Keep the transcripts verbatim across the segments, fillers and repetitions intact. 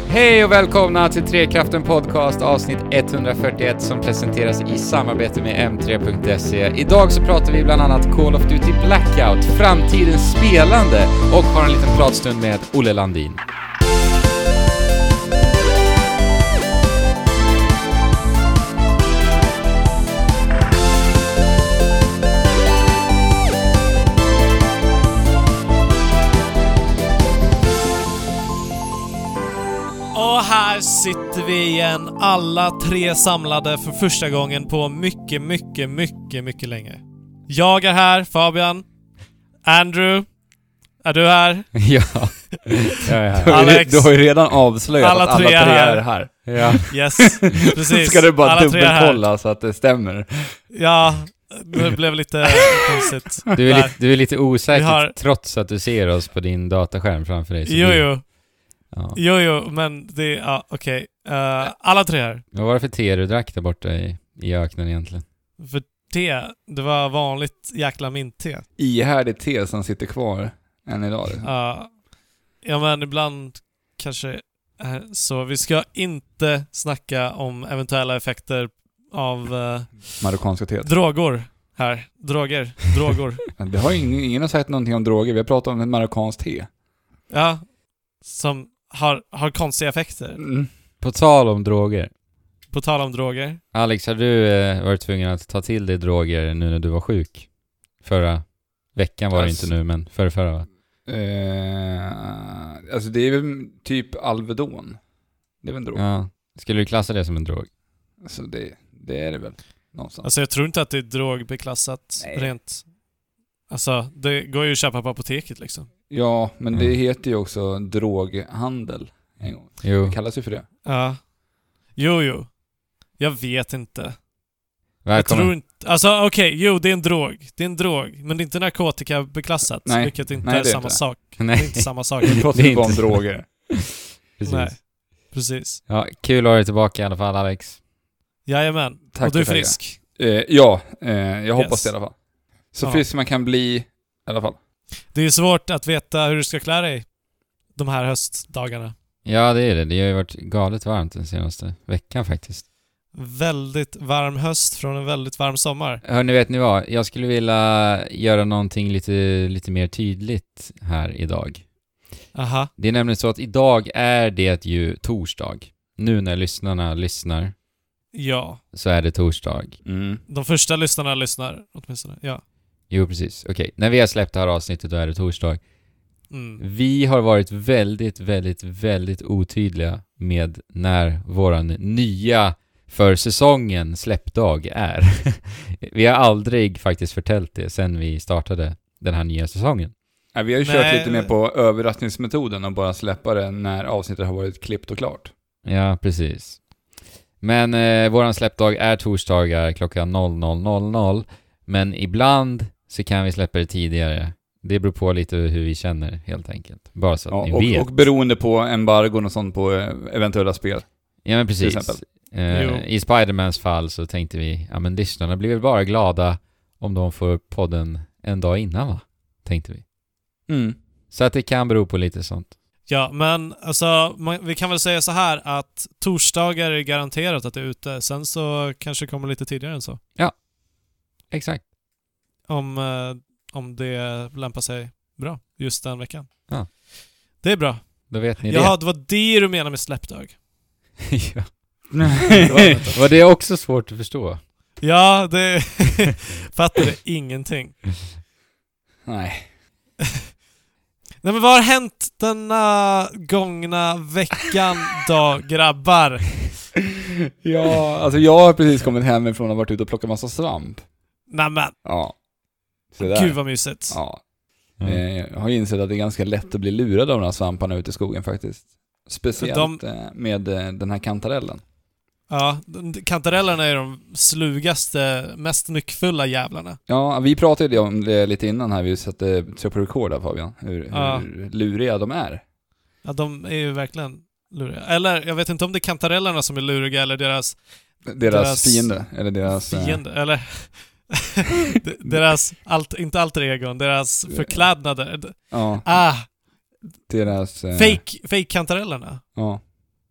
Hej och välkomna till Trekraften Podcast avsnitt etthundrafyrtioett som presenteras i samarbete med M tre punkt se. Idag så pratar vi bland annat Call of Duty Blackout, framtidens spelande och har en liten pratstund med Olle Landin. Och här sitter vi igen, alla tre samlade för första gången på mycket, mycket, mycket, mycket länge. Jag är här, Fabian. Andrew, är du här? Ja, jag är här. Alex. Du har ju redan avslöjat Alla att alla tre tre är här. är här. Ja. Yes, precis. Ska du bara Alla tre är här. dubbelkolla så att det stämmer? Ja, det blev lite konstigt. Du är, Där. lite, du är lite osäker Vi har- trots att du ser oss på din dataskärm framför dig. så Jo, du- jo. Ja. Jo, jo, men det... Ja, okej. Eh, alla tre här. Vad var det för te du drack där borta i, i öknen egentligen? För te, det var vanligt jäkla mintte. Ihärdigt te som sitter kvar än idag. Ja, ja men ibland kanske eh, så. Vi ska inte snacka om eventuella effekter av eh, Marockanska te. droger här. Droger, droger. Det har ingen, ingen har sagt någonting om droger. Vi har pratat om ett marockanskt te. Ja, som har, har konstiga effekter. Mm. På tal om droger. På tal om droger. Alex, har du eh, varit tvungen att ta till dig droger nu när du var sjuk? Förra veckan var Alltså- det inte nu, men förra förra va? Eh, alltså det är väl typ Alvedon. Det är väl en drog. Ja. Skulle du klassa det som en drog? Alltså det, det är det väl. Någonstans. Alltså jag tror inte att det är drogbeklassat Nej. rent. Alltså det går ju att köpa på apoteket liksom. Ja, men det Mm. heter ju också droghandel en gång. Jo. Det kallas ju för det. Ja. Jo, jo. Jag vet inte. Jag Välkommen. tror inte... Alltså okej, jo det är en drog. Det är en drog. Men det är inte narkotikabeklassat. Nej. Vilket inte Nej, är det är samma inte. sak. Nej. Det är inte samma sak. Vi pratar Det är ju bara om inte- droger. Precis. Nej. Precis. Ja, kul att ha dig tillbaka i alla fall, Alex. Jajamän. Tack Och du är för det. frisk. Eh, ja, eh, jag hoppas Yes. det i alla fall. Så Ja. frisk man kan bli i alla fall. Det är svårt att veta hur du ska klä dig de här höstdagarna. Ja, det är det. Det har ju varit galet varmt den senaste veckan faktiskt. Väldigt varm höst från en väldigt varm sommar. Hörni, vet ni vad? Jag skulle vilja göra någonting lite, lite mer tydligt här idag. Aha. Det är nämligen så att idag är det ju torsdag. Nu när lyssnarna lyssnar Ja. så är det torsdag. Mm. De första lyssnarna lyssnar åtminstone. Ja. Jo, precis. Okej, när vi har släppt det här avsnittet då är det torsdag. Mm. Vi har varit väldigt, väldigt, väldigt otydliga med när våran nya för säsongen släppdag är. Vi har aldrig faktiskt förtält det sen vi startade den här nya säsongen. Ja, vi har ju Nej. kört lite mer på överraskningsmetoden och bara släppa det när avsnittet har varit klippt och klart. Ja, precis. Men eh, våran släppdag är torsdagar klockan noll noll noll noll. Men ibland så kan vi släppa det tidigare. Det beror på lite hur vi känner helt enkelt. Bara så att Ja, ni och, vet. och beroende på embargon och sånt på eh, eventuella spel. Ja, men till precis. exempel. Jo. Eh, I Spider-Mans fall så tänkte vi, ja men lyssnarna blir väl bara glada om de får podden en dag innan, va? Tänkte vi. Mm. Så att det kan bero på lite sånt. Ja, men alltså man, vi kan väl säga så här att torsdagar är garanterat att det är ute. Sen så kanske det kommer lite tidigare än så. Exakt. Om, eh, om det lämpar sig bra just den veckan. Ja. Det är bra. Då vet ni Jaha, det var det du menar med släppdag. det. Ja. var, var det också svårt att förstå? Ja, det fattade ingenting. Nej. Nej, men vad har hänt denna gångna veckan då, grabbar? Ja, alltså jag har precis kommit hem ifrån och varit ute och plockat massa svamp. Nämen, Ja. Så där. gud vad mysigt. Ja. Mm. Eh, Jag har insett att det är ganska lätt att bli lurad av de här svamparna ute i skogen faktiskt. Speciellt De- eh, med eh, den här kantarellen. Ja, de- kantarellerna är de slugaste, mest nyckfulla jävlarna. Ja, vi pratade ju om det lite innan här. Vi satte tryck på record där, Fabian. Hur, Ja. hur luriga de är. Ja, de är ju verkligen luriga. Eller, jag vet inte om det är kantarellerna som är luriga eller deras Deras, Deras fiende. Eller deras... eh, fiende, eller D- deras, allt, inte alter egon, deras förklädnader. Ja, Ah, deras... eh, fake, fake kantarellerna. Ja.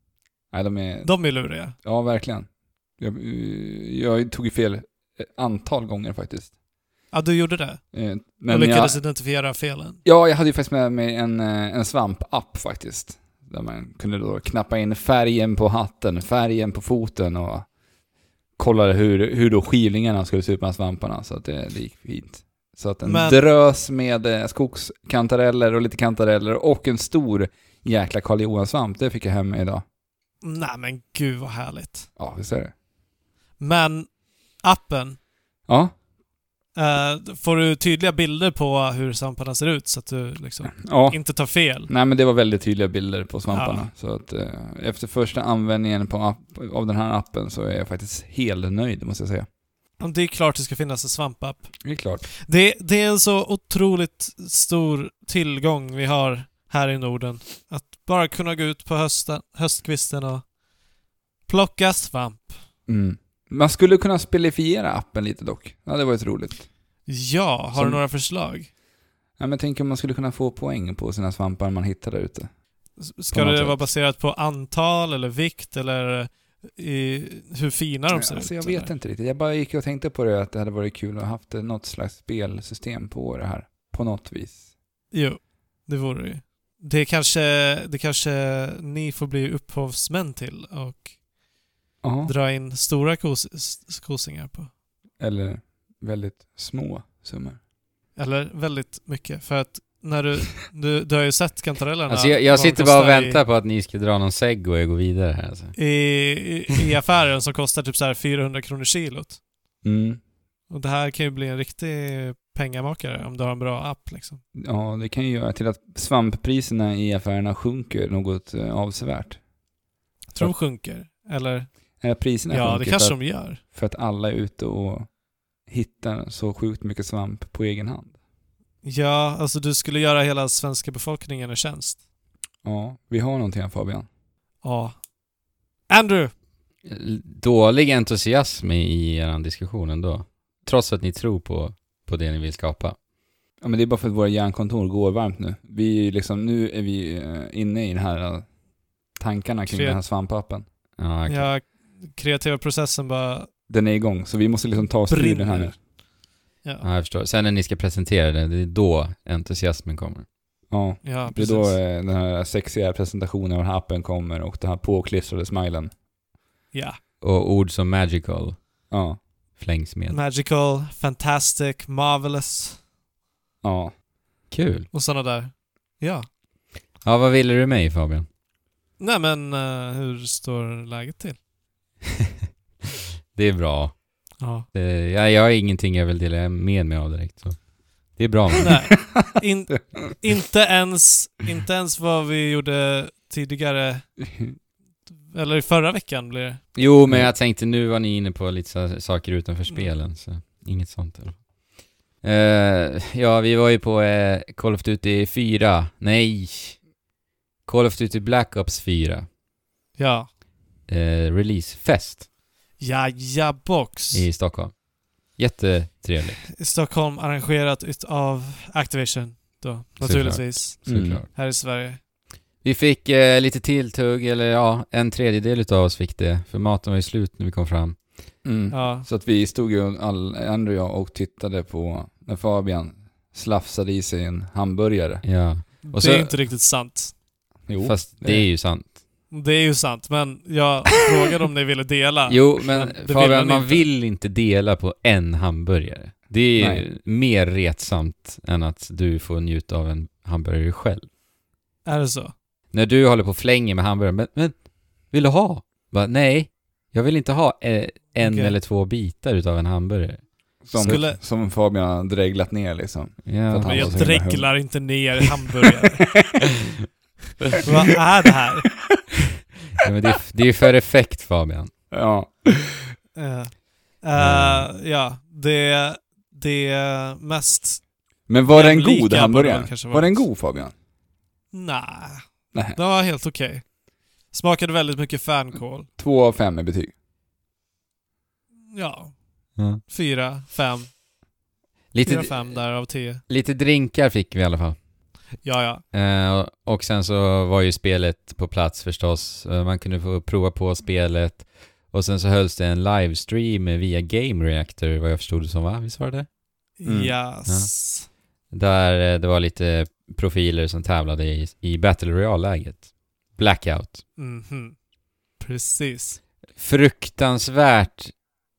Nej, de är... De är luriga. Ja, verkligen. Jag, jag tog ju fel ett antal gånger faktiskt. Ja, du gjorde det. Eh, Och Men lyckades jag, identifiera felen. ja, jag hade ju faktiskt med mig en, eh, en svamp-app faktiskt. Där man kunde då knappa in färgen på hatten, färgen på foten och kolla hur, hur då skivlingarna skulle se ut med svamparna. Så att det, det gick fint. Så att en Men- drös med eh, skogskantareller och lite kantareller och en stor jäkla Karl Johan-svamp, det fick jag hem idag. Nej men gud vad härligt. Ja, visst är det. Men appen, Ja, eh, får du tydliga bilder på hur svamparna ser ut så att du liksom ja. inte tar fel? Nej, men det var väldigt tydliga bilder på svamparna. Så att eh, efter första användningen på app, av den här appen så är jag faktiskt helt nöjd, måste jag säga. Om det är klart det ska finnas en svampapp. Det är klart. Det, det är en så otroligt stor tillgång vi har här i Norden. Att bara kunna gå ut på hösten, höstkvisten och plocka svamp. Mm. Man skulle kunna spelifiera appen lite dock. Ja, det var ett roligt. Ja, har Som- du några förslag? Ja, men tänk om man skulle kunna få poäng på sina svampar man hittar där ute. Ska På något det sätt. vara baserat på antal eller vikt eller i hur fina de ser Alltså, ut? jag vet eller? inte riktigt. Jag bara gick och tänkte på det, att det hade varit kul att ha haft något slags spelsystem på det här. På något vis. Jo, det vore det ju. Det kanske, det kanske ni får bli upphovsmän till och Ja. dra in stora kos, s- kosingar på. Eller väldigt små summor. Eller väldigt mycket. För att när du, du, du har ju sett kantarellerna. Alltså jag, jag vad de sitter bara och kostar väntar på att ni ska dra någon segway och gå vidare här. Alltså. I, i, i affären som kostar typ så här fyrahundra kronor kilot. Mm. Och det här kan ju bli en riktig pengamakare om du har en bra app liksom. Ja, det kan ju göra till att svamppriserna i affärerna sjunker något eh, avsevärt. Tror de sjunker. Eller? Eh, priserna Ja, sjunker det kanske för, de gör. för att alla är ute och hittar så sjukt mycket svamp på egen hand. Ja, alltså du skulle göra hela svenska befolkningen en tjänst. Ja, vi har någonting här, Fabian. Ja. Andrew! Dålig entusiasm i er diskussion ändå. Trots att ni tror på, på det ni vill skapa. Ja, men det är bara för att våra hjärnkontor går varmt nu. Vi är ju liksom, nu är vi eh, inne i den här eh, tankarna kring Kre- den här svampappen. Ja, okej. Ja, kreativa processen bara Den är igång, så vi måste liksom ta oss ur den här nu. brinner. Ja, Ja, jag förstår. Sen när ni ska presentera det, det är då entusiasmen kommer. Ja, ja det är precis. då eh, den här sexiga presentationen av den här appen kommer och den här påklistrade smilen. Ja. Och ord som magical Ja, flängs med. Magical, fantastic, marvelous ja. Kul. och sådana där. Ja. Ja, vad ville du mig, Fabian? Nej men, uh, hur står läget till? Det är bra. Ja. Det, jag, jag har ingenting jag vill dela med mig av direkt. Så. Det är bra. Nej. In, inte, ens, inte ens vad vi gjorde tidigare, eller i förra veckan blir det. Jo, men jag tänkte nu var ni inne på lite så, saker utanför spelen. Så inget sånt. Eller? Uh, ja, vi var ju på uh, Call of Duty fyra. Nej. Call of Duty Black Ops fyra. Ja. Uh, releasefest Ja, ja, box. i Stockholm. Jättetrevligt. I Stockholm, arrangerat utav Activision då, naturligtvis. Mm. Såklart. Här i Sverige. Vi fick eh, lite tilltugg, eller ja, en tredjedel utav oss fick det. För maten var ju slut när vi kom fram. Mm. Ja. Så att vi stod ju, all, Andrew och jag, och tittade på när Fabian slafsade i sig en hamburgare. Ja. Och det så- är inte riktigt sant. Jo, Fast det är ju sant. Det är ju sant, men jag frågade om ni ville dela. Jo, men Men det vill Fabian, man man inte. vill inte dela på en hamburgare. Det är ju Nej. mer retsamt än att du får njuta av en hamburgare själv. Är det så? När du håller på och flänger med hamburgare, men, men vill du ha? Bara, nej, jag vill inte ha eh, en Okej. eller två bitar utav en hamburgare. som, Skulle- som Fabian har dreglat ner liksom. Ja. För att han Men var jag så himla dreglar inte ner hamburgare. Vad är det här? Ja, men det, är, det är för effekt, Fabian. Ja. Uh, uh, ja, det, det mest... Men var den Jämlika god, borde hamburgaren? väl kanske Var vara. den god, Fabian? Nej, Nej. det var helt okej. Smakade väldigt mycket fänkål. Två av fem i betyg. Ja, Ja. fyra, fem, fyra, Lite, fem där av tio. lite drinkar fick vi i alla fall. Ja, ja. Eh, och sen så var ju spelet på plats förstås. Eh, Man kunde få prova på spelet. Och sen så hölls det en livestream via Game Reactor, vad jag förstod det som, va? Visst var det? Mm. Yes. Där eh, det var lite profiler som tävlade i, i Battle Royale-läget. Blackout. Mhm. Precis. Fruktansvärt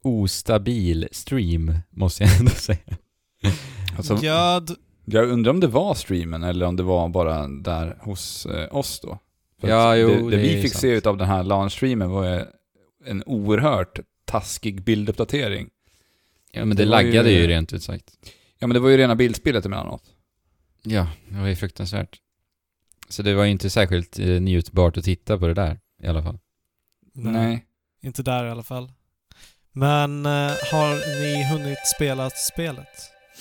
ostabil stream, måste jag ändå säga. Alltså, Ja, d- jag undrar om det var streamen eller om det var bara där hos eh, oss då. För Ja, att jo, det, det det är vi fick sant. se ut av den här LAN-streamen var ju en oerhört taskig bilduppdatering. Ja, men det, Det var ju- laggade ju rent ut sagt. Ja, men det var ju rena bildspelet emellanåt. Ja, det var ju fruktansvärt. Så det var ju inte särskilt eh, njutbart att titta på det där, i alla fall. nej, Nej. inte där i alla fall. Men eh, har ni hunnit spela spelet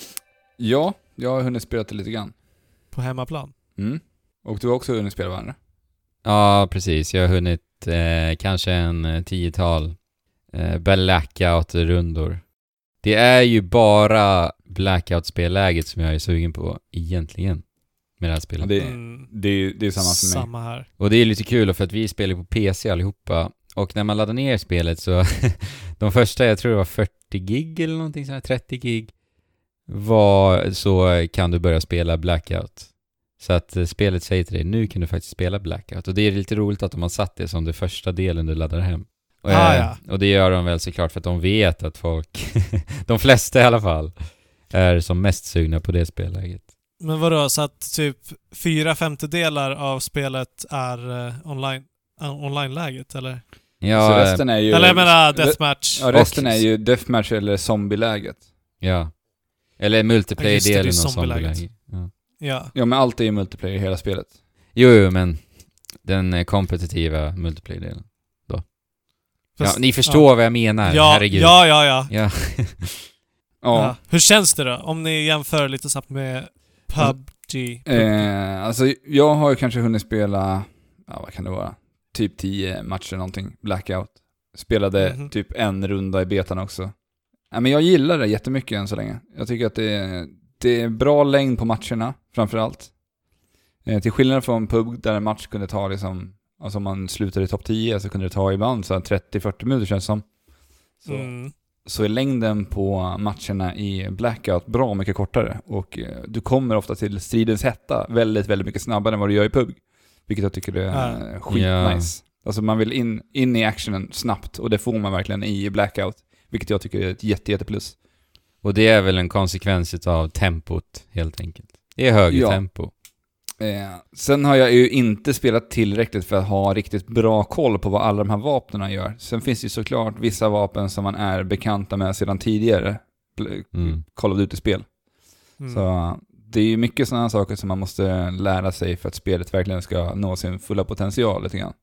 Ja, jag har hunnit spela det lite grann. på hemmaplan? Mm. Och du har också hunnit spela varandra. Ja, precis. Jag har hunnit eh, kanske en eh, tiotal eh, blackout-rundor. Det är ju bara blackout-spelläget som jag är sugen på egentligen med det här spelet. Det, Mm, det, är- det är samma för mig. samma här. Och det är lite kul för att vi spelar på P C allihopa. Och när man laddar ner spelet så de första, jag tror det var fyrtio gig eller någonting sånt här, trettio gig var, så kan du börja spela Blackout. Så att eh, spelet säger till dig, nu kan du faktiskt spela Blackout. Och det är lite roligt att de har satt det som det första delen du laddar hem. Och, Ah, eh, ja. och det gör de väl såklart för att de vet att folk, de flesta i alla fall, är som mest sugna på det spelläget. Men vadå, så att typ fyra femtedelar av spelet är eh, online, uh, online-läget, eller? Ja, Så eh, resten är ju... Eller jag menar re- deathmatch. Ja, resten Och- är ju deathmatch eller zombieläget. ja. Eller Ja, multiplayer-delen just det, det är och zombieläget. zombieläge. Ja. Ja. Ja, men allt är ju multiplayer i hela spelet. Jo, jo, men den eh, kompetitiva multiplayer-delen. Ja, Fast- ni förstår vad jag menar, Ja, herregud. ja, ja, ja. Ja. Ja. Ja. Hur känns det då? Om ni jämför lite snabbt med P U B G. Eh, alltså, jag har ju kanske hunnit spela, ja vad kan det vara? Typ tio matcher någonting, Blackout. Spelade Mhm. typ en runda i betan också. Ja, men jag gillar det jättemycket än så länge. Jag tycker att det är, det är bra längd på matcherna, framförallt. Eh, till skillnad från P U B G där en match kunde ta liksom, alltså om man slutar i topp tio så kunde det ta ibland så här trettio till fyrtio minuter känns det som. Så, Mm. så är längden på matcherna i Blackout bra mycket kortare. Och eh, du kommer ofta till stridens hetta väldigt, väldigt mycket snabbare än vad du gör i P U B G. Vilket jag tycker är Ja. skitnice. Alltså man vill in, in i actionen snabbt och det får man verkligen i Blackout. Vilket jag tycker är ett jätte, jätte plus. Och det är väl en konsekvens av tempot, helt enkelt. Det är högre Ja. tempo. Eh, sen har jag ju inte spelat tillräckligt för att ha riktigt bra koll på vad alla de här vapnen gör. Sen finns det ju såklart vissa vapen som man är bekanta med sedan tidigare Bl- Mm. Call of Duty-spel. Mm. Så det är ju mycket sådana saker som man måste lära sig för att spelet verkligen ska nå sin fulla potential lite grann.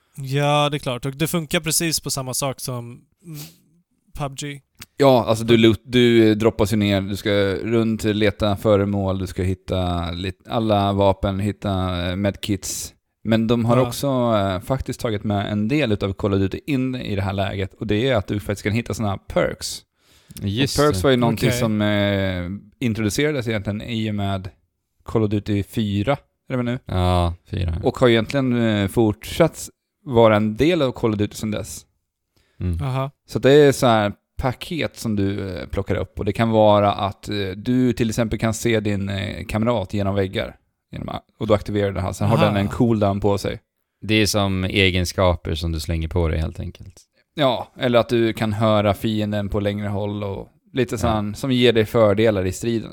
Ja, det är klart. Och det funkar precis på samma sak som mm, P U B G. Ja, alltså du, loot, du droppas ju ner, du ska runt leta föremål, du ska hitta lit, alla vapen, hitta eh, medkits. Men de har Ja. också eh, faktiskt tagit med en del utav Call of Duty in i det här läget. Och det är att du faktiskt kan hitta sådana perks. Just och perks var ju någonting Okej. som eh, introducerades egentligen i och med Call of Duty fyra, är det väl nu? Ja, fyra. Och har egentligen eh, fortsatt vara en del av Call of Duty sedan dess. Mm. Aha. Så det är så här paket som du eh, plockar upp. Och det kan vara att eh, du till exempel kan se din eh, kamrat genom väggar. Genom, och då aktiverar du den här. Sen har Aha. den en cooldown på sig. Det är som egenskaper som du slänger på dig, helt enkelt. Ja, eller att du kan höra fienden på längre håll. Och lite sån som ger dig fördelar i striden.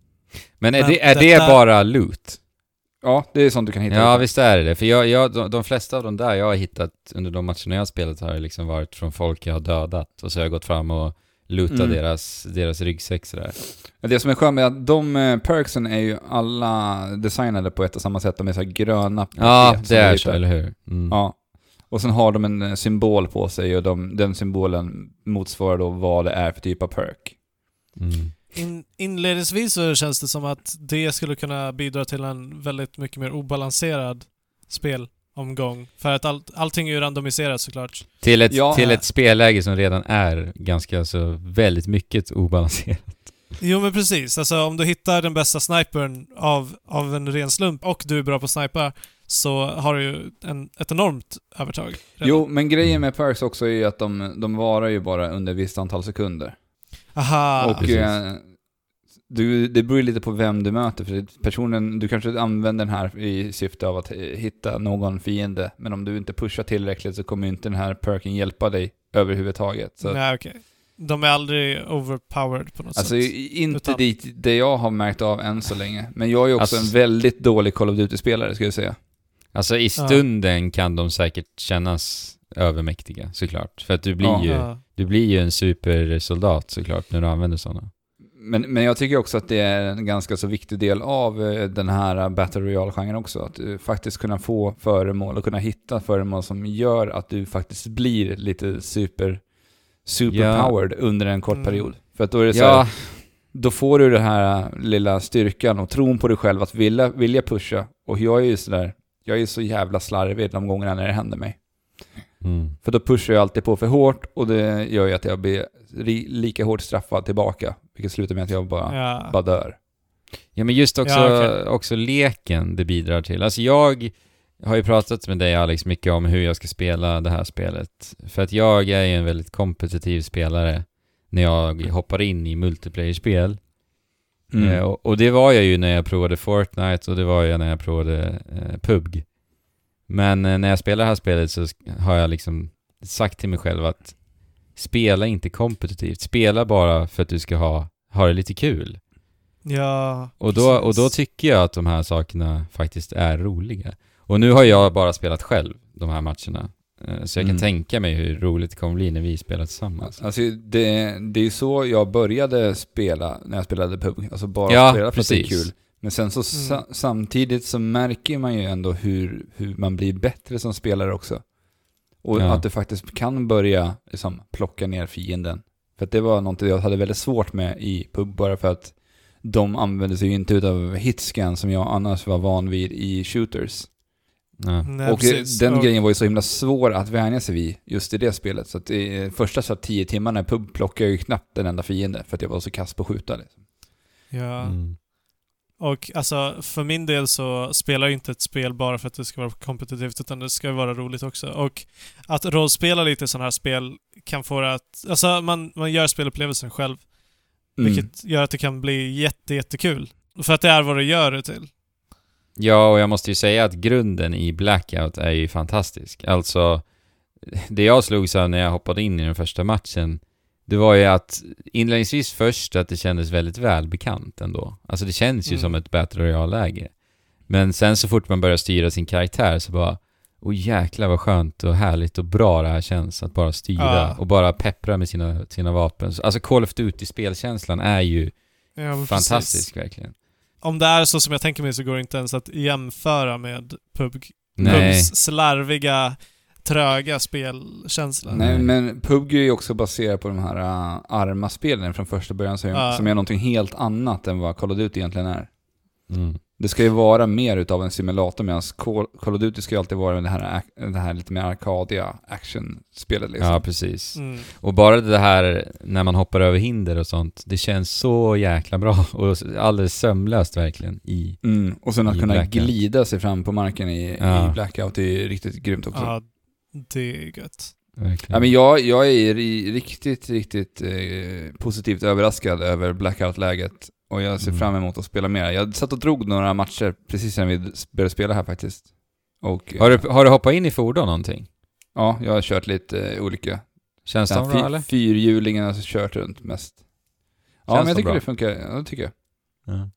Men är Men det, är det detta- bara loot? Ja, det är sånt du kan hitta. Ja, visst är det det. För jag, jag, de, de flesta av de där jag har hittat under de matcherna jag har spelat har liksom varit från folk jag har dödat. Och så har jag gått fram och lootat Mm. deras, deras ryggsäck sådär. Det som är skönt med att de eh, perksen är ju alla designade på ett och samma sätt. De är så här gröna paket Ja, som det du är hittar. så, eller hur? Mm. Ja. Och sen har de en eh, symbol på sig och de, den symbolen motsvarar då vad det är för typ av perk. Mm. In, inledningsvis så känns det som att det skulle kunna bidra till en väldigt mycket mer obalanserad spelomgång. För att all, allting är ju randomiserat såklart. Till, ett, Ja. till ett spelläge som redan är ganska så väldigt mycket obalanserat. Jo men precis, alltså om du hittar den bästa snipern av, av en ren slump och du är bra på att snipa, så har du ju en, ett enormt övertag redan. Jo, men grejen med perks också är ju att de, de varar ju bara under ett visst antal sekunder. Aha. Och eh, du, det beror ju lite på vem du möter. För personen, du kanske använder den här i syfte av att hitta någon fiende. Men om du inte pushar tillräckligt så kommer inte den här perken hjälpa dig överhuvudtaget. Så Nej, okej. Okay. De är aldrig overpowered på något alltså, sätt. Alltså inte Utan... dit det jag har märkt av än så länge. Men jag är ju också alltså... en väldigt dålig Call of Duty-spelare, ska jag säga. Alltså i stunden ja. kan de säkert kännas övermäktiga, såklart. För att du blir, ja. ju, Ja. du blir ju en supersoldat, såklart, när du använder sådana. Men, men jag tycker också att det är en ganska så viktig del av den här Battle Royale-genren också. Att du faktiskt kunna få föremål och kunna hitta föremål som gör att du faktiskt blir lite super superpowered ja. under en kort mm. period. För att då är det så ja. här, då får du den här lilla styrkan och tron på dig själv att vilja, vilja pusha. Och jag är ju så där, jag är så jävla slarvig de gångerna när det händer mig. Mm. För då pushar jag alltid på för hårt och det gör ju att jag blir ri- lika hårt straffad tillbaka. Vilket slutar med att jag bara, ja. bara dör. Ja, men just också, ja, okay. också leken det bidrar till. Alltså jag har ju pratat med dig, Alex, mycket om hur jag ska spela det här spelet. För att jag är ju en väldigt kompetitiv spelare när jag hoppar in i multiplayer-spel. Mm. Eh, och, och det var jag ju när jag provade Fortnite och det var jag när jag provade eh, P U B G. Men eh, när jag spelar det här spelet så har jag liksom sagt till mig själv att spela inte kompetitivt. Spela bara för att du ska ha, ha det lite kul. Ja. Och då, och då tycker jag att de här sakerna faktiskt är roliga. Och nu har jag bara spelat själv de här matcherna. Så jag kan mm. tänka mig hur roligt det kommer bli när vi spelar tillsammans. Alltså det, det är ju så jag började spela när jag spelade P U B G. Alltså bara ja, spela för precis. att det är kul. Men sen så mm. sa, samtidigt så märker man ju ändå hur, hur man blir bättre som spelare också. Och ja. att du faktiskt kan börja liksom, plocka ner fienden. För att det var något jag hade väldigt svårt med i P U B G, bara för att de använde sig ju inte utav hitscan som jag annars var van vid i shooters. Ja. Nej, och precis. den och... grejen var ju så himla svår att vänja sig vid just i det spelet. Så att i första så tio timmarna i P U B G plockade jag ju knappt den enda fiende för att jag var så kass på att skjuta. Liksom. Ja. Mm. Och alltså för min del så spelar jag inte ett spel bara för att det ska vara kompetitivt, utan det ska vara roligt också. Och att rollspela lite sådana här spel kan få det att... Alltså man, man gör spelupplevelsen själv. Mm. Vilket gör att det kan bli jätte, jättekul. För att det är vad det gör det till. Ja, och jag måste ju säga att grunden i Blackout är ju fantastisk. Alltså, det jag slog så när jag hoppade in i den första matchen, det var ju att inledningsvis först att det kändes väldigt välbekant ändå. Alltså det känns ju mm. som ett Battle Royale-läge. Men sen så fort man börjar styra sin karaktär så bara, åh jäklar vad skönt och härligt och bra det här känns att bara styra ja. och bara peppra med sina, sina vapen. Alltså Call of Duty-spelkänslan är ju ja, fantastisk verkligen. Om det är så som jag tänker mig så går det inte ens att jämföra med P U B G. Nej. P U B Gs slarviga, tröga spelkänsla. Nej, men P U B G är ju också baserad på de här uh, arma-spelen från första början som, uh. som är någonting helt annat än vad Call of Duty egentligen är. Mm. Det ska ju vara mer utav en simulator, medan Call, Call of Duty ska ju alltid vara det här, det här lite mer arkadiga action-spelet liksom. Ja, precis. Mm. Och bara det här när man hoppar över hinder och sånt, det känns så jäkla bra och alldeles sömlöst verkligen i mm. Och sen att kunna Blackout. glida sig fram på marken i, ja. i Blackout är riktigt grymt också. Ja, det är gött. Ja, men jag, jag är riktigt, riktigt eh, positivt överraskad över Blackout-läget. Och jag ser mm. fram emot att spela mer. Jag satt och drog några matcher precis när vi började spela här faktiskt. Och, har, du, har du hoppat in i fordon någonting? Ja, jag har kört lite eh, olika. Känns det bra eller? Fyrhjulingen har kört runt mest. Ja, Känns men jag tycker bra? det funkar. Ja, det tycker jag. Ja,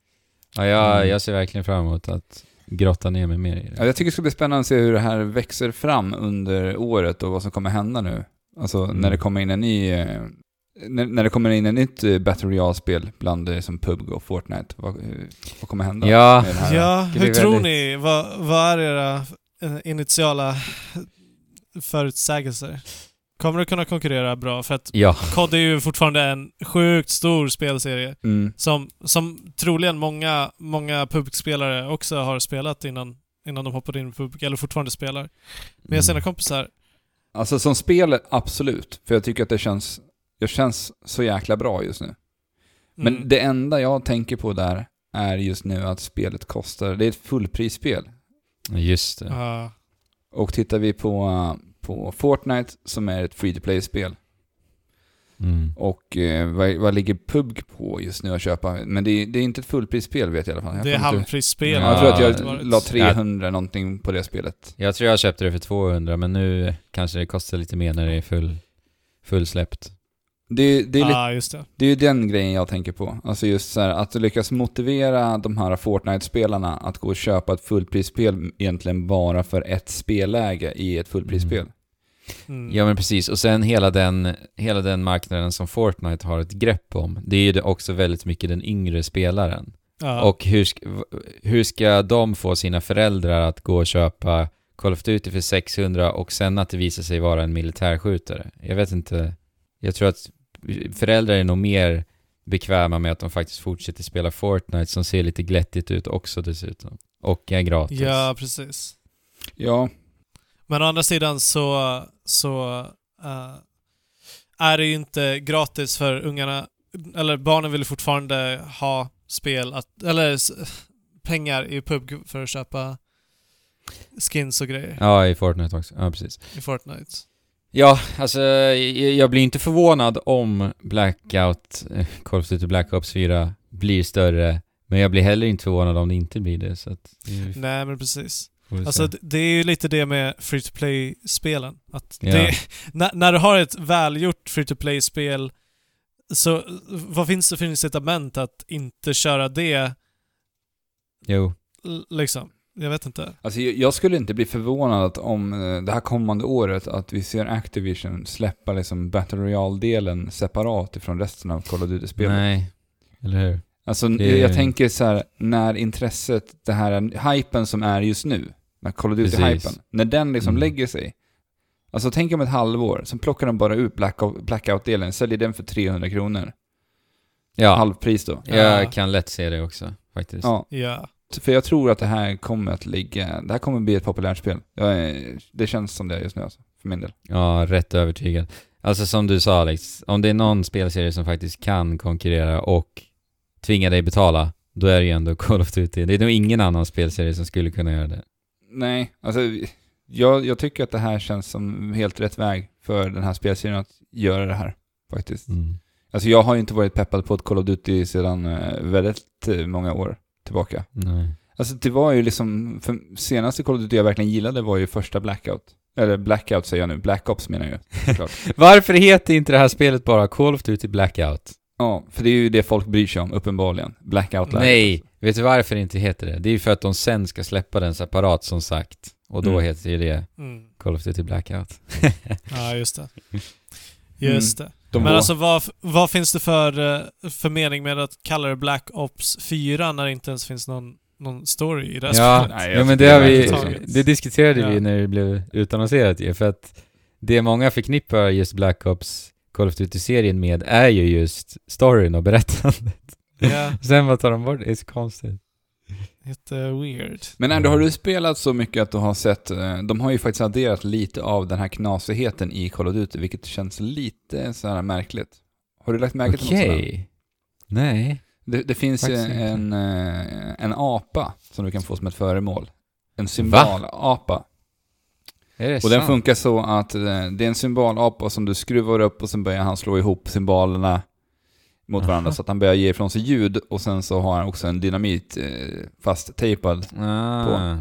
ja jag, mm. jag ser verkligen fram emot att grotta ner mig mer i det. Ja, jag tycker det ska bli spännande att se hur det här växer fram under året och vad som kommer hända nu. Alltså mm. när det kommer in en ny... Eh, När, när det kommer in en nytt uh, Battle Royale-spel bland uh, som P U B G och Fortnite, vad, uh, vad kommer hända ja. med det här? Ja, hur väldigt... tror ni? Vad, vad är era initiala förutsägelser? Kommer du kunna konkurrera bra? För att ja. C O D är ju fortfarande en sjukt stor spelserie mm. som, som troligen många, många P U B G-spelare också har spelat innan, innan de hoppade in på P U B G, eller fortfarande spelar. Men mm. jag ser några kompisar... Alltså som spel, absolut. För jag tycker att det känns... Jag känns så jäkla bra just nu. Men Mm. det enda jag tänker på där är just nu att spelet kostar, det är ett fullprisspel. Just det. Ja. Och tittar vi på, på Fortnite som är ett free-to-play-spel. Mm. Och eh, vad, vad ligger P U B G på just nu att köpa? Men det är, det är inte ett fullprisspel vet jag i alla fall. Jag Det är kommer inte- halvprisspel. Ja, jag tror att Ja, jag la trehundra någonting på det spelet. Jag tror jag köpte det för tvåhundra, men nu kanske det kostar lite mer när det är full, fullsläppt. Det, det, är lite, Ja, just det. det är ju den grejen jag tänker på. Alltså just så här, att du lyckas motivera de här Fortnite-spelarna att gå och köpa ett fullprisspel egentligen bara för ett spelläge i ett fullprisspel. Mm. Mm. Ja men precis, och sen hela den, hela den marknaden som Fortnite har ett grepp om, det är ju det också väldigt mycket den yngre spelaren. Ja. Och hur ska, hur ska de få sina föräldrar att gå och köpa Call of Duty för sexhundra och sen att det visar sig vara en militärskjutare? Jag vet inte. Jag tror att föräldrar är nog mer bekväma med att de faktiskt fortsätter spela Fortnite som ser lite glättigt ut också dessutom. Och är gratis. Ja, precis. Ja, Men å andra sidan så, så uh, är det ju inte gratis för ungarna, eller barnen vill fortfarande ha spel, att, eller s- pengar i P U B G för att köpa skins och grejer Ja, i Fortnite också. Ja, precis. i Fortnite. Ja, alltså jag jag blir inte förvånad om Blackout, eh, Call of Duty Black Ops fyra blir större, men jag blir heller inte förvånad om det inte blir det, så att det Nej, men precis. får vi Alltså se. det, det är ju lite det med free-to-play-spelen. Att Ja. det, när, när du har ett välgjort free-to-play-spel, så vad finns det för incitament att inte köra det Jo. l- liksom? Jag vet inte. alltså jag jag skulle inte bli förvånad om eh, det här kommande året att vi ser Activision släppa liksom Battle Royale-delen separat ifrån resten av Call of Duty-spelet. Nej, eller hur? Alltså Det- jag tänker så här, när intresset, det här hypen som är just nu, när Call of Duty-hypen, Precis. när den liksom Mm. lägger sig. Alltså tänk om ett halvår, så plockar de bara ut Blackout, Blackout-delen, säljer den för trehundra kronor. Ja, Halvpris då. jag Ja. kan lätt se det också, faktiskt. Ja, Ja. för jag tror att det här kommer att ligga, det här kommer bli ett populärt spel. Jag är, det känns som det just nu alltså, för min del. Ja, rätt övertygad. Alltså som du sa Alex, om det är någon spelserie som faktiskt kan konkurrera och tvinga dig betala, då är det ju ändå Call of Duty. Det är nog ingen annan spelserie som skulle kunna göra det. Nej, alltså jag, jag tycker att det här känns som helt rätt väg för den här spelserien att göra det här, faktiskt. Mm. Alltså jag har ju inte varit peppad på ett Call of Duty sedan eh, väldigt eh, många år tillbaka. Nej. Alltså det var ju liksom, för senaste Call of Duty jag verkligen gillade var ju första Blackout. Eller Blackout säger jag nu, Black Ops menar jag ju, såklart. Varför heter inte det här spelet bara Call of Duty Blackout? Ja, för det är ju det folk bryr sig om, uppenbarligen. Blackout läget. Nej, vet du varför det inte heter det? Det är ju för att de sen ska släppa den separat som sagt. Och då Mm. heter ju det Mm. Call of Duty Blackout. Ja, just det. Just det. De Men var- alltså vad, vad finns det för, eh, för mening med att kalla det Black Ops fyra när det inte ens finns någon, någon story i det här Ja, spelet? Nej, jag ja men tycker det har det är vi, överhuvudtaget. det diskuterade Ja. vi när det blev utannonserat ju, för att det många förknippar just Black Ops Call of Duty-serien med är ju just storyn och berättandet. Ja, Sen vad tar de bort? Det är så konstigt. lite weird. Men ändå har du spelat så mycket att du har sett, eh, de har ju faktiskt adderat lite av den här knasigheten i Call of Duty, vilket känns lite så här märkligt. Har du lagt märke till något sådant? Okej. Nej. Det, det finns ju Faktiskt inte. en, eh, en apa som du kan få som ett föremål. En symbolapa. Är det Och sant? den funkar så att eh, det är en symbolapa som du skruvar upp och sen börjar han slå ihop symbolerna mot varandra Aha. så att han börjar ge ifrån sig ljud, och sen så har han också en dynamit eh, fast tejpad. Ah.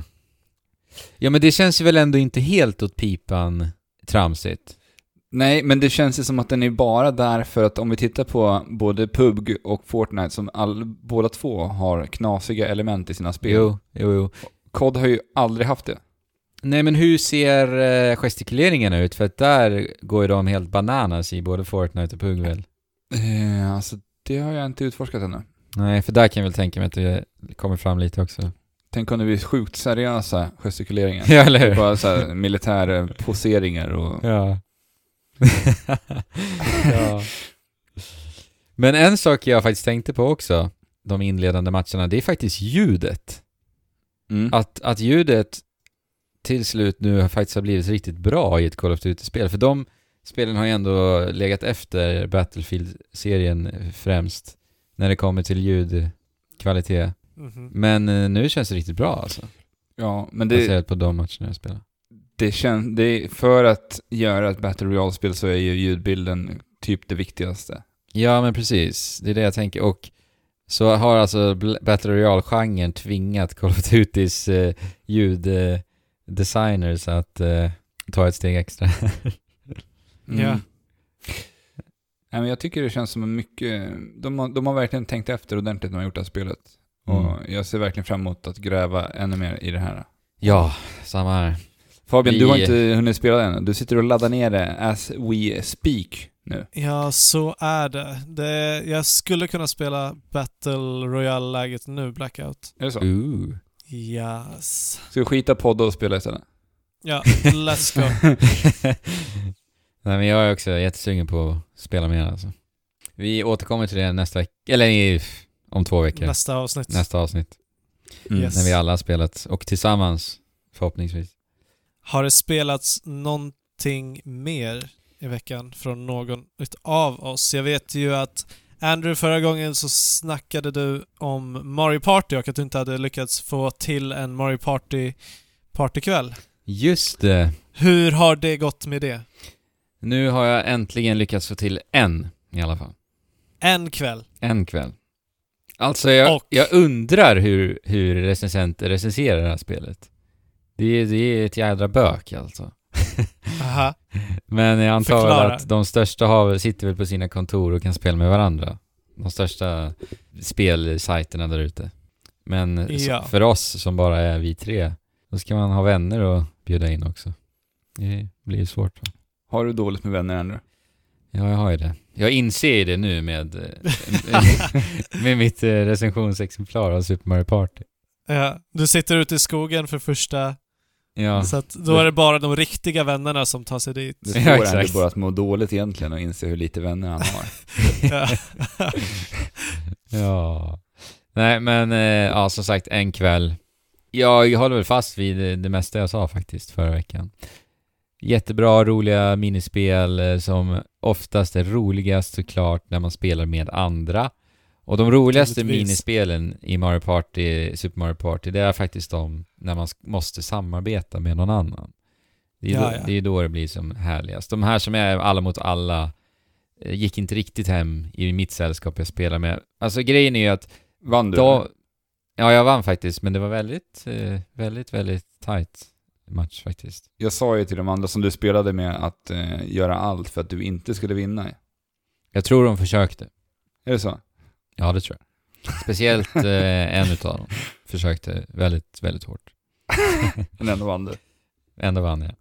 Ja, men det känns ju väl ändå inte helt åt pipan tramsigt. Nej, men det känns ju som att den är bara där för att om vi tittar på både P U B G och Fortnite som all, båda två har knasiga element i sina spel. Jo, jo, jo. C O D har ju aldrig haft det. Nej, men hur ser eh, gestikuleringarna ut? För att där går ju de helt bananas i både Fortnite och P U B G väl? Eh, alltså det har jag inte utforskat ännu. Nej, för där kan jag väl tänka mig att det kommer fram lite också. Tänk om det blir sjukt seriösa gestikuleringar. Ja, eller hur? Bara så här militära poseringar och... Ja. Ja. Men en sak jag faktiskt tänkte på också, de inledande matcherna, det är faktiskt ljudet. Mm. Att, att ljudet till slut nu faktiskt har blivit riktigt bra i ett Call of Duty-spel. För de spelen har ju ändå legat efter Battlefield-serien främst när det kommer till ljudkvalitet. Mhm. Men eh, nu känns det riktigt bra alltså. Ja, men det, Baserat på de matcherna jag spelar. det känns... Det, för att göra ett Battle Royale-spel så är ju ljudbilden typ det viktigaste. Ja, men precis. Det är det jag tänker. Och så har alltså Bl- Battle Royale-genren tvingat Call of Duty's eh, ljuddesigners att eh, ta ett steg extra. Mm. Ja. Nej, men jag tycker det känns som en mycket... De har, de har verkligen tänkt efter ordentligt när de har gjort det här spelet. Mm. Och jag ser verkligen fram emot att gräva ännu mer i det här. Ja, samma här. Fabian, Vi- du har inte hunnit spela det än. Du sitter och laddar ner det as we speak nu. Ja, så är det. det. Jag skulle kunna spela Battle Royale-läget nu, Blackout. Är det så? Ooh. Yes. Ska vi skita podda och spela istället? Ja, let's go. Nej, men jag är också jättesugen på att spela mer alltså. Vi återkommer till det nästa vecka. Eller i, om två veckor. Nästa avsnitt. Nästa avsnitt. Mm. Yes. När vi alla har spelat. Och tillsammans, förhoppningsvis. Har det spelats någonting mer i veckan från någon av oss? Jag vet ju att Andrew, förra gången så snackade du om Mario Party och att du inte hade lyckats få till en Mario Party partykväll. Just det. Hur har det gått med det? Nu har jag äntligen lyckats få till en i alla fall. En kväll. En kväll. Alltså jag, Och- jag undrar hur, hur recensenter recenserar det här spelet. Det är, det är ett jädra bök alltså. Aha. Men jag antar väl Förklara. att de största har, sitter väl på sina kontor och kan spela med varandra. De största spelsajterna där ute. Men Ja. så, för oss som bara är vi tre, då ska man ha vänner och bjuda in också. Det blir ju svårt. Va? Har du dåligt med vänner ännu? Ja, jag har ju det. Jag inser det nu med, med mitt eh, recensionsexemplar av Super Mario Party. Ja, du sitter ute i skogen för första, Ja, så att då är det bara de riktiga vännerna som tar sig dit. Det Ja, får ja, exakt. ändå bara att må dåligt egentligen och inse hur lite vänner han har. Ja. ja. Nej, men eh, ja, som sagt, en kväll. Ja, jag håller väl fast vid det, det mesta jag sa faktiskt förra veckan. Jättebra, roliga minispel eh, som oftast är roligast såklart när man spelar med andra. Och de roligaste Givetvis. minispelen i Mario Party, Super Mario Party, det är faktiskt de när man sk- måste samarbeta med någon annan. Det är, Ja, då, ja. det är då det blir som härligast. De här som är alla mot alla eh, gick inte riktigt hem i mitt sällskap jag spelar med. Alltså grejen är ju att Vann du? då, ja, jag vann faktiskt, men det var väldigt, eh, väldigt, väldigt tight match faktiskt. Jag sa ju till de andra som du spelade med att eh, göra allt för att du inte skulle vinna. Jag tror de försökte. Är det så? Ja, det tror jag. Speciellt eh, en utav dem försökte väldigt, väldigt hårt. Men ändå vann du. Ändå vann jag.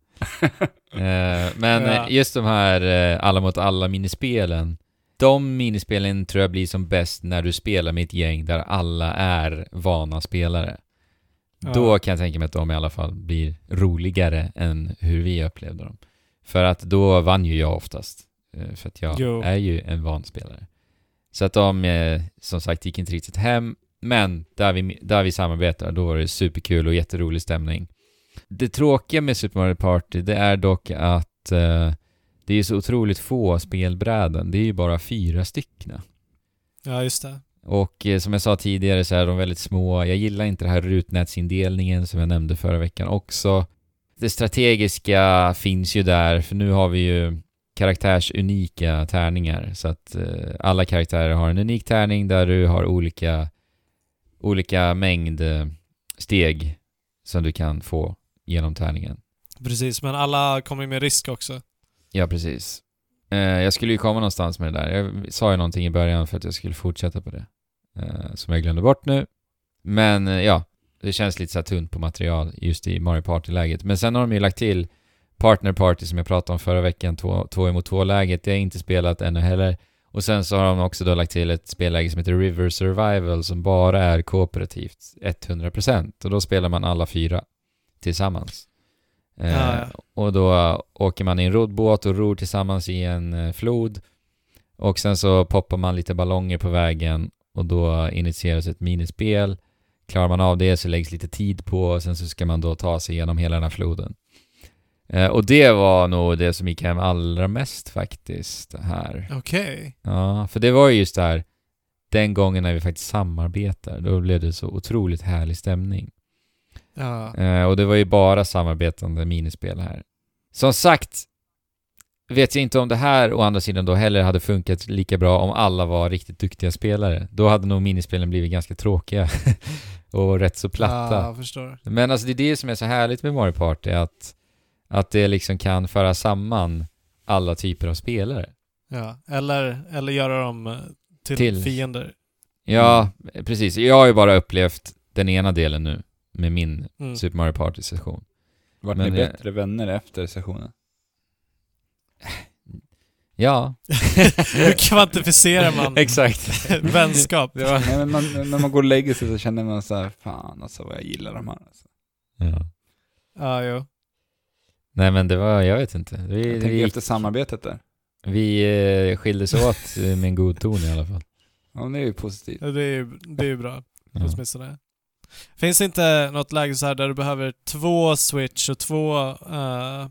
eh, men Ja. eh, just de här eh, alla mot alla minispelen, de minispelen tror jag blir som bäst när du spelar med ett gäng där alla är vana spelare. Ja. Då kan jag tänka mig att de i alla fall blir roligare än hur vi upplevde dem. För att då vann ju jag oftast. eh, För att jag Jo. är ju en van spelare. Så att de, eh, som sagt, gick inte riktigt hem. Men där vi, där vi samarbetar, då var det superkul och jätterolig stämning. Det tråkiga med Super Mario Party, det är dock att eh, det är så otroligt få spelbräden. Det är ju bara fyra stycken. Ja, just det. Och eh, som jag sa tidigare så är de väldigt små. Jag gillar inte det här rutnätsindelningen som jag nämnde förra veckan också. Det strategiska finns ju där, för nu har vi ju karaktärsunika tärningar. Så att eh, alla karaktärer har en unik tärning där du har olika, olika mängd eh, steg som du kan få genom tärningen. Precis, men alla kommer ju med risk också. Ja, precis. Eh, jag skulle ju komma någonstans med det där. Jag sa ju någonting i början för att jag skulle fortsätta på det. Eh, som jag glömde bort nu. Men eh, ja, det känns lite så här tunt på material just i Mario Party-läget. Men sen har de ju lagt till Partner Party som jag pratade om förra veckan, två, två emot två-läget. Det har jag inte spelat ännu heller. Och sen så har de också då lagt till ett spelläge som heter River Survival som bara är kooperativt hundra procent. Och då spelar man alla fyra tillsammans. Ja, Eh, ja. och då åker man i en roddbåt och ror tillsammans i en eh, flod. Och sen så poppar man lite ballonger på vägen och då initieras ett minispel. Klarar man av det så läggs lite tid på och sen så ska man då ta sig igenom hela den här floden. Eh, och det var nog det som gick hem allra mest faktiskt här. Okej. Ja, för det var ju just det här. den gången när vi faktiskt samarbetar, då blev det så otroligt härlig stämning. Ja. Eh, och det var ju bara samarbetande minispel här. Som sagt, vet jag inte om det här å andra sidan då heller hade funkat lika bra om alla var riktigt duktiga spelare. Då hade nog minispelen blivit ganska tråkiga och rätt så platta. Ja, jag förstår. Men alltså det är det som är så härligt med Mario Party, att, att det liksom kan föra samman alla typer av spelare. Ja, eller, eller göra dem till, Till. fiender. Ja, precis. Jag har ju bara upplevt den ena delen nu med min Mm. Super Mario Party-session. Vart Men ni jag- bättre vänner efter sessionen? Ja, Hur kvantificerar man exakt. vänskap? Det var... Nej, men man, när man går och lägger sig så känner man så här, fan alltså vad jag gillar de här. Alltså. Ja. Ja, jo. Nej men det var, jag vet inte. Vi, Jag tänker vi, efter samarbetet där. vi eh, skildes åt eh, med en god ton i alla fall. Ja, men det är ju positivt. Det är ju, det är ju bra. Ja. Åtminstone. Finns det inte något läge så här där du behöver två Switch och två eh,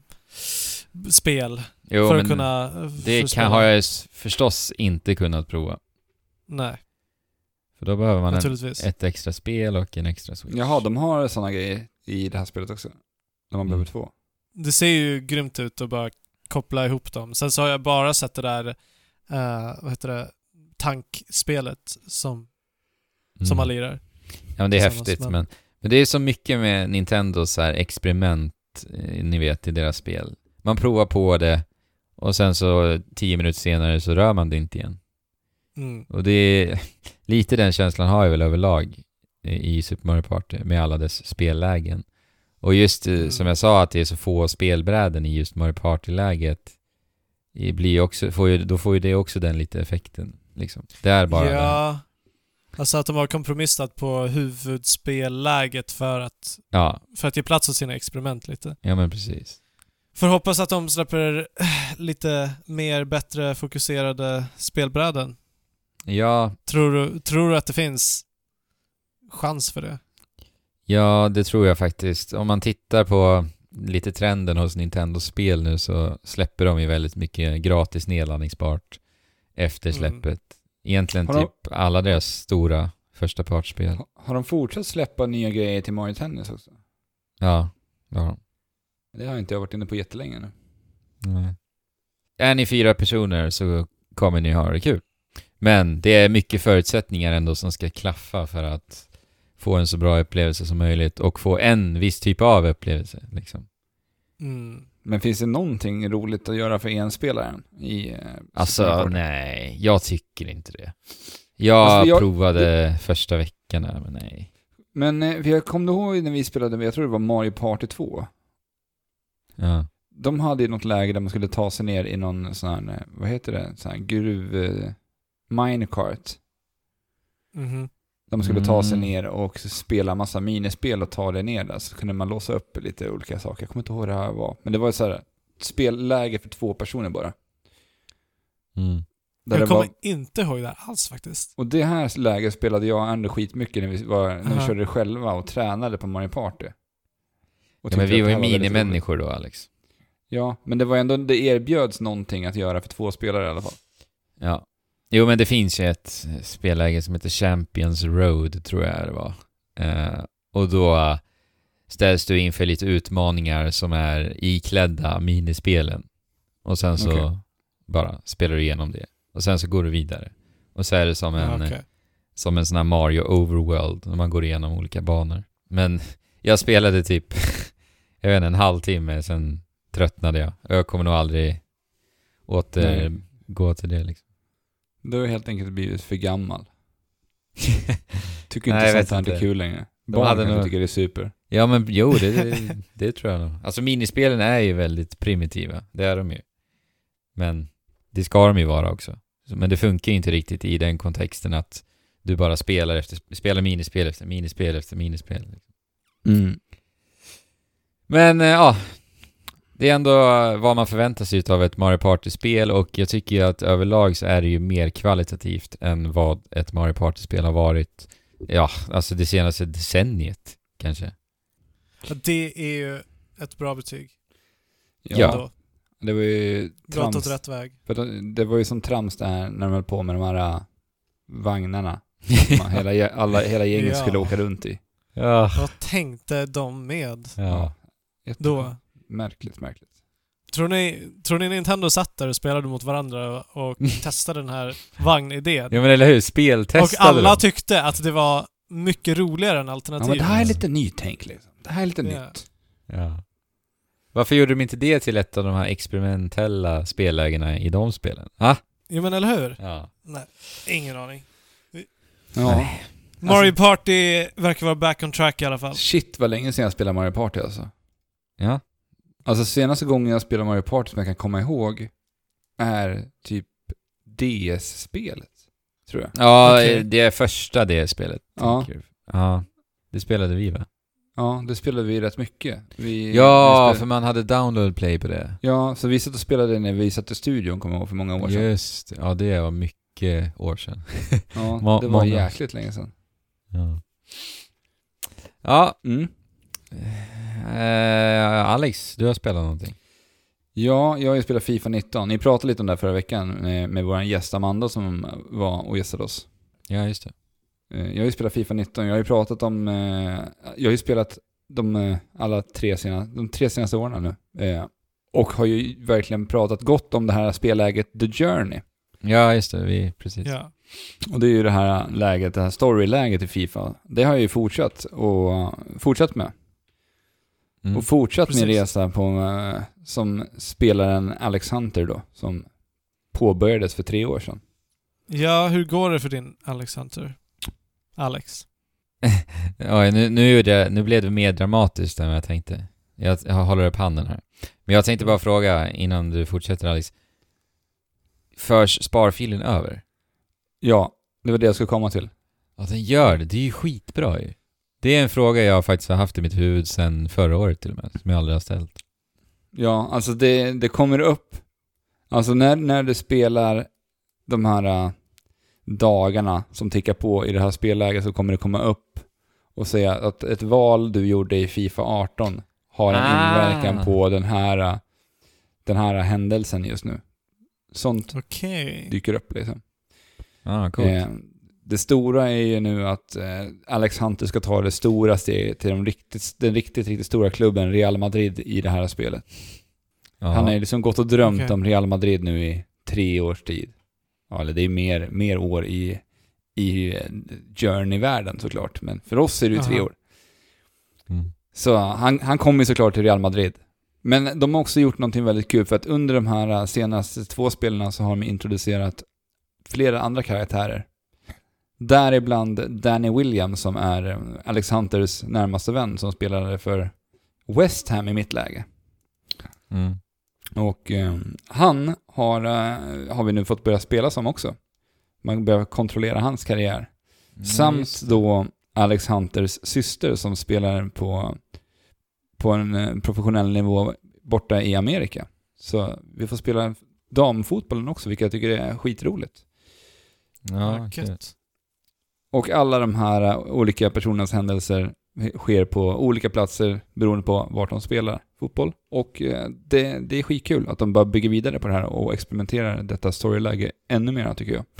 spel Jo, för men att kunna... eh, det för att kan, spela? har jag s- förstås inte kunnat prova. Nej, För då behöver man en, naturligtvis. ett extra spel och en extra Switch. Jaha, de har sådana grejer i det här spelet också. Där man Mm. behöver två. Det ser ju grymt ut att bara koppla ihop dem. Sen så har jag bara sett det där, eh, vad heter det, tankspelet som, som Mm. man lirar. Ja, men det är Tillsammans häftigt. med- Men, men det är så mycket med Nintendos så här experiment, eh, ni vet, i deras spel. Man provar på det och sen så tio minuter senare så rör man det inte igen. Mm. Och det är lite den känslan har jag väl överlag i i Super Mario Party med alla dess spellägen. Och just eh, Mm. som jag sa, att det är så få spelbräden i just Mario Party-läget, det blir ju också, får ju, då får ju det också den lite effekten. Liksom. Det är bara det. Ja, alltså att de har kompromissat på huvudspelläget för att, Ja, för att ge plats åt sina experiment lite. ja men precis. Får hoppas att de släpper eh, lite mer bättre fokuserade spelbräden. Ja, Tror du, tror du att det finns chans för det? ja, det tror jag faktiskt. Om man tittar på lite trenden hos Nintendos spel nu så släpper de ju väldigt mycket gratis nedladdningsbart efter Mm. släppet. Egentligen Har de- typ alla deras stora första partsspel. Ha- Har de fortsatt släppa nya grejer till Mario Tennis också? Ja, ja. Det har inte jag varit inne på jättelänge nu. Nej. Är ni fyra personer så kommer ni ha det kul. Men det är mycket förutsättningar ändå som ska klaffa för att få en så bra upplevelse som möjligt och få en viss typ av upplevelse. Liksom. Mm. Men finns det någonting roligt att göra för enspelaren i eh, Super Mario Alltså, Party? nej. Jag tycker inte det. Jag, Alltså, jag- provade första veckan här, men nej. Men eh, för jag kommer ihåg när vi spelade, jag tror det var Mario Party två. Ja. De hade ju något läge där man skulle ta sig ner i någon sån här, eh, vad heter det, sån här gruv... Eh, minecart. Mhm. Där man skulle ta sig Mm. ner och spela massa minispel och ta det ner där. Så kunde man låsa upp lite olika saker. Jag kommer inte ihåg vad det här var. Men det var så här spelläge för två personer bara. Mm. Där Jag det kommer var, inte ihåg det här alls faktiskt. och det här läget spelade jag ändå skitmycket när vi, var, när vi Aha. körde det själva och tränade på Mario Party. Och Ja, tyckte men vi att var det ju här väldigt roligt. minimänniskor då, Alex. Ja, men det var ändå, det erbjöds någonting att göra för två spelare i alla fall. Ja. Jo, men det finns ju ett spelläge som heter Champions Road, tror jag det var. Eh, och då eh, ställs du inför lite utmaningar som är iklädda minispelen. Och sen så Okej. bara spelar du igenom det. Och sen så går du vidare. Och så är det som en, Ja, okej. som en sån här Mario Overworld, när man går igenom olika banor. Men jag spelade typ, jag vet inte, en halvtimme, sen tröttnade jag. Jag kommer nog aldrig återgå till det liksom. Du har helt enkelt blivit för gammal. Tycker Nej, jag inte vet sånt här är inte. kul längre. De Barn hade kanske nog- tycker det är super. Ja, men jo, det, det, det tror jag nog. Alltså minispelen är ju väldigt primitiva, det är de ju. Men det ska de ju vara också. Så- Men det funkar ju inte riktigt i den kontexten att du bara spelar efter spelar minispel efter minispel efter minispel. Mm. Men eh, ja, det är ändå vad man förväntar sig av ett Mario Party-spel, och jag tycker ju att överlag så är det ju mer kvalitativt än vad ett Mario Party-spel har varit, ja, alltså det senaste decenniet kanske. Ja, det är ju ett bra betyg. Ja. Ändå. Det var ju Gått åt trams. rätt väg. För det, det var ju som trams det här när de höll på med de här, vagnarna. Man, hela, alla, hela gänget Ja. skulle åka runt i. Ja. Vad tänkte de med Ja. då? Märkligt, märkligt. Tror ni, tror ni Nintendo satt där och spelade mot varandra och testade den här vagnidén? Ja men eller hur, Och speltestade alla de. tyckte att det var mycket roligare än Ja, alternativet. men det här är lite nytänk liksom. Det här är lite Ja. nytt. Ja. Varför gjorde de inte det till ett av de här experimentella spellägena i de spelen? Ah? Jo men eller hur? Ja. Nej, ingen aning. Ja. Nej. Mario Party verkar vara back on track i alla fall. Shit vad länge sedan jag spelade Mario Party alltså. Ja. Alltså senaste gången jag spelade Mario Party som jag kan komma ihåg är typ D S-spelet, tror jag. Ja, Okej. det är första det spelet. Ja. tänker du. Ja. Det spelade vi va? Ja, det spelade vi rätt mycket. Vi, Ja, vi spelade, för man hade download play på det. ja, så vi satt och spelade när vi satt i studion, kommer jag ihåg, för många år sedan. Just det. Ja, det var mycket år sedan. Ja, Må- det var många. jäkligt länge sedan. Ja. Ja, Mm. eh, Alex, du har spelat någonting. Ja, jag har ju spelat FIFA nitton. Ni pratade lite om det här förra veckan med, med vår gäst Amanda som var och gästade oss. Ja, just det. Eh, Jag har ju spelat FIFA nitton. Jag har ju pratat om... eh, Jag har ju spelat de eh, alla tre, sena, de tre senaste åren nu. Eh, Och har ju verkligen pratat gott om det här spelläget The Journey. Ja, just det. Vi, precis. Ja. Och det är ju det här läget, det här storyläget i FIFA. Det har jag ju fortsatt och fortsatt med. Mm. Och fortsatt Precis. min resa på, eh, som spelaren Alex Hunter då, som påbörjades för tre år sedan. ja, hur går det för din Alex Hunter? Alex? Ja, nu, nu, är det, nu blev det mer dramatiskt än vad jag tänkte. Jag, jag håller upp handen här. Men jag tänkte bara fråga innan du fortsätter, Alex. Förs sparfilen över? Ja, det var det jag skulle komma till. Ja, den gör det. Det är ju skitbra ju. Det är en fråga jag faktiskt har haft i mitt huvud sedan förra året till och med, som jag aldrig har ställt. Ja, alltså det, det kommer upp. Alltså när, när du spelar de här äh, dagarna som tickar på i det här spelläget, så kommer det komma upp och säga att ett val du gjorde i FIFA arton har en Ah. inverkan på den här, äh, den här händelsen just nu. Sånt Okej. dyker upp liksom. Ja, ah, coolt. Eh, det stora är ju nu att eh, Alex Hunter ska ta det stora steget till de riktigt, den riktigt, riktigt stora klubben Real Madrid i det här spelet. Ja. Han har ju liksom gått och drömt Okej. om Real Madrid nu i tre års tid. Ja, eller det är mer, mer år i, i Journey-världen såklart. Men för oss är det ju tre Aha. år. Mm. Så han, han kommer ju såklart till Real Madrid. Men de har också gjort någonting väldigt kul, för att under de här senaste två spelarna så har de introducerat flera andra karaktärer. Däribland Danny Williams som är Alex Hunters närmaste vän som spelade för West Ham i mittläge. Mm. Och eh, han har, eh, har vi nu fått börja spela som också. Man börjar kontrollera hans karriär. Mm, Samt just det. då Alex Hunters syster som spelar på, på en eh, professionell nivå borta i Amerika. Så vi får spela damfotbollen också, vilket jag tycker är skitroligt. Ja, okej. Gött. Och alla de här eh, olika personernas händelser sker på olika platser beroende på vart de spelar fotboll. Och eh, det, det är skitkul att de bara bygger vidare på det här och experimenterar detta storyläge ännu mer, tycker jag.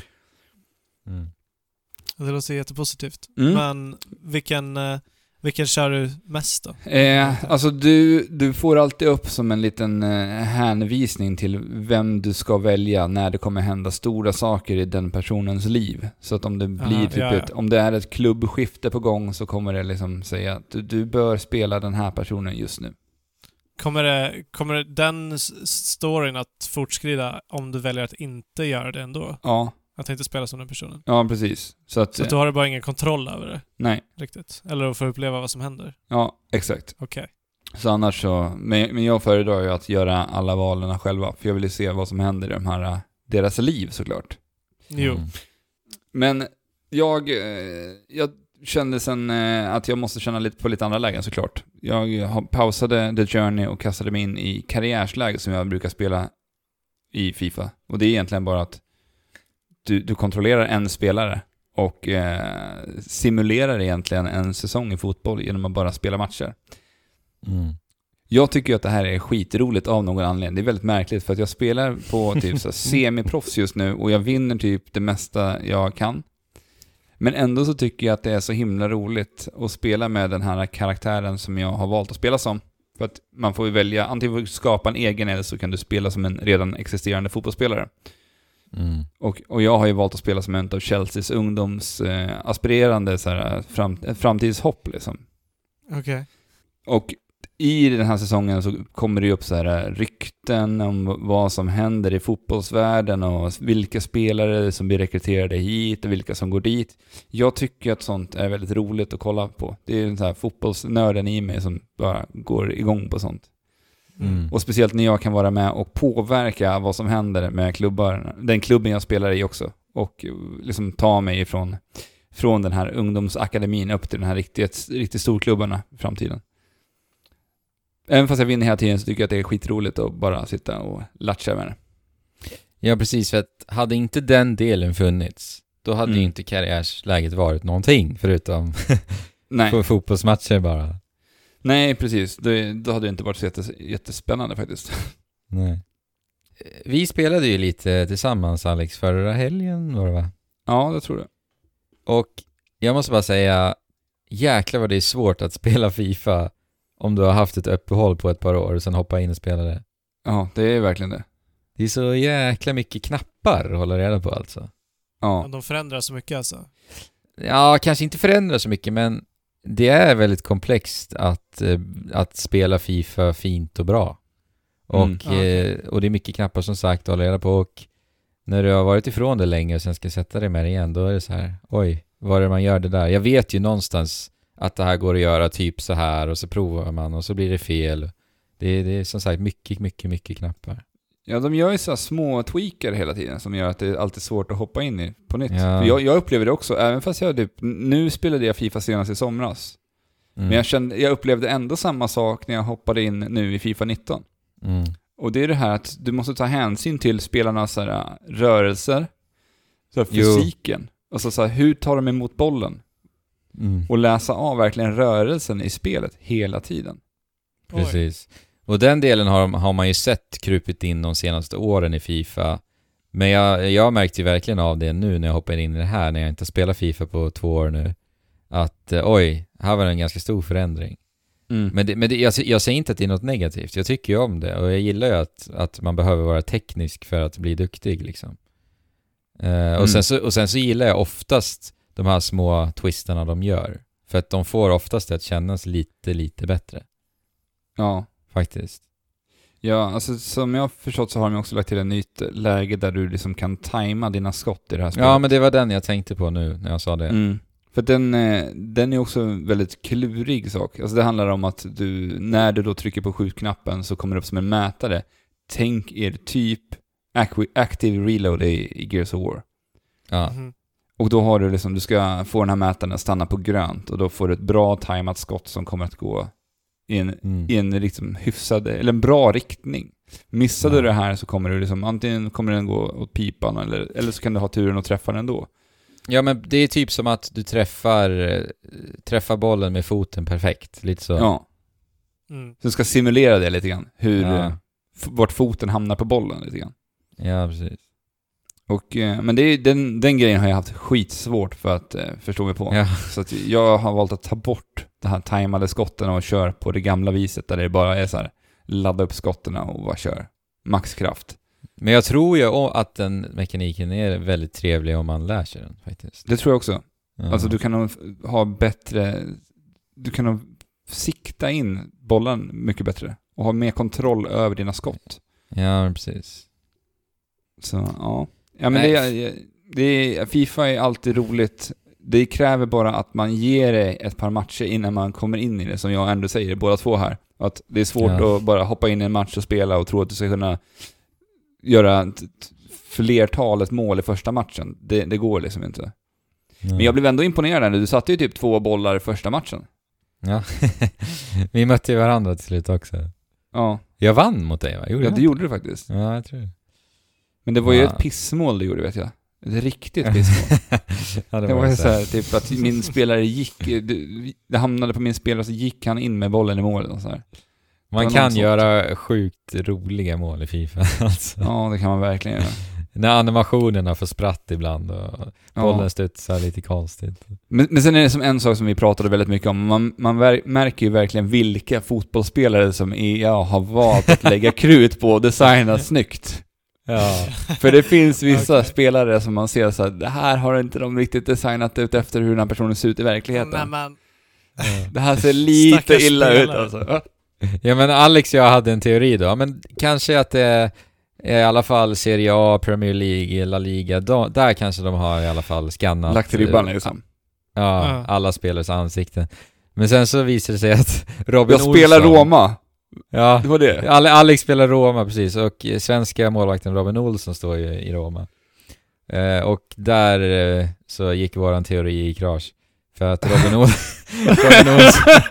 Mm. Det låter jättepositivt. Mm. Men vilken, eh, vilken kör du mest då? Eh, alltså du, du får alltid upp som en liten eh, hänvisning till vem du ska välja när det kommer hända stora saker i den personens liv. Så att om det blir Aha, typ ja, ja. ett, om det är ett klubbskifte på gång, så kommer det liksom säga att du, du bör spela den här personen just nu. Kommer, det, kommer den s- storyn att fortskrida om du väljer att inte göra det ändå? Ja, Att inte spela som den personen? ja precis. Så att, Så att du har bara ingen kontroll över det nej, riktigt? Eller att få uppleva vad som händer? ja, exakt. Okej. Så annars så, men, men jag föredrar ju att göra alla valen själva, för jag vill ju se vad som händer i de här, deras liv såklart. Jo. Mm. Men jag, eh, jag kände sen eh, att jag måste känna lite på lite andra lägen såklart. Jag har- pausade The Journey och kastade mig in i karriärsläge som jag brukar spela i FIFA. Och det är egentligen bara att du, du kontrollerar en spelare och eh, simulerar egentligen en säsong i fotboll genom att bara spela matcher. Mm. Jag tycker att det här är skitroligt av någon anledning. Det är väldigt märkligt, för att jag spelar på typ så här semiproffs just nu och jag vinner typ det mesta jag kan. Men ändå så tycker jag att det är så himla roligt att spela med den här karaktären som jag har valt att spela som. För att man får ju välja, antingen får du skapa en egen eller så kan du spela som en redan existerande fotbollsspelare. Mm. Och, och jag har ju valt att spela som en av Chelseas ungdoms eh, aspirerande så här, fram, framtidshopp liksom. Okej. Okay. Och i den här säsongen så kommer det ju upp så här rykten om vad som händer i fotbollsvärlden och vilka spelare som blir rekryterade hit och vilka som går dit. Jag tycker att sånt är väldigt roligt att kolla på. Det är den så här fotbollsnörden i mig som bara går igång på sånt. Mm. Och speciellt när jag kan vara med och påverka vad som händer med klubbar, den klubben jag spelar i också. Och liksom ta mig ifrån från den här ungdomsakademin upp till den här riktigt, riktigt storklubbarna i framtiden. Även fast jag vinner hela tiden så tycker jag att det är skitroligt att bara sitta och latcha med det. Ja, precis. För att hade inte den delen funnits, då hade Mm. ju inte karriärsläget varit någonting förutom Nej. för fotbollsmatcher bara. Nej, precis. Det, då hade det inte varit så jättes, jättespännande faktiskt. Nej. Vi spelade ju lite tillsammans, Alex, förra helgen var det, va? Ja, det tror jag. Och jag måste bara säga, jäklar vad det är svårt att spela FIFA om du har haft ett uppehåll på ett par år och sen hoppa in och spela det. Ja, det är verkligen det. Det är så jäkla mycket knappar att hålla reda på alltså. Ja, De förändrar så mycket alltså. Ja, kanske inte förändra så mycket, men det är väldigt komplext att, eh, att spela FIFA fint och bra. Och, Mm. Ja, okej. eh, och det är mycket knappar som sagt att hålla reda på, och när du har varit ifrån det länge och sen ska sätta dig med det igen, då är det så här, oj, vad är det man gör det där? Jag vet ju någonstans att det här går att göra typ så här, och så provar man och så blir det fel. Det är, det är som sagt mycket, mycket, mycket knappar. ja, de gör ju så här små tweaker hela tiden som gör att det är alltid svårt att hoppa in i på nytt. Ja. För jag, jag upplever det också, även fast jag typ, nu spelade jag FIFA senast i somras. Mm. Men jag, kände, jag upplevde ändå samma sak när jag hoppade in nu i FIFA nitton. Mm. Och det är det här att du måste ta hänsyn till spelarnas så här, rörelser, så här, Jo. fysiken. Alltså så här, hur tar de emot bollen? Mm. Och läsa av verkligen rörelsen i spelet hela tiden. Oj. Precis. Och den delen har, har man ju sett krupit in de senaste åren i FIFA. Men jag, jag märkte ju verkligen av det nu när jag hoppar in i det här, när jag inte spelar FIFA på två år nu. Att eh, oj, här var det en ganska stor förändring. Mm. Men, det, men det, jag, jag säger inte att det är något negativt. Jag tycker ju om det. Och jag gillar ju att, att man behöver vara teknisk för att bli duktig liksom. Eh, och, Mm. sen så, och sen så gillar jag oftast de här små twisterna de gör. För att de får oftast det att kännas lite, lite bättre. Ja. Faktiskt. Ja, alltså som jag har förstått så har de också lagt till ett nytt läge där du liksom kan tajma dina skott i det här spelet. Ja, men det var den jag tänkte på nu när jag sa det. Mm. För den, eh, den är också en väldigt klurig sak. Alltså det handlar om att du, när du då trycker på skjutknappen så kommer det upp som en mätare. Tänk er typ Active Reload i, i Gears of War. Ja. Mhm. Och då har du liksom, du ska få den här mätaren att stanna på grönt och då får du ett bra tajmat skott som kommer att gå i en, Mm. i en liksom hyfsad, eller en bra riktning. Missade Ja. du det här så kommer du liksom, antingen kommer den gå åt pipan eller, eller så kan du ha turen att träffa den ändå. Ja, men det är typ som att du träffar eh, träffar bollen med foten perfekt. Lite så. Ja. Mm. Så du ska simulera det lite grann. Hur, Ja. eh, f- vart foten hamnar på bollen lite grann. Ja, precis. Och, eh, men det är, den, den grejen har jag haft skitsvårt för att eh, förstå mig på. Ja. Så att jag har valt att ta bort det här tajmade skotten och kör på det gamla viset där det bara är så här, ladda upp skotten och bara kör. Maxkraft. Men jag tror ju att den mekaniken är väldigt trevlig om man lär sig den faktiskt. Det tror jag också. Ja. Alltså du kan nog ha bättre, du kan nog sikta in bollen mycket bättre och ha mer kontroll över dina skott. Ja, men precis. Så ja. Ja men det är, det är, FIFA är alltid roligt. Det kräver bara att man ger det ett par matcher innan man kommer in i det, som jag ändå säger, båda två här. Att det är svårt Ja. att bara hoppa in i en match och spela och tro att du ska kunna göra ett flertalet mål i första matchen. Det, det går liksom inte. Ja. Men jag blev ändå imponerad när du satte ju typ två bollar i första matchen. Ja. Vi mötte ju varandra till slut också. Ja, Jag vann mot dig, va? Gjorde ja jag? det gjorde du faktiskt. Ja, jag tror det. Men det var ju Ja. ett pissmål du gjorde, vet jag. Ett riktigt pissmål. Ja, Det var ju så så här. här, typ att min spelare gick, det, det hamnade på min spelare så gick han in med bollen i målet och så här. Man någon kan sånt. göra sjukt roliga mål i FIFA alltså. Ja, det kan man verkligen göra. När animationerna får spratt ibland och bollen Ja. studsar lite konstigt. Men, men sen är det som en sak som vi pratade väldigt mycket om. Man, man ver- märker ju verkligen vilka fotbollsspelare som E A har valt att lägga krut på och designa snyggt. Ja. För det finns vissa Okej. spelare som man ser så här, det här har inte de riktigt designat ut efter hur den här personen ser ut i verkligheten. Nej, men, Det här ser lite Stackars illa ut spelare. alltså. Ja, men Alex och jag hade en teori då. Ja, men kanske att det är i alla fall Serie A, Premier League, La Liga. De, där kanske de har i alla fall skannat. Lagt till ribban liksom. Ja, Ja. alla spelares ansikten. Men sen så visade det sig att Robin Jag spelar Olsson... Roma. Ja, Det var det. Ale- Alex spelar Roma, precis. Och eh, svenska målvakten Robin Olsson står ju i Roma. Eh, och där eh, så gick våran teori i krasch. För att Robin, Ol- Robin Olsson...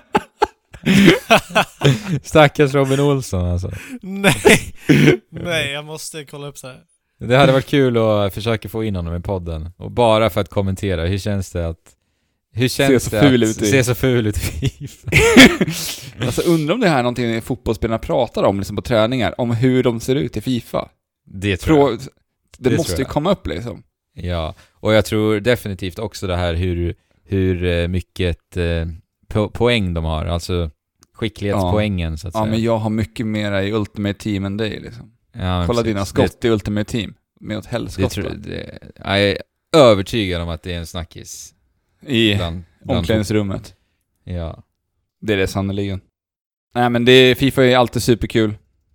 Stackars Robin Olsson alltså. nej. Nej, jag måste kolla upp så här. Det hade varit kul att försöka få in honom i podden. Och bara för att kommentera, hur känns det att... Hur känns så det ful att ut i- se så ful ut i FIFA? Alltså undrar om det här är någonting fotbollsspelarna pratar om liksom på träningar, om hur de ser ut i FIFA. Det tror jag. Frå- det, Det måste tror ju jag. komma upp liksom. Ja, och jag tror definitivt också det här hur, hur eh, mycket eh, po- poäng de har. Alltså skicklighetspoängen så att Ja, säga. men jag har mycket mera i Ultimate Team än dig liksom. Ja, men Kolla precis. dina skott i Ultimate Team. Med åt Det, helskott. det tror, det, jag är övertygad om att det är en snackis. I Bland, bland omklädningsrummet. Ja. Det är det sannoliken. Nej men det, FIFA är alltid superkul.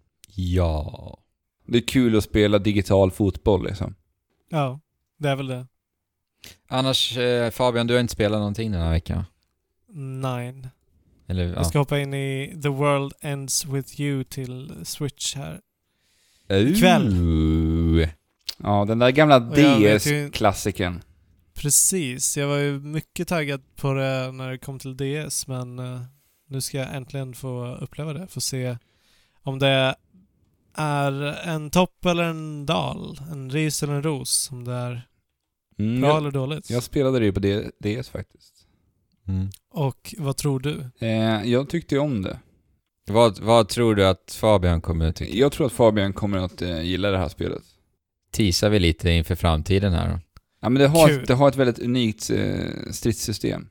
Ja. Det är kul att spela digital fotboll liksom. Ja, det är väl det. Annars, eh, Fabian, du har inte spelat någonting den här veckan? Nine. Eller, ja. Jag ska hoppa in i The World Ends With You till Switch här. ikväll. Ooh. Ja, den där gamla Och jag vet ju- D S-klassiken. Precis, jag var ju mycket taggad på det när det kom till D S, men uh, nu ska jag äntligen få uppleva det. Få se om det är en topp eller en dal, en ris eller en ros, om det är Mm, bra jag, eller dåligt. jag spelade det ju på D- DS faktiskt. Mm. Och vad tror du? Eh, jag tyckte ju om det. Vad, vad tror du att Fabian kommer att tycka? Jag tror att Fabian kommer att eh, gilla det här spelet. Teasar vi lite inför framtiden här då? Ja, men det har, Kul. det har ett väldigt unikt eh, stridssystem.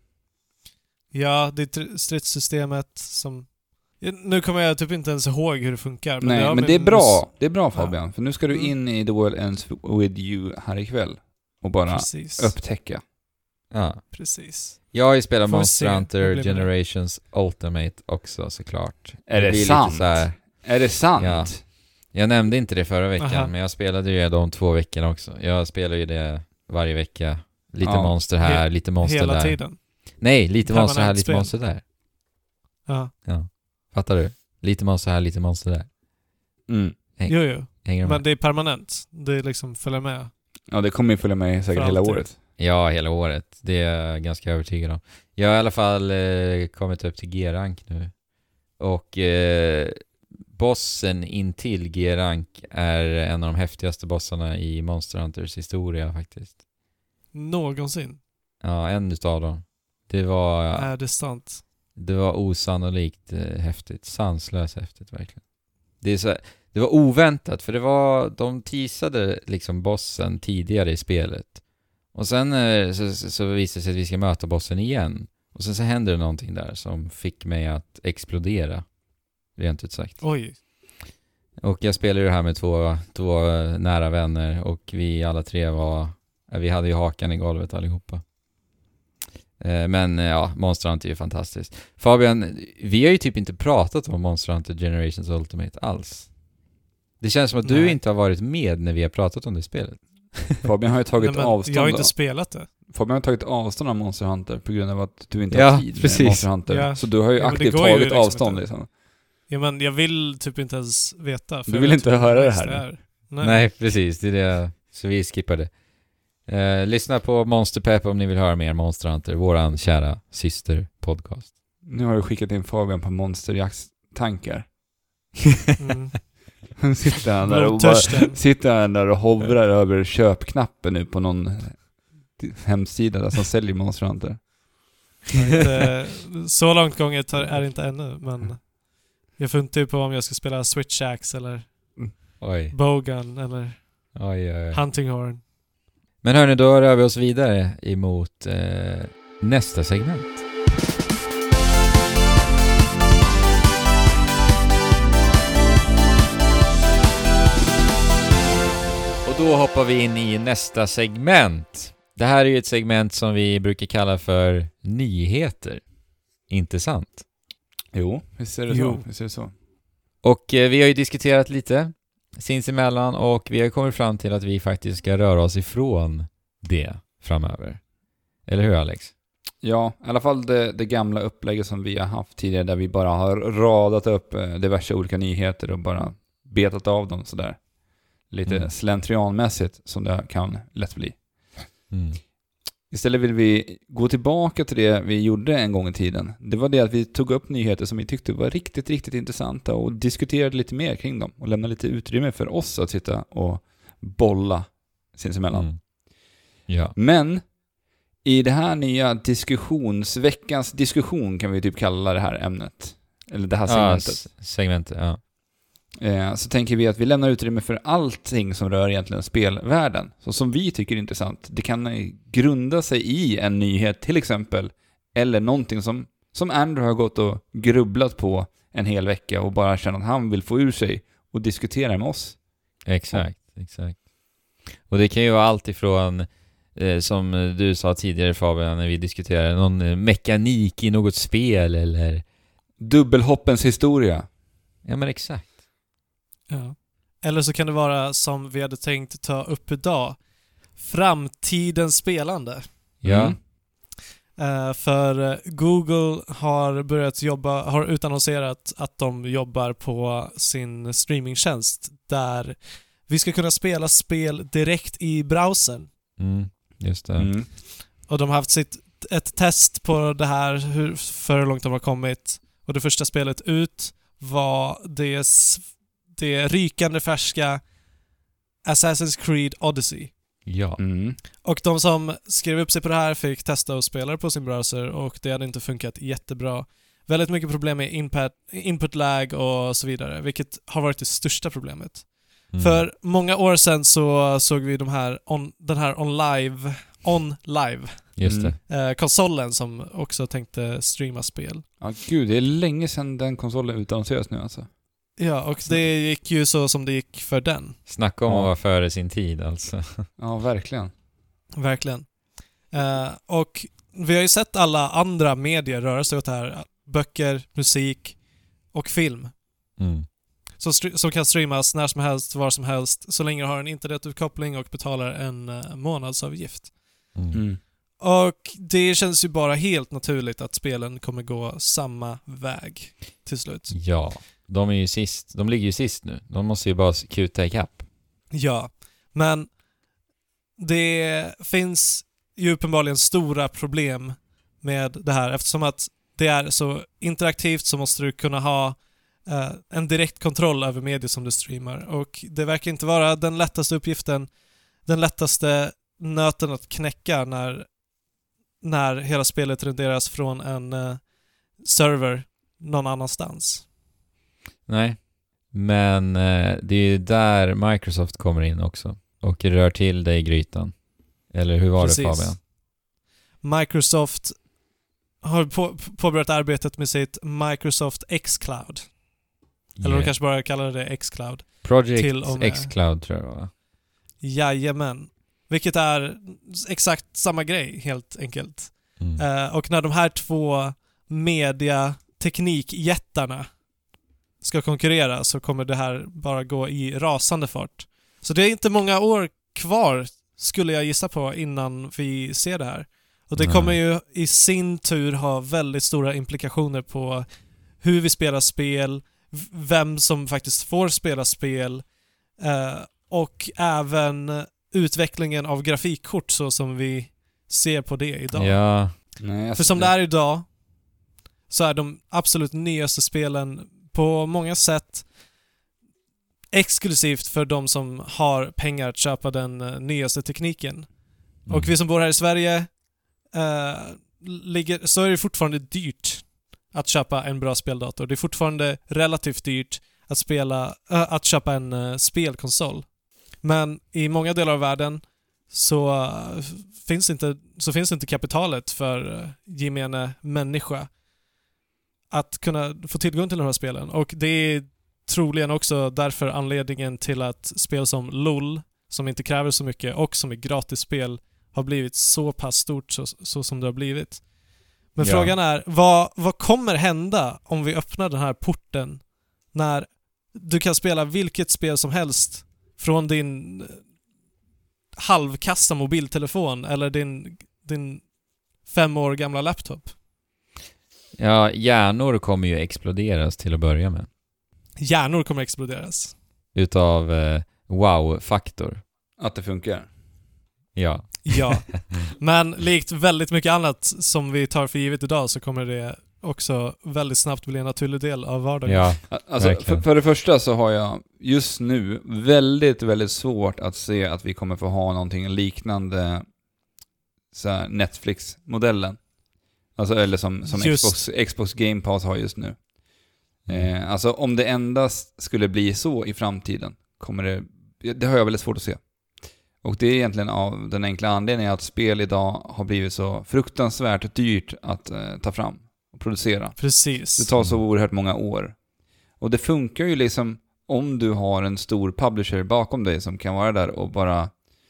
Ja, det är tr- stridssystemet som... Nu kommer jag typ inte ens ihåg hur det funkar. Men Nej, det har men min det är mus- bra. Det är bra Fabian. För nu ska du Mm. in i The World Ends With You här ikväll. Och bara Precis. upptäcka. Ja. Precis. Jag har ju spelat Får vi Monster se. Det Hunter blir Generations Ultimate också såklart. Är det blir lite sant? så här- Är det sant? Ja. Jag nämnde inte det förra veckan, Aha. men jag spelade ju de två veckorna också. Jag spelar ju det varje vecka. Lite Ja. monster här, He- lite monster Hela där. tiden. Nej, lite Permanent monster här, lite spel. monster där. Ja. Ja. Fattar du? Lite monster här, lite monster där. Mm. Häng- Jo, jo. Hänger de Men med? det är permanent. Det liksom följer med. Ja, det kommer ju följa med säkert För hela alltid. året. Ja, hela året. Det är jag ganska övertygad om. Jag har i alla fall eh, kommit upp till G-rank nu. Och eh, bossen intill G-rank är en av de häftigaste bossarna i Monster Hunters historia faktiskt. Någonsin. Ja, en utav dem. Det var, Är det sant? det var osannolikt eh, häftigt. Sanslöst häftigt verkligen. Det är så, det var oväntat för det var, de teasade liksom bossen tidigare i spelet. Och sen eh, så, så, så visade det sig att vi ska möta bossen igen. Och sen så händer det någonting där som fick mig att explodera. Rent ut sagt. Oj. Och jag spelade det här med två, två eh, nära vänner och vi alla tre var, ja, vi hade ju hakan i golvet allihopa. Eh, Men eh, ja, Monster Hunter är ju fantastiskt. Fabian, vi har ju typ inte pratat om Monster Hunter Generations Ultimate alls. Det känns som att du Nej. inte har varit med när vi har pratat om det spelet. Fabian har ju tagit Nej, men avstånd jag har av, inte spelat det. Fabian har tagit avstånd av Monster Hunter på grund av att du inte Ja, har tid precis. med Monster Hunter. Ja. Så du har ju Ja, men det aktivt går ju tagit liksom avstånd inte. liksom. Ja, men jag vill typ inte ens veta. För Du jag vill vet inte hur höra det nice här det nu? är. Nej. Nej, precis. Det är det. Så vi skippade. Eh, lyssna på Monster Pep om ni vill höra mer Monster Hunter. Våran kära syster podcast. Nu har du skickat in Fabian på monsterjaktstankar. Mm. sitter han där och bara, Blodtörsten. sitter han där och hovrar över köpknappen nu på någon hemsida där som säljer Monster Hunter. Inte, så långt gånget har- är det inte ännu, men jag funderar ju på om jag ska spela Switch Axe eller Oj. Bowgun eller... Oj, oj, oj. Hunting Horn. Men hörni, då rör vi oss vidare emot eh, nästa segment. Och då hoppar vi in i nästa segment. Det här är ju ett segment som vi brukar kalla för nyheter. Inte sant? Jo, visst är det Jo. så. Visst är det så. Och eh, vi har ju diskuterat lite sinsemellan och vi har kommit fram till att vi faktiskt ska röra oss ifrån det framöver. Eller hur, Alex? Ja, i alla fall det, det gamla upplägget som vi har haft tidigare där vi bara har radat upp eh, diverse olika nyheter och bara betat av dem sådär. Lite Mm. slentrianmässigt som det kan lätt bli. Mm. Istället vill vi gå tillbaka till det vi gjorde en gång i tiden. Det var det att vi tog upp nyheter som vi tyckte var riktigt, riktigt intressanta och diskuterade lite mer kring dem och lämnade lite utrymme för oss att sitta och bolla sinsemellan. Mm. Ja. Men i det här nya diskussionsveckans diskussion kan vi typ kalla det här ämnet. Eller det här Ja, segmentet. s- segmentet, ja. Eh, så tänker vi att vi lämnar utrymme för allting som rör egentligen spelvärlden. Så som vi tycker är intressant. Det kan eh, grunda sig i en nyhet till exempel. Eller någonting som, som Andrew har gått och grubblat på en hel vecka och bara känner att han vill få ur sig och diskutera med oss. Exakt, exakt. Och det kan ju vara allt ifrån, eh, som du sa tidigare Fabian, när vi diskuterade någon eh, mekanik i något spel eller... Dubbelhoppens historia. Ja, men exakt. Ja. Eller så kan det vara som vi hade tänkt ta upp idag. Framtidens spelande. Ja. Mm. Uh, för uh, Google har börjat jobba, har utannonserat att de jobbar på sin streamingtjänst där vi ska kunna spela spel direkt i browsern. Mm, just det. Mm. Och de har haft sitt, ett test på det här, hur, för hur långt de har kommit. Och det första spelet ut var det, s- det rykande färska Assassin's Creed Odyssey. Ja. Mm. Och de som skrev upp sig på det här fick testa och spela på sin browser och det hade inte funkat jättebra. Väldigt mycket problem med input, input lag och så vidare, vilket har varit det största problemet. Mm. För många år sedan så såg vi de här on, den här on live, on live Just Mm. det. eh, konsolen som också tänkte streama spel. Ja, gud, det är länge sedan den konsolen utannonseras nu alltså. Ja, och det gick ju så som det gick för den. Snacka om Ja. att vara före sin tid alltså. Ja, verkligen. Verkligen. Eh, och vi har ju sett alla andra medier röra sig åt det här. Böcker, musik och film. Mm. Som, str- som kan streamas när som helst, var som helst, så länge du har en internetuppkoppling och betalar en uh, månadsavgift. Mm. Mm. Och det känns ju bara helt naturligt att spelen kommer gå samma väg till slut. Ja. De är ju sist. De ligger ju sist nu. De måste ju bara kuta ikapp. Ja, men det finns ju uppenbarligen stora problem med det här. Eftersom att det är så interaktivt så måste du kunna ha eh, en direkt kontroll över medier som du streamar. Och det verkar inte vara den lättaste uppgiften, den lättaste nöten att knäcka när, när hela spelet renderas från en eh, server någon annanstans. Nej. Men eh, det är ju där Microsoft kommer in också. Och rör till dig i grytan. Eller hur var Precis. det, Fabian? Microsoft har på, påbörjat arbetet med sitt Microsoft xCloud. Eller Yeah. de kanske bara kallar det xCloud. Project till och med- xCloud tror jag, va? Jajamän. Vilket är exakt samma grej, helt enkelt. Mm. Eh, och när de här två mediateknikjättarna ska konkurrera så kommer det här bara gå i rasande fart. Så det är inte många år kvar, skulle jag gissa på, innan vi ser det här. Och det Nej. kommer ju i sin tur ha väldigt stora implikationer på hur vi spelar spel, v- vem som faktiskt får spela spel eh, och även utvecklingen av grafikkort så som vi ser på det idag. Ja. Nej, alltså, För som det är idag så är de absolut nyaste spelen på många sätt exklusivt för de som har pengar att köpa den eh, nyaste tekniken. Mm. Och vi som bor här i Sverige eh, ligger, så är det fortfarande dyrt att köpa en bra speldator. Det är fortfarande relativt dyrt att spela, äh, att köpa en uh, spelkonsol. Men i många delar av världen så finns inte, så finns inte kapitalet för gemene människa att kunna få tillgång till de här spelen. Och det är troligen också därför anledningen till att spel som L O L, som inte kräver så mycket och som är gratisspel, har blivit så pass stort så, så som det har blivit. Men Ja. frågan är, vad, vad kommer hända om vi öppnar den här porten när du kan spela vilket spel som helst från din halvkassa mobiltelefon eller din, din fem år gamla laptop? Ja, hjärnor kommer ju exploderas till att börja med. Hjärnor kommer exploderas. Utav eh, wow-faktor. Att det funkar. Ja. Ja. Men likt väldigt mycket annat som vi tar för givet idag så kommer det också väldigt snabbt bli en naturlig del av vardagen. Ja. Alltså, för, Verkligen. för det första så har jag just nu väldigt, väldigt svårt att se att vi kommer få ha någonting liknande så här Netflix-modellen. Alltså, eller som, som Just. Xbox, Xbox Game Pass har just nu. Eh, alltså om det endast skulle bli så i framtiden kommer det, det har jag väldigt svårt att se. Och det är egentligen av den enkla anledningen att spel idag har blivit så fruktansvärt dyrt att eh, ta fram och producera. Precis. Det tar så oerhört många år. Och det funkar ju liksom om du har en stor publisher bakom dig som kan vara där och bara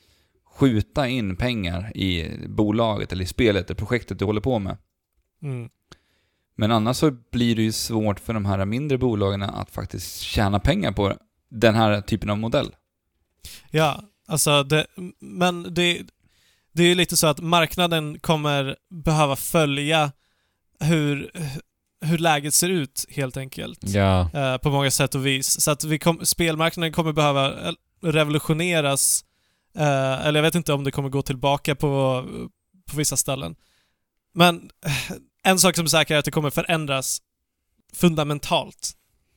skjuta in pengar i bolaget eller i spelet eller projektet du håller på med. Mm. Men annars så blir det ju svårt för de här mindre bolagen att faktiskt tjäna pengar på den här typen av modell. Ja, alltså det, men det, det är ju lite så att marknaden kommer behöva följa hur, hur läget ser ut helt enkelt. Ja. Eh, på många sätt och vis. Så att vi kom, spelmarknaden kommer behöva revolutioneras. Eh, eller jag vet inte om det kommer gå tillbaka på, på vissa ställen. Men en sak som är säker är att det kommer förändras fundamentalt.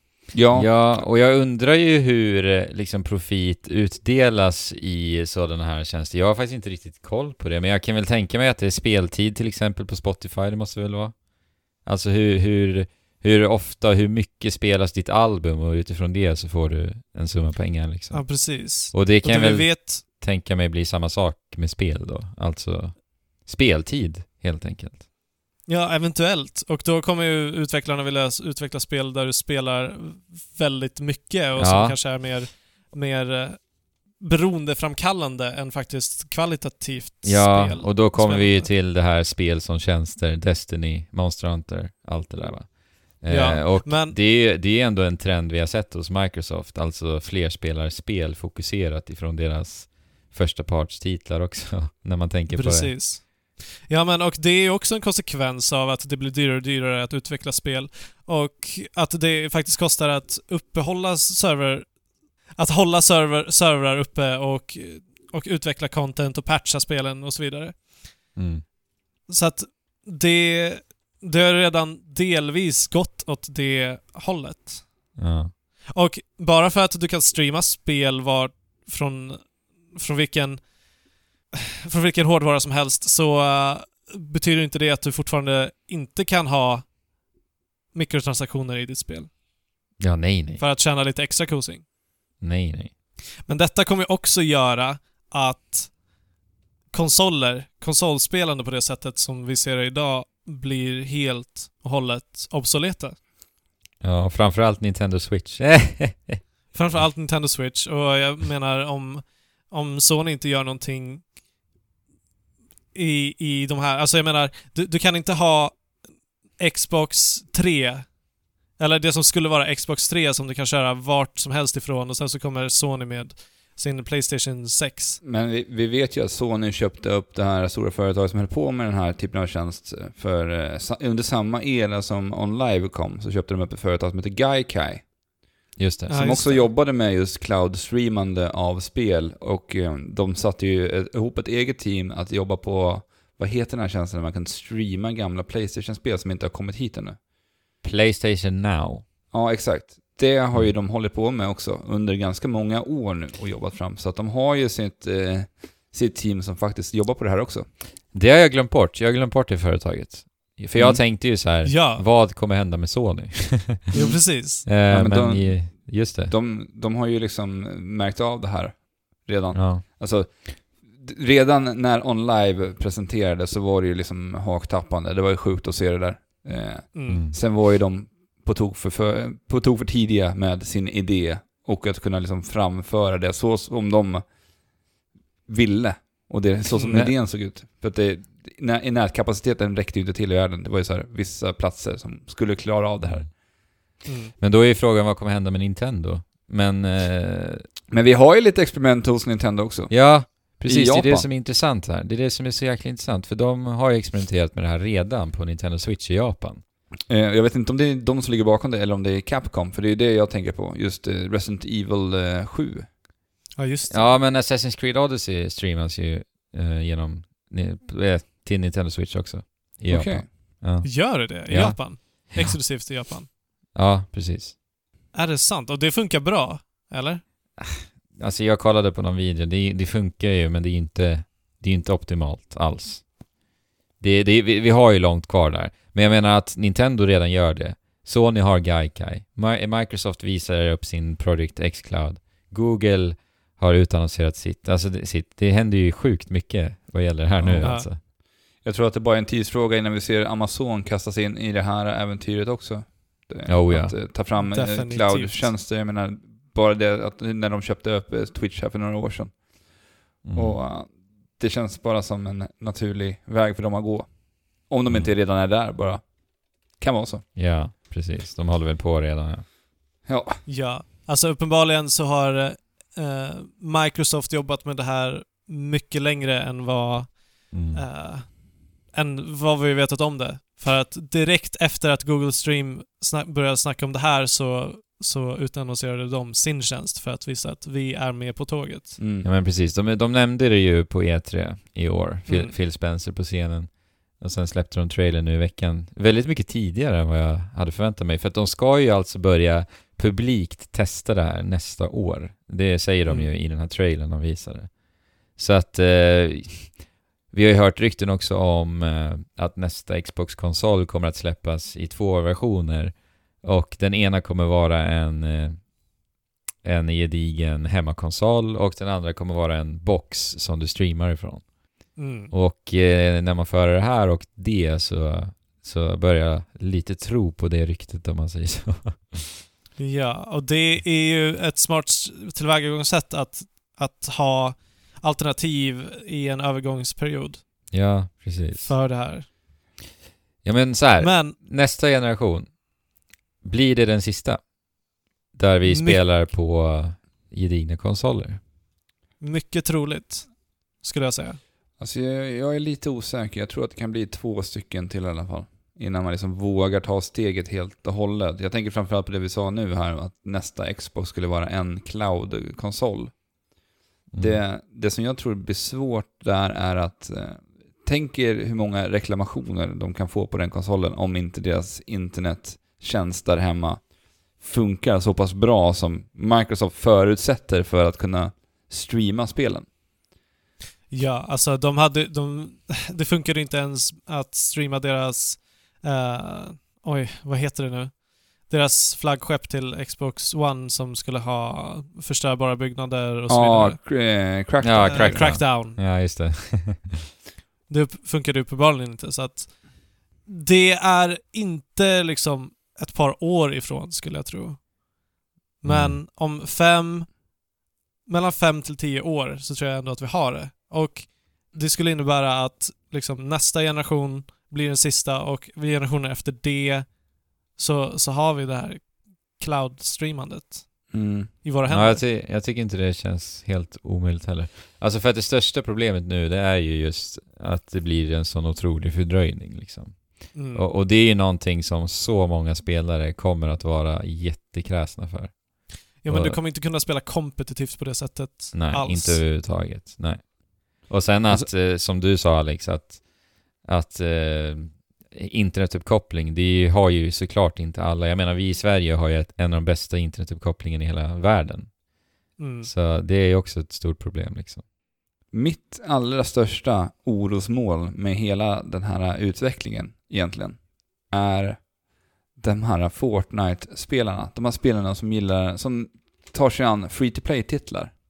Ja, Ja, och jag undrar ju hur eh, liksom profit utdelas i sådana här tjänster. Jag har faktiskt inte riktigt koll på det, men jag kan väl tänka mig att det är speltid till exempel på Spotify, det måste väl vara. Alltså hur, hur, hur ofta, hur mycket spelas ditt album och utifrån det så får du en summa pengar liksom. Ja, precis. Och det Och kan det jag väl vi vet, tänka mig bli samma sak med spel då. Alltså speltid helt enkelt. ja, eventuellt. Och då kommer ju utvecklarna vilja utveckla spel där du spelar väldigt mycket och Ja. som kanske är mer, mer eh, beroendeframkallande än faktiskt kvalitativt Ja, spel. och då kommer vi ju Spännande. till det här spel som tjänster, Destiny, Monster Hunter, allt det där va. Ja, eh, och men- det är, det är ändå en trend vi har sett hos Microsoft, alltså fler spelar spel fokuserat ifrån deras första partstitlar också, när man tänker på det. Precis. Ja, men och det är också en konsekvens av att det blir dyrare och dyrare att utveckla spel och att det faktiskt kostar att uppehålla server, att hålla server, servrar uppe och, och utveckla content och patcha spelen och så vidare. Mm. Så att det, det har redan delvis gått åt det hållet. Ja. Och bara för att du kan streama spel var från, från vilken från vilken hårdvara som helst så uh, betyder inte det att du fortfarande inte kan ha mikrotransaktioner i ditt spel ja, nej, nej. för att tjäna lite extra kosing. Nej, nej. Men detta kommer ju också göra att konsoler, konsolspelande på det sättet som vi ser det idag blir helt och hållet obsoleta. Ja, och framförallt Nintendo Switch. Framförallt Nintendo Switch, och jag menar om, om Sony inte gör någonting i, i de här, alltså jag menar du, du kan inte ha Xbox tre eller det som skulle vara Xbox tre som du kan köra vart som helst ifrån och sen så kommer Sony med sin PlayStation sex. men vi, vi vet ju att Sony köpte upp det här stora företaget som höll på med den här typen av tjänst för eh, sa- under samma era som OnLive kom så köpte de upp ett företag som heter Gaikai. Just det. Ja, Som just också det. jobbade med just cloud-streamande av spel och eh, de satte ju ett, ihop ett eget team att jobba på, vad heter den här tjänsten där man kan streama gamla PlayStation-spel som inte har kommit hit ännu? PlayStation Now. Ja, exakt. Det har ju de hållit på med också under ganska många år nu och jobbat fram. Så att de har ju sitt, eh, sitt team som faktiskt jobbar på det här också. Det har jag glömt bort. Jag har glömt bort det företaget. För jag Mm. tänkte ju så här, Ja. vad kommer hända med Sony? Jo, precis. eh, men men de- i, just det. De, de har ju liksom märkt av det här redan. Ja. Alltså, d- redan när OnLive presenterade så var det ju liksom haktappande. Det var ju sjukt att se det där. Eh, Mm. Mm. sen var ju de på tok för, för, på tok för tidiga med sin idé och att kunna liksom framföra det så som de ville. Och det så som Mm. idén såg ut. För att det, nä- nätkapaciteten räckte ju inte till i världen. Det var ju så här vissa platser som skulle klara av det här. Mm. Men då är ju frågan vad kommer hända med Nintendo? Men eh, Men vi har ju lite experiment hos Nintendo också. ja, precis. Det är det Japan. som är intressant här. Det är det som är så jäkla intressant. För de har ju experimenterat med det här redan på Nintendo Switch i Japan. Eh, jag vet inte om det är de som ligger bakom det eller om det är Capcom. För det är det jag tänker på. Just eh, Resident Evil eh, sju. Ja, just det. Ja, men Assassin's Creed Odyssey streamas ju eh, genom eh, till Nintendo Switch också. I Okej. Japan. Ja. Gör det det i Ja. Japan? Exklusivt i Japan? ja, precis. Är det sant? Och det funkar bra, eller? Alltså jag kollade på någon video. Det, det funkar ju, men det är inte, det är inte optimalt alls. Det, det, vi, vi har ju långt kvar där. Men jag menar att Nintendo redan gör det. Sony har Gaikai. Mi- Microsoft visar upp sin Project X Cloud. Google har utannonserat sitt. Alltså det, sitt. Det händer ju sjukt mycket vad gäller det här nu Ja. alltså. Jag tror att det bara är en tidsfråga innan vi ser Amazon kastas in i det här äventyret också. Det, Oh, ja. att eh, ta fram eh, Definitivt. cloud-tjänster. Jag menar, bara det att när de köpte upp eh, Twitch här för några år sedan. Mm. Och uh, det känns bara som en naturlig väg för dem att gå. Om de Mm. inte redan är där bara. Kan vara så. Ja, precis. De håller väl på redan. Ja. Ja. Ja. Alltså uppenbarligen så har eh, Microsoft jobbat med det här mycket längre än vad, Mm. eh, än vad vi vetat om det. För att direkt efter att Google Stream snack, började snacka om det här så, så utannonserade de sin tjänst för att visa att vi är med på tåget. Mm. Ja men precis, de, de nämnde det ju på E tre i år, Phil, Mm. Phil Spencer på scenen. Och sen släppte de trailern nu i veckan. Väldigt mycket tidigare än vad jag hade förväntat mig. För att de ska ju alltså börja publikt testa det här nästa år. Det säger de ju Mm. i den här trailern de visade. Så att eh, vi har ju hört rykten också om eh, att nästa Xbox-konsol kommer att släppas i två versioner. Och den ena kommer vara en... Eh, en gedigen hemmakonsol och den andra kommer vara en box som du streamar ifrån. Mm. Och eh, när man för det här och det så, så börjar jag lite tro på det ryktet om man säger så. Ja, och det är ju ett smart tillvägagångssätt att, att ha alternativ i en övergångsperiod Ja, precis. för det här. Ja men så här, Men nästa generation, blir det den sista? Där vi My- spelar på gedigna konsoler? mycket troligt, skulle jag säga. Alltså jag, jag är lite osäker. Jag tror att det kan bli två stycken till i alla fall. Innan man liksom vågar ta steget helt och hållet. Jag tänker framförallt på det vi sa nu här. Att nästa Xbox skulle vara en cloud-konsol. Mm. Det, det som jag tror blir svårt där är att... Eh, tänk er hur många reklamationer de kan få på den konsolen om inte deras internettjänst där hemma funkar så pass bra som Microsoft förutsätter för att kunna streama spelen. Ja, alltså de hade... De, det funkade inte ens att streama deras... eh, oj, vad heter det nu? Deras flaggskepp till Xbox One som skulle ha förstörbara byggnader och så Ja, vidare. eh, Crackdown. Ja, Eh, Crackdown. Crackdown. Ja, just det. Det funkade uppenbarligen inte, så att det är inte liksom ett par år ifrån, skulle jag tro. Men Mm. om fem, mellan fem till tio år så tror jag ändå att vi har det. Och det skulle innebära att liksom nästa generation blir den sista och generationen efter det så, så har vi det här cloud-streamandet Mm. i våra Ja, händer. jag, ty- jag tycker inte det känns helt omöjligt heller. Alltså för att det största problemet nu, det är ju just att det blir en sån otrolig fördröjning liksom. Mm. Och, och det är ju någonting som så många spelare kommer att vara jättekräsna för. Ja, men och- du kommer inte kunna spela kompetitivt på det sättet Nej, alls. inte överhuvudtaget. Nej. Och sen att, eh, som du sa Alex, att, att eh, internetuppkoppling, det har ju såklart inte alla. Jag menar, vi i Sverige har ju ett, en av de bästa internetuppkopplingen i hela världen. Mm. Så det är ju också ett stort problem liksom. Mitt allra största orosmål med hela den här utvecklingen egentligen är de här Fortnite-spelarna. De här spelarna som gillar, som tar sig an free-to-play-titlar.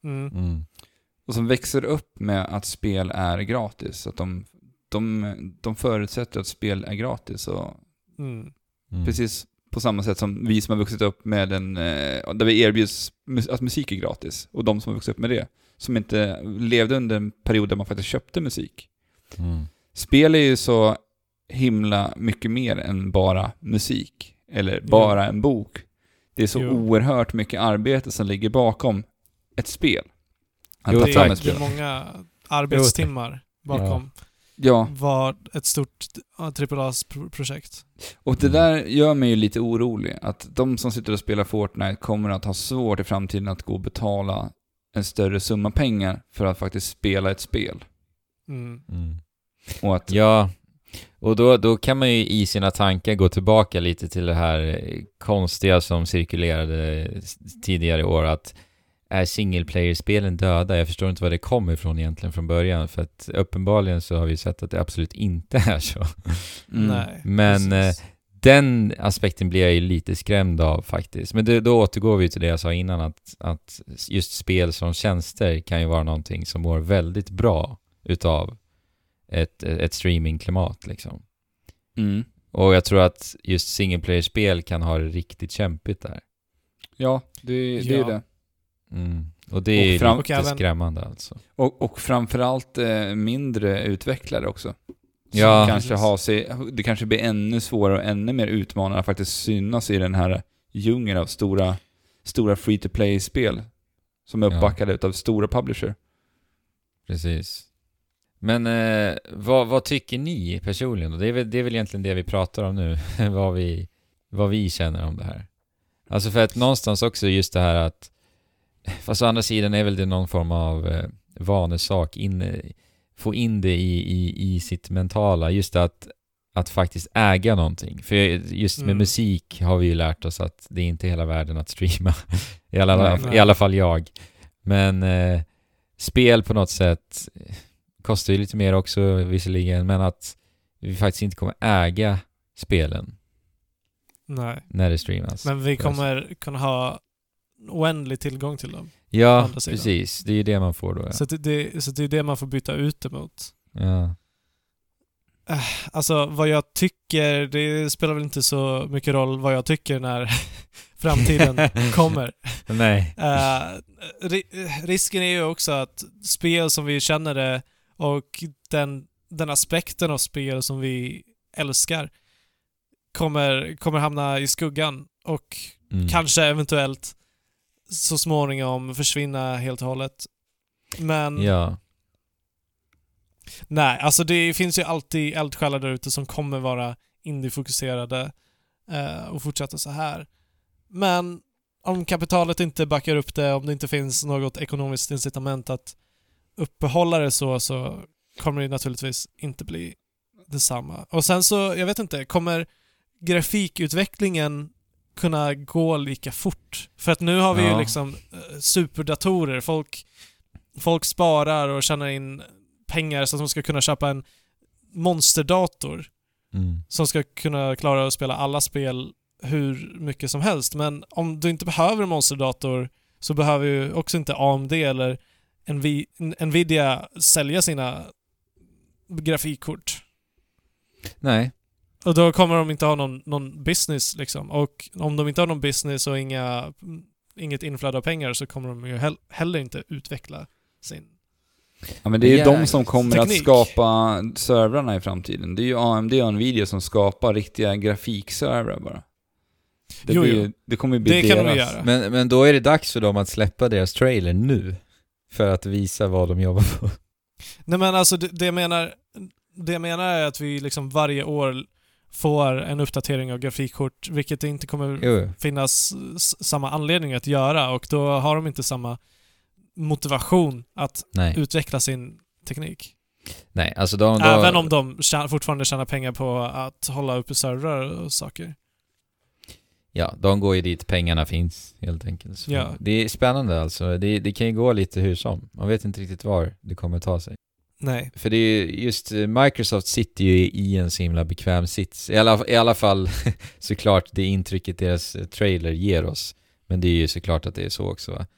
Mm. Mm. Och som växer upp med att spel är gratis. Att de, de, de förutsätter att spel är gratis. Och Mm. Mm. precis på samma sätt som vi som har vuxit upp med en, eh, där vi erbjuds mus- att musik är gratis. Och de som har vuxit upp med det. Som inte levde under en period där man faktiskt köpte musik. Mm. Spel är ju så himla mycket mer än bara musik. Eller bara en bok. Det är så Jo. oerhört mycket arbete som ligger bakom ett spel. Att Jo, ta Det fram är, ett det är spel. många arbetstimmar bakom Ja, var ett stort trippel A-projekt. och det Mm. där gör mig ju lite orolig. Att de som sitter och spelar Fortnite kommer att ha svårt i framtiden att gå och betala en större summa pengar för att faktiskt spela ett spel. Mm. Mm. Och att, Ja, och då, då kan man ju i sina tankar gå tillbaka lite till det här eh, konstiga som cirkulerade s- tidigare i år, att är single player-spelen döda? Jag förstår inte vad det kommer ifrån egentligen från början, för att uppenbarligen så har vi sett att det absolut inte är så. mm, Nej. Men precis. eh, den aspekten blir jag ju lite skrämd av faktiskt. Men det, då återgår vi till det jag sa innan, att, att just spel som tjänster kan ju vara någonting som mår väldigt bra utav ett, ett streamingklimat liksom. Mm. Och jag tror att just single player-spel kan ha det riktigt kämpigt där. Ja, det, det är Ja. det. Mm. Och det är Och fram- lite och även- skrämmande alltså. Och, och framförallt eh, mindre utvecklare också. Som Ja, kanske precis. har sig, det kanske blir ännu svårare och ännu mer utmanande att faktiskt synas i den här djungeln av stora, stora free-to-play-spel som är Ja. uppbackade utav stora publisher. Precis. Men eh, vad, vad tycker ni personligen? Och det är väl, det är väl egentligen det vi pratar om nu. vad, vi, vad vi känner om det här. Alltså för att någonstans också just det här att, fast å andra sidan är väl det någon form av eh, vanesak, in, få in det i, i, i sitt mentala, just att, att faktiskt äga någonting. För just med Mm. musik har vi ju lärt oss att det är inte hela världen att streama. I alla, Nej, nej. i alla fall jag. Men eh, spel på något sätt kostar ju lite mer också visserligen, men att vi faktiskt inte kommer äga spelen Nej. när det streamas. Men vi kommer kunna ha oändlig tillgång till dem. Ja, andra sidan. precis. Det är ju det man får då. Ja. Så, att det, det, så det är det man får byta ut det mot. Ja. Alltså vad jag tycker, det spelar väl inte så mycket roll vad jag tycker när framtiden kommer. Nej. Uh, ri- risken är ju också att spel som vi känner det och den, den aspekten av spel som vi älskar kommer, kommer hamna i skuggan och Mm. kanske eventuellt så småningom försvinna helt och hållet. Men Ja. nej, alltså det finns ju alltid eldsjälar där ute som kommer vara indie-fokuserade eh, och fortsätta så här. Men om kapitalet inte backar upp det, om det inte finns något ekonomiskt incitament att uppehålla det så, så kommer det naturligtvis inte bli detsamma. Och sen så, jag vet inte, kommer grafikutvecklingen kunna gå lika fort? För att nu har vi Ja. ju liksom eh, superdatorer. Folk, folk sparar och tjänar in pengar så att de ska kunna köpa en monsterdator Mm. som ska kunna klara att spela alla spel hur mycket som helst. Men om du inte behöver en monsterdator så behöver ju också inte A M D eller Nvi- Nvidia sälja sina grafikkort. Nej. Och då kommer de inte ha någon, någon business liksom. Och om de inte har någon business och inga, inget inflöde av pengar så kommer de ju he- heller inte utveckla sin... Ja, men det är ju Ja, de som kommer teknik. att skapa servrarna i framtiden. Det är ju A M D och Nvidia som skapar riktiga grafikservrar bara. Det, Jo, blir, jo. ju- det kommer ju bli Det deras. kan de göra. Men, men då är det dags för dem att släppa deras trailer nu. För att visa vad de jobbar på. Nej men alltså det, det jag menar det jag menar är att vi liksom varje år får en uppdatering av grafikkort, vilket det inte kommer Jo. finnas s- samma anledning att göra, och då har de inte samma motivation att Nej. utveckla sin teknik. Nej, alltså de... de Även om de tjä- fortfarande tjänar pengar på att hålla uppe servrar och saker. Ja, de går ju dit pengarna finns, helt enkelt. Så Ja. det är spännande alltså. Det, det kan ju gå lite hur som. Man vet inte riktigt var det kommer ta sig. Nej. För det är ju just, eh, Microsoft sitter ju i en så himla bekväm sits. I alla, i alla fall såklart det intrycket deras eh, trailer ger oss. Men det är ju såklart att det är så också. Va?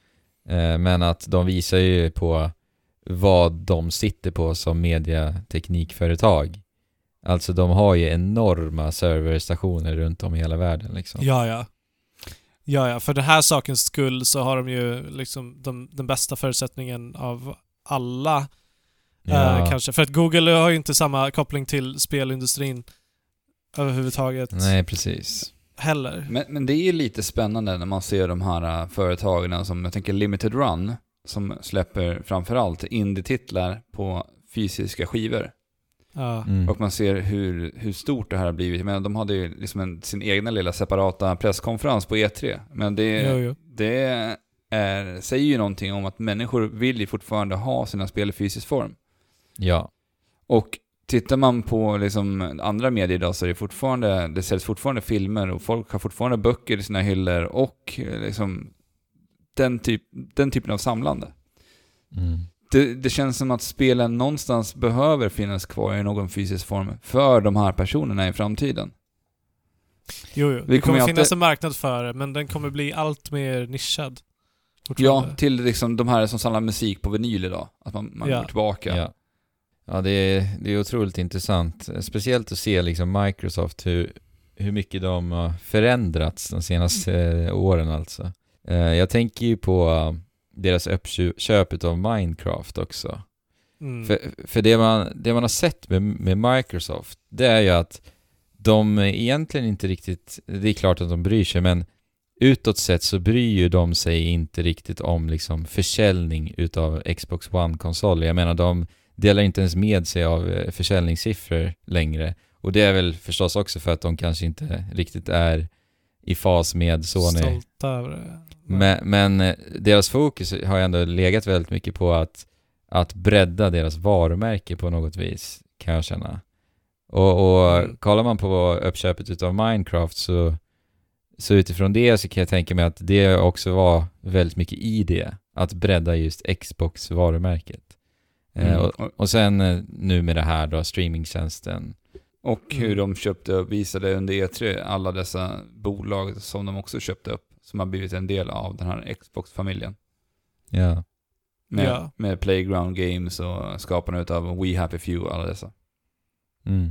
Eh, men att de visar ju på vad de sitter på som mediateknikföretag. Alltså de har ju enorma serverstationer runt om i hela världen liksom. Ja, ja. Ja, ja. För den här sakens skull så har de ju liksom de, den bästa förutsättningen av alla. Ja. Eh, kanske. För att Google har ju inte samma koppling till spelindustrin överhuvudtaget. Nej, precis. Heller. Men, men det är ju lite spännande när man ser de här uh, företagen som jag tänker Limited Run som släpper framförallt indie-titlar på fysiska skivor. Ja. Mm. Och man ser hur, hur stort det här har blivit. Men de hade ju liksom en, sin egna lilla separata presskonferens på E tre. Men det, Jo, jo. det är, säger ju någonting om att människor vill ju fortfarande ha sina spel i fysisk form. Ja. Och tittar man på liksom andra medier idag så är det fortfarande, det säljs fortfarande filmer och folk har fortfarande böcker i sina hyllor och liksom den, typ, den typen av samlande. Mm. Det, det känns som att spelen någonstans behöver finnas kvar i någon fysisk form för de här personerna i framtiden. Jo, jo. Vi Det kommer kommer finnas alltid- en marknad för det, men den kommer bli allt mer nischad. Ja, Fortfarande. till liksom de här som samlar musik på vinyl idag. Att man, man Ja. går tillbaka. Ja, ja det, är, det är otroligt intressant. Speciellt att se liksom Microsoft, hur, hur mycket de har förändrats de senaste eh, åren alltså. Eh, jag tänker ju på eh, deras uppköpet av Minecraft också. Mm. För, för det, man, det man har sett med, med Microsoft, det är ju att de egentligen inte riktigt, det är klart att de bryr sig, men utåt sett så bryr ju de sig inte riktigt om liksom försäljning utav Xbox One-konsoler. Jag menar, de delar inte ens med sig av eh, försäljningssiffror längre. Och det är väl förstås också för att de kanske inte riktigt är i fas med Sony. Stolta över det. Men, men eh, deras fokus har ju ändå legat väldigt mycket på att, att bredda deras varumärke på något vis, kan jag känna. Och, och Mm. kollar man på uppköpet utav Minecraft så, så utifrån det så kan jag tänka mig att det också var väldigt mycket i det. Att bredda just Xbox-varumärket. Mm. Eh, och, och sen eh, nu med det här då, streamingtjänsten. Och hur Mm. de köpte och visade under E tre alla dessa bolag som de också köpte upp. Som har blivit en del av den här Xbox-familjen. Ja. Med, Ja. med Playground Games och skaparna utav We Happy Few och alla dessa. Mm.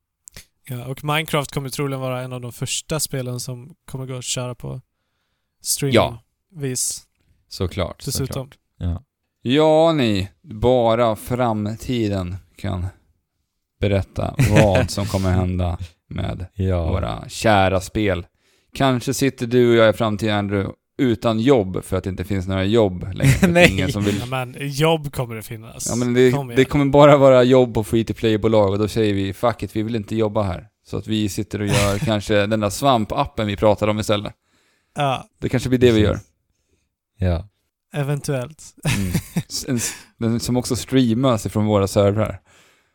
Ja, och Minecraft kommer troligen vara en av de första spelen som kommer gå att köra på streaming. Ja. Vis. Såklart. Dessutom. såklart. Ja. Ja, ni. Bara framtiden kan berätta vad som kommer hända med Ja. våra kära spel. Kanske sitter du och jag i framtiden, Andrew, utan jobb för att det inte finns några jobb längre. För att Nej. ingen som vill... Ja, men jobb kommer det finnas. Ja, men det, Kom igen. det kommer bara vara jobb på free-to-play-bolag och då säger vi, fuck it, vi vill inte jobba här. Så att vi sitter och gör kanske den där svamp-appen vi pratade om istället. Ja, Det kanske blir det vi gör. Ja. eventuellt. Mm. En, den som också streamas ifrån våra servrar.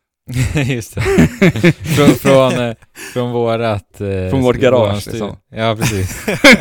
Just det. från, från, eh, från vårat... Eh, Från vårt stu- garage, våran stu- liksom. Ja, precis.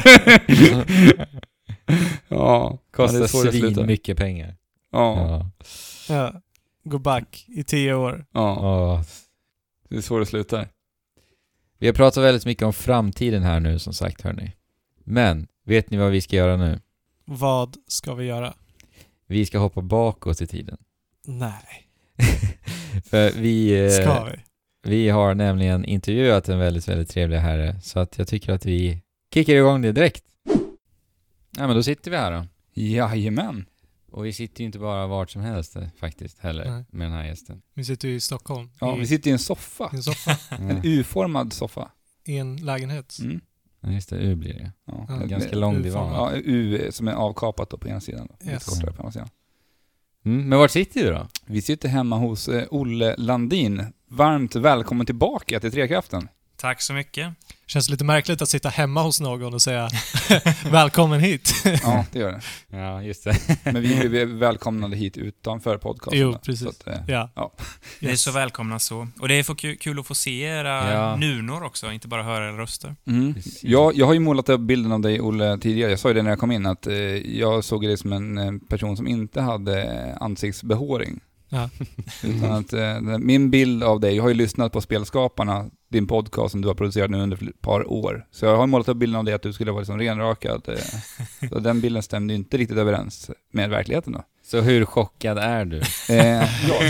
Ja, Kostar ja, det är svårt att sluta. svin mycket pengar. Ja, Ja. Ja. Gå back i tio år. ja, Ja. det är svårt att sluta. Vi har pratat väldigt mycket om framtiden här nu, som sagt, hörni. Men, vet ni vad vi ska göra nu? Vad ska vi göra? Vi ska hoppa bakåt i tiden. Nej. För vi, eh, Ska vi? vi har nämligen intervjuat en väldigt, väldigt trevlig herre. Så att jag tycker att vi kickar igång det direkt. Ja, men då sitter vi här då. Jajamän. Och vi sitter ju inte bara vart som helst eh, faktiskt heller Nej. med den här gästen. Vi sitter ju i Stockholm. Ja, I, vi sitter i en soffa. i en soffa. En U-formad soffa. I en lägenhet. Mm. Ja, just det, U blir det. Ja, Ja, en Ganska med- lång U-formad. divan. Ja, U som är avkapat då på ena sidan. Lite Yes. kortare på andra sidan. Mm, men vart sitter du då? Vi sitter hemma hos eh, Olle Landin. Varmt välkommen tillbaka till Trekraften. Tack så mycket. Känns lite märkligt att sitta hemma hos någon och säga välkommen hit. Ja, det gör det. Ja, just det. Men vi blev välkomnade hit utanför podcasten. Jo, då. precis. Så att, eh, Ja. Ja. Ni är Yes. så välkomna så. Och det är för kul, kul att få se era Ja. nunor också, inte bara höra era röster. Mm. Precis. Jag, jag har ju målat upp bilden av dig, Olle, tidigare. Jag sa ju det när jag kom in, att eh, jag såg dig som en eh, person som inte hade eh, ansiktsbehåring. Ja. Utan att eh, min bild av dig, jag har ju lyssnat på Spelskaparna din podcast som du har producerat nu under ett par år. Så jag har målat upp bilden av det att du skulle vara liksom renrakad. Eh, så den bilden stämde ju inte riktigt överens med verkligheten då. Så hur chockad är du? Eh, ja.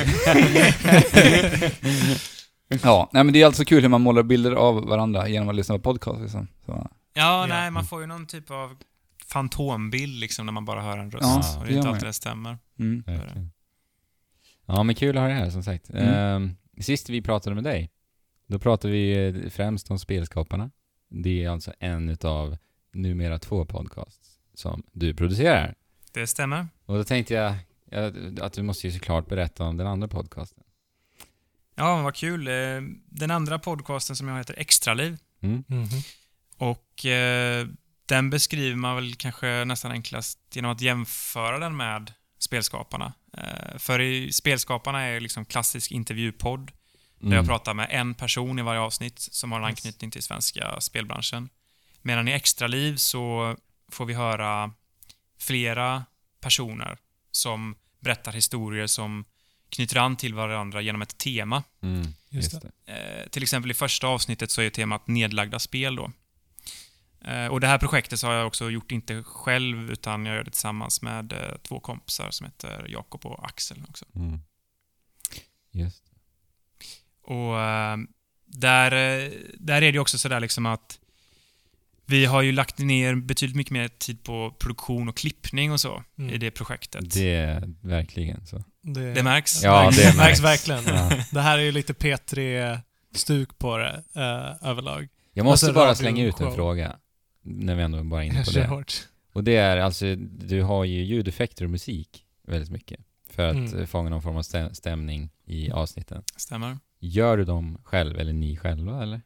ja, nej men det är alltså kul hur man målar bilder av varandra genom att lyssna på podcast liksom. Så. Ja, nej, man får ju någon typ av fantombild liksom när man bara hör en röst. Ja, och det det är gör inte man alltid ju. det stämmer. Mm. Verkligen. Ja, men kul att ha det här som sagt. Mm. Ehm, sist vi pratade med dig, då pratade vi eh, främst om Spelskaparna. Det är alltså en utav numera två podcasts som du producerar. Det stämmer. Och då tänkte jag ja, att du måste ju såklart berätta om den andra podcasten. Ja, men vad kul. Eh, Den andra podcasten som jag heter Extraliv. Mm. Mhm. Och eh, den beskriver man väl kanske nästan enklast genom att jämföra den med Spelskaparna. Eh, för i Spelskaparna är liksom klassisk intervjupodd där Mm. jag pratar med en person i varje avsnitt som har en anknytning till svenska spelbranschen. Medan i Extraliv så får vi höra flera personer som berättar historier som knyter an till varandra genom ett tema. Mm. Just Just det. Eh, till exempel i första avsnittet så är temat nedlagda spel då. Eh, och det här projektet så har jag också gjort inte själv utan jag gör det tillsammans med eh, två kompisar som heter Jakob och Axel också. Mm. Just det. Och eh, där, eh, där är det också sådär liksom att vi har ju lagt ner betydligt mycket mer tid på produktion och klippning och så Mm. i det projektet. Det är verkligen så. Det, Det märks. Ja, märks, det märks, märks. verkligen. Ja. Det här är ju lite P tre-stuk på det eh, överlag. Jag måste Alltså, bara radio- slänga ut en show. fråga när vi ändå bara är inne på Kör det. hårt. Och det är alltså, du har ju ljudeffekter och musik väldigt mycket för att Mm. eh, fånga någon form av stäm- stämning i avsnitten. Stämmer. Gör du dem själv eller ni själva eller?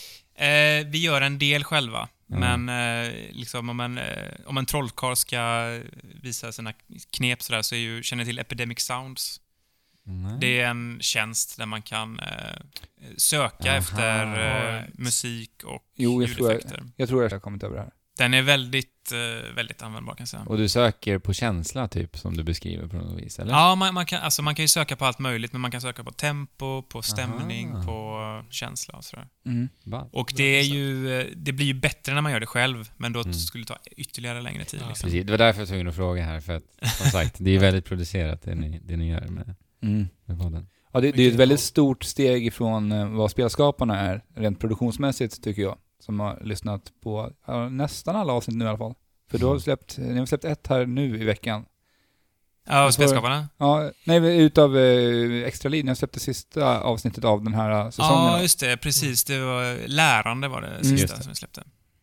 Eh, vi gör en del själva. Ja. Men eh, liksom om en, eh, om en trollkarl ska visa sina knep sådär, så är ju, känner till Epidemic Sounds. Nej. Det är en tjänst där man kan eh, söka Aha. efter eh, Right. musik och Jo, jag tror jag, ljudeffekter. jag tror jag har kommit över det här. Den är väldigt, eh, väldigt användbar kan jag säga. Och du söker på känsla typ som du beskriver på något vis eller? Ja, man, man, kan, alltså, man kan ju söka på allt möjligt, men man kan söka på tempo, på stämning, Aha. på känsla och sådär. Mm. Va? Och det är ju, eh, det blir ju bättre när man gör det själv, men då Mm. skulle det ta ytterligare längre tid. Ja, liksom. Precis, det var därför jag tog in att fråga här för att som sagt, det är väldigt producerat det ni, det ni gör med, Mm. med podden. Ja, det, det är ett väldigt stort steg ifrån eh, vad Spelskaparna är, rent produktionsmässigt tycker jag, som har lyssnat på ja, nästan alla avsnitt nu i alla fall. För då har släppt, ni har släppt ett här nu i veckan. Ja, och Det Spelskaparna? Ja, nej, utav eh, Extra Liv, ni har släppt det sista avsnittet av den här eh, säsongen. Ja, då. just det. Precis. Det var lärande var det Mm. sista Just det. som vi släppte.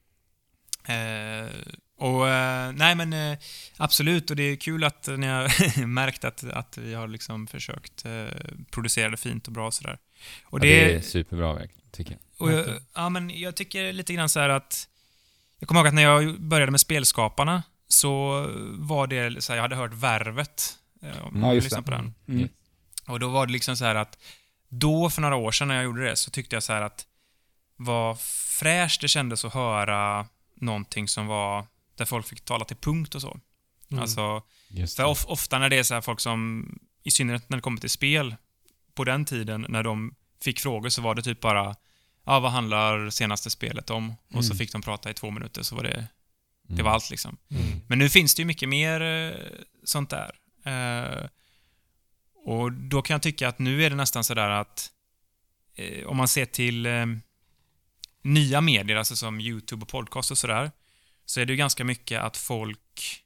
Eh, och eh, nej men eh, absolut, och det är kul att ni har märkt att, att vi har liksom försökt eh, producera det fint och bra sådär. Och Och det, det är superbra verkligen, tycker jag. och jag, ja, men jag tycker lite grann så här att jag kommer ihåg att när jag började med Spelskaparna så var det så här, jag hade hört Värvet eh, om Ja, du just lyssnar det. på den. Mm. Och då var det liksom så här att då för några år sedan när jag gjorde det så tyckte jag så här att vad fräscht det kändes att höra någonting som var där folk fick tala till punkt och så. Mm. Alltså, Just för det. of, ofta när det är så här folk som, i synnerhet när det kommer till spel, på den tiden när de fick frågor så var det typ bara, ja vad handlar senaste spelet om? Och så Mm. fick de prata i två minuter så var det, det Mm. var allt liksom. Mm. Men nu finns det ju mycket mer eh, sånt där. Eh, och då kan jag tycka att nu är det nästan sådär att eh, om man ser till eh, nya medier, alltså som YouTube och podcast och sådär, så är det ju ganska mycket att folk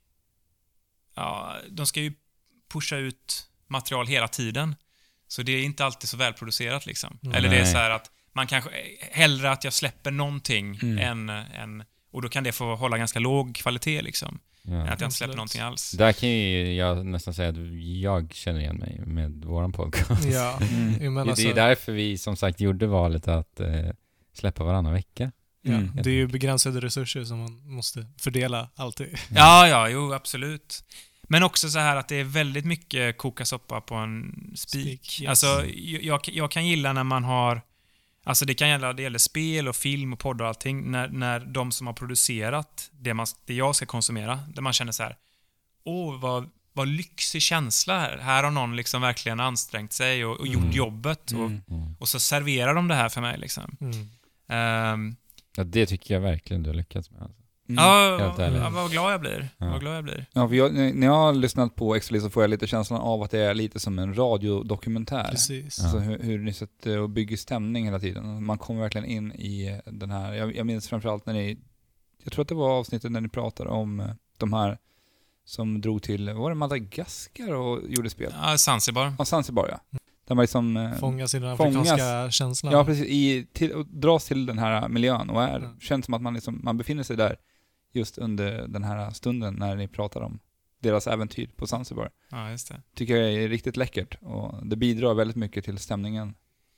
ja, de ska ju pusha ut material hela tiden. Så det är inte alltid så välproducerat liksom. Mm. Eller det är Nej. så här att man kanske hellre att jag släpper någonting Mm. än, än och då kan det få hålla ganska låg kvalitet liksom. Ja. Än att jag inte Absolut. släpper någonting alls. Där kan ju jag nästan säga att jag känner igen mig med våran podcast. Ja, Mm. jag menar det är så, därför vi som sagt gjorde valet att eh, släppa varannan vecka. ja, Mm. det är ju begränsade resurser som man måste fördela alltid. Ja, ja, jo, absolut. Men också så här att det är väldigt mycket koka soppa på en spik. Spik, yes. Alltså, jag, jag kan gilla när man har... Alltså det kan gälla, det gäller spel och film och podd och allting. När, när de som har producerat det, man, det jag ska konsumera, där man känner så här: åh, vad, vad lyxig känsla här. Här har någon liksom verkligen ansträngt sig och, och gjort Mm. jobbet. Och, Mm. Mm. och så serverar de det här för mig liksom. Mm. Ehm, Ja, det tycker jag verkligen du har lyckats med. Alltså. Mm. ja, helt ärligt. ja, vad glad jag blir. Ja. Vad glad jag blir. Ja, för jag, när jag har lyssnat på Extra så får jag lite känslan av att det är lite som en radiodokumentär. Precis. Ja. Alltså hur, hur ni sätter och bygger stämning hela tiden. Man kommer verkligen in i den här, jag, jag minns framförallt när ni, jag tror att det var avsnittet när ni pratade om eh, de här som drog till, var det Madagaskar och gjorde spel? Ja, Zanzibar. Ja, Zanzibar ja. Där man liksom eh, Fångas i den fångas. afrikanska känslan. ja, precis, i, till, och dras till den här miljön och är, Mm. känns som att man, liksom, man befinner sig där just under den här stunden när ni pratar om deras äventyr på Zanzibar. Ja, just det. Tycker jag är riktigt läckert och det bidrar väldigt mycket till stämningen.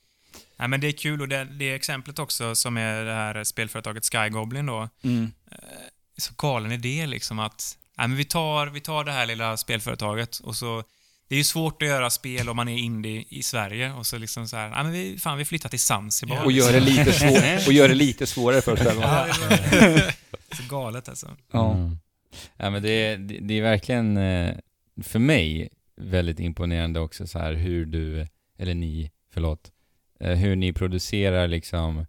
Ja, men det är kul och det, det exemplet också som är det här spelföretaget Sky Goblin då. Mm. Så galen idé liksom att ja, men vi, tar, vi tar det här lilla spelföretaget och så det är ju svårt att göra spel om man är indie i Sverige och så liksom så här, ja men vi, fan vi flyttar till Zanzibar. Ja. Och gör det lite, svår, och gör det lite svårare för oss själva. Ja, det var så galet alltså. Ja. Mm. Ja, men det, det, det är verkligen eh, för mig väldigt imponerande också så här hur du, eller ni, förlåt, eh, hur ni producerar liksom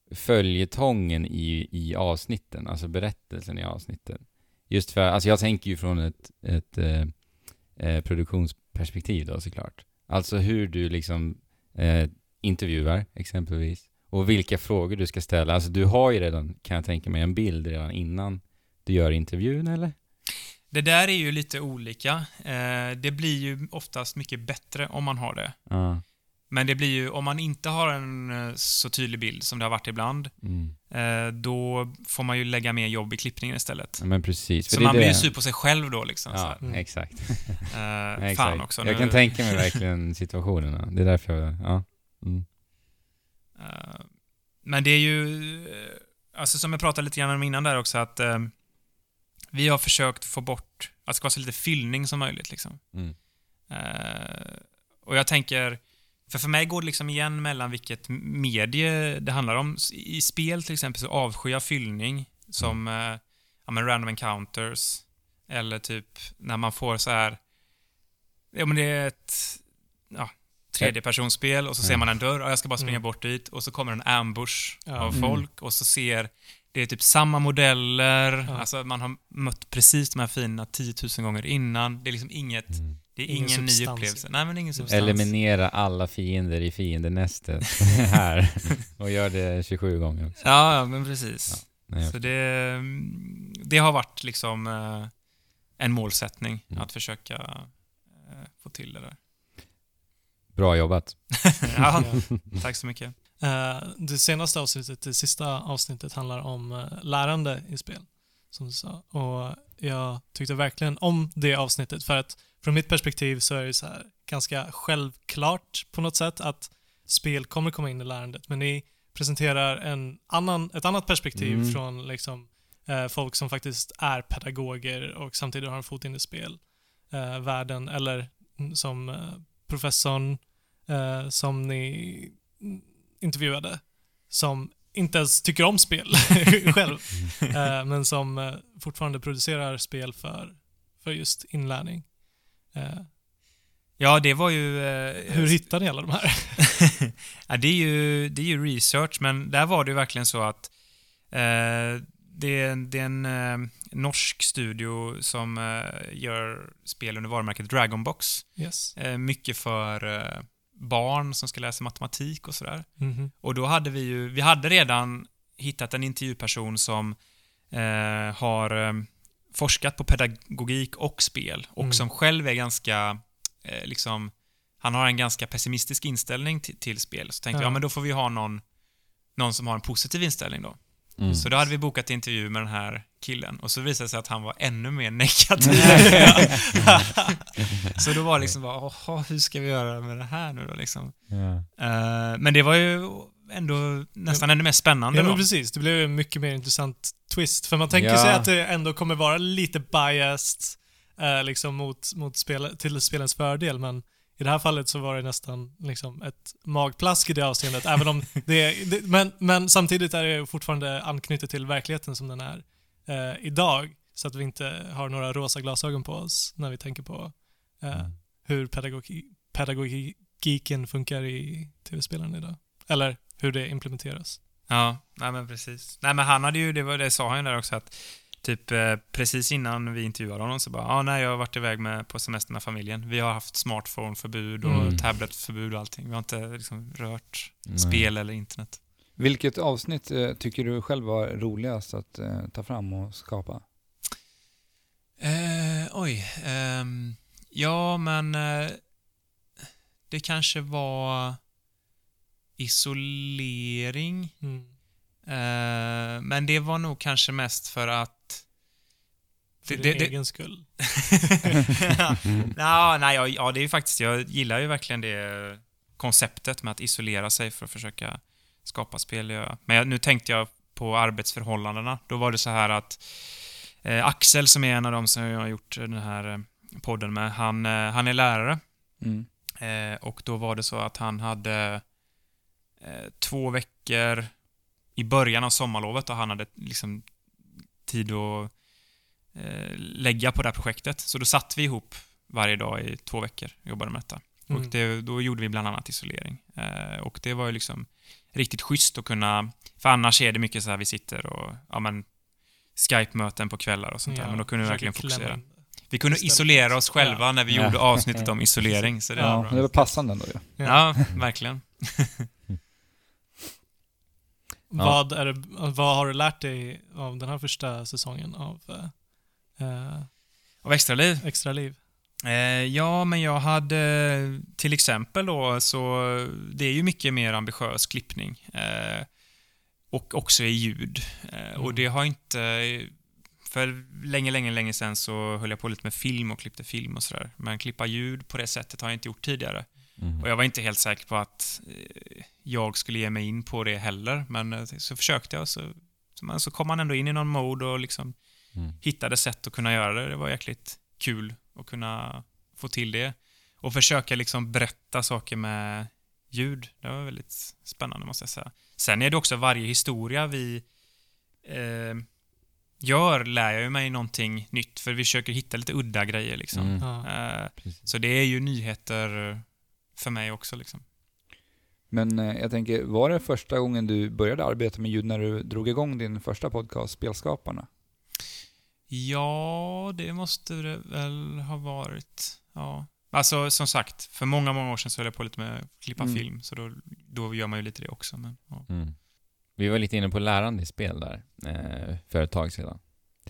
följetongen i, i avsnitten, alltså berättelsen i avsnitten. Just för, alltså jag tänker ju från ett, ett eh, eh, produktionsperspektiv då såklart. Alltså hur du liksom eh, intervjuar exempelvis och vilka frågor du ska ställa. Alltså du har ju redan, kan jag tänka mig, en bild redan innan du gör intervjun, eller? Det där är ju lite olika. Eh, det blir ju oftast mycket bättre om man har det. Ja. Men det blir ju, om man inte har en eh, så tydlig bild som det har varit ibland, Mm. eh, då får man ju lägga mer jobb i klippningen istället. Ja, men precis. För Så det är man blir ju det. sur på sig själv då liksom. Så Ja, här. Mm. exakt. Eh, Exakt. fan också. Jag nu, kan tänka mig verkligen situationerna. Det är därför jag... Ja. Mm. eh, men det är ju, eh, alltså som jag pratade lite grann om innan där också, att eh, vi har försökt få bort, att det ska vara så lite fyllning som möjligt liksom. Mm. Eh, och jag tänker, för för mig går det liksom igen mellan vilket medie det handlar om. I spel till exempel så avskyr jag fyllning som mm. eh, ja, men random encounters eller typ när man får så här, ja men det är ett ja, tredjepersonsspel och så ser man en dörr och jag ska bara springa Mm. bort dit och så kommer en ambush Ja. av Mm. folk och så ser det är typ samma modeller, Ja. alltså man har mött precis de här finerna tiotusen gånger innan. Det är liksom inget, Mm. det är Ingen ingen ny substans. upplevelse. Nej, men ingen substans. Eliminera alla fiender i fiendenästet här. Och gör det tjugosju gånger också. Ja, ja, men precis. Nej, Så det, det har varit liksom eh, en målsättning Mm. att försöka eh, få till det där. Bra jobbat. Ja, tack så mycket. Eh, det senaste avsnittet, det sista avsnittet handlar om eh, lärande i spel, som du sa. Och jag tyckte verkligen om det avsnittet för att från mitt perspektiv så är det så här ganska självklart på något sätt att spel kommer komma in i lärandet, men ni presenterar en annan, ett annat perspektiv Mm. från liksom, eh, folk som faktiskt är pedagoger och samtidigt har en fot in i spelvärlden, eh, eller mm, som eh, professorn eh, som ni mm, intervjuade, som inte ens tycker om spel själv, eh, men som eh, fortfarande producerar spel för, för just inlärning. Eh, Ja, det var ju... Eh, hur hittar ni alla de här? ja, det är ju, det är ju research, men där var det ju verkligen så att eh, det, är, det är en eh, norsk studio som eh, gör spel under varumärket Dragonbox. Yes. Eh, mycket för eh, barn som ska läsa matematik och sådär. Mhm. Och då hade vi ju, vi hade redan hittat en intervjuperson som eh, har eh, forskat på pedagogik och spel och Mm. som själv är ganska eh, liksom, han har en ganska pessimistisk inställning till, till spel. Så tänkte Ja. jag, ja men då får vi ha någon, någon som har en positiv inställning då. Mm. Så då hade vi bokat intervju med den här killen och så visade det sig att han var ännu mer negativ. Så då var det liksom bara, "Åh, hur ska vi göra med det här nu då liksom?" Ja. Eh, men det var ju ändå nästan ännu mer spännande Ja, men då. precis. Det blev en mycket mer intressant twist. För man tänker Ja. sig att det ändå kommer vara lite biased eh, liksom mot, mot spel, till spelens fördel, men i det här fallet så var det nästan liksom ett magplask i det avseendet. Även om det, det men, men samtidigt är det fortfarande anknutet till verkligheten som den är eh, idag. Så att vi inte har några rosa glasögon på oss när vi tänker på eh, Mm. hur pedagogi, pedagogiken funkar i tv-spelen idag. Eller hur det implementeras. Ja, nej men precis. Nej men han hade ju, det var det sa han ju där också att typ eh, precis innan vi intervjuade honom så bara, ja ah, nej jag har varit iväg med, på semester med familjen. Vi har haft smartphone-förbud och Mm. tablet-förbud och allting. Vi har inte liksom rört Nej. spel eller internet. Vilket avsnitt eh, tycker du själv var roligast att eh, ta fram och skapa? Eh, oj. ehm, ja, men eh, det kanske var isolering. Mm. Eh, men det var nog kanske mest för att... För Det- din det- det- egen skull. ja, nej, ja, ja, det är ju faktiskt... Jag gillar ju verkligen det konceptet med att isolera sig för att försöka skapa spel. Ja. Men jag, nu tänkte jag på arbetsförhållandena. Då var det så här att eh, Axel, som är en av dem som jag har gjort den här eh, podden med, han, eh, han är lärare. Mm. Eh, och då var det så att han hade eh, två veckor i början av sommarlovet och han hade liksom tid att eh, lägga på det här projektet. Så då satt vi ihop varje dag i två veckor och jobbade med detta. Mm. Och det, då gjorde vi bland annat isolering. Eh, och det var ju liksom riktigt schysst att kunna... För annars är det mycket så här vi sitter och... Ja, men Skype-möten på kvällar och sånt där. Ja, Men då kunde vi försöker verkligen klämma fokusera. in det. Vi kunde Istället. isolera oss själva Ja. när vi Ja. gjorde avsnittet om isolering. Så det Ja, var men bra. det var passande ändå ju. Ja, verkligen. Vad, är det, vad har du lärt dig av den här första säsongen av eh, Och extra liv. Extra liv? Eh, ja, men jag hade till exempel då, så det är ju mycket mer ambitiös klippning. Eh, och också i ljud. Eh, Mm. Och det har inte... För länge, länge, länge sedan så höll jag på lite med film och klippte film och sådär. Men klippa ljud på det sättet har jag inte gjort tidigare. Mm. Och jag var inte helt säker på att eh, jag skulle ge mig in på det heller. Men eh, så försökte jag. Så, så, men så kom man ändå in i någon mode och liksom Mm. hittade sätt att kunna göra det. Det var jäkligt kul att kunna få till det. Och försöka liksom berätta saker med ljud. Det var väldigt spännande, måste jag säga. Sen är det också varje historia vi eh, gör, lär jag mig någonting nytt. För vi försöker hitta lite udda grejer liksom. Mm. Ja. Eh, Precis. så det är ju nyheter för mig också liksom. Men eh, jag tänker, var det första gången du började arbeta med ljud när du drog igång din första podcast, Spelskaparna? Ja, det måste det väl ha varit. Ja. Alltså, som sagt, för många, många år sedan så höll jag på lite med att klippa Mm. film. Så då, då gör man ju lite det också. Men, ja. Mm. Vi var lite inne på lärande i spel där eh, för ett tag sedan.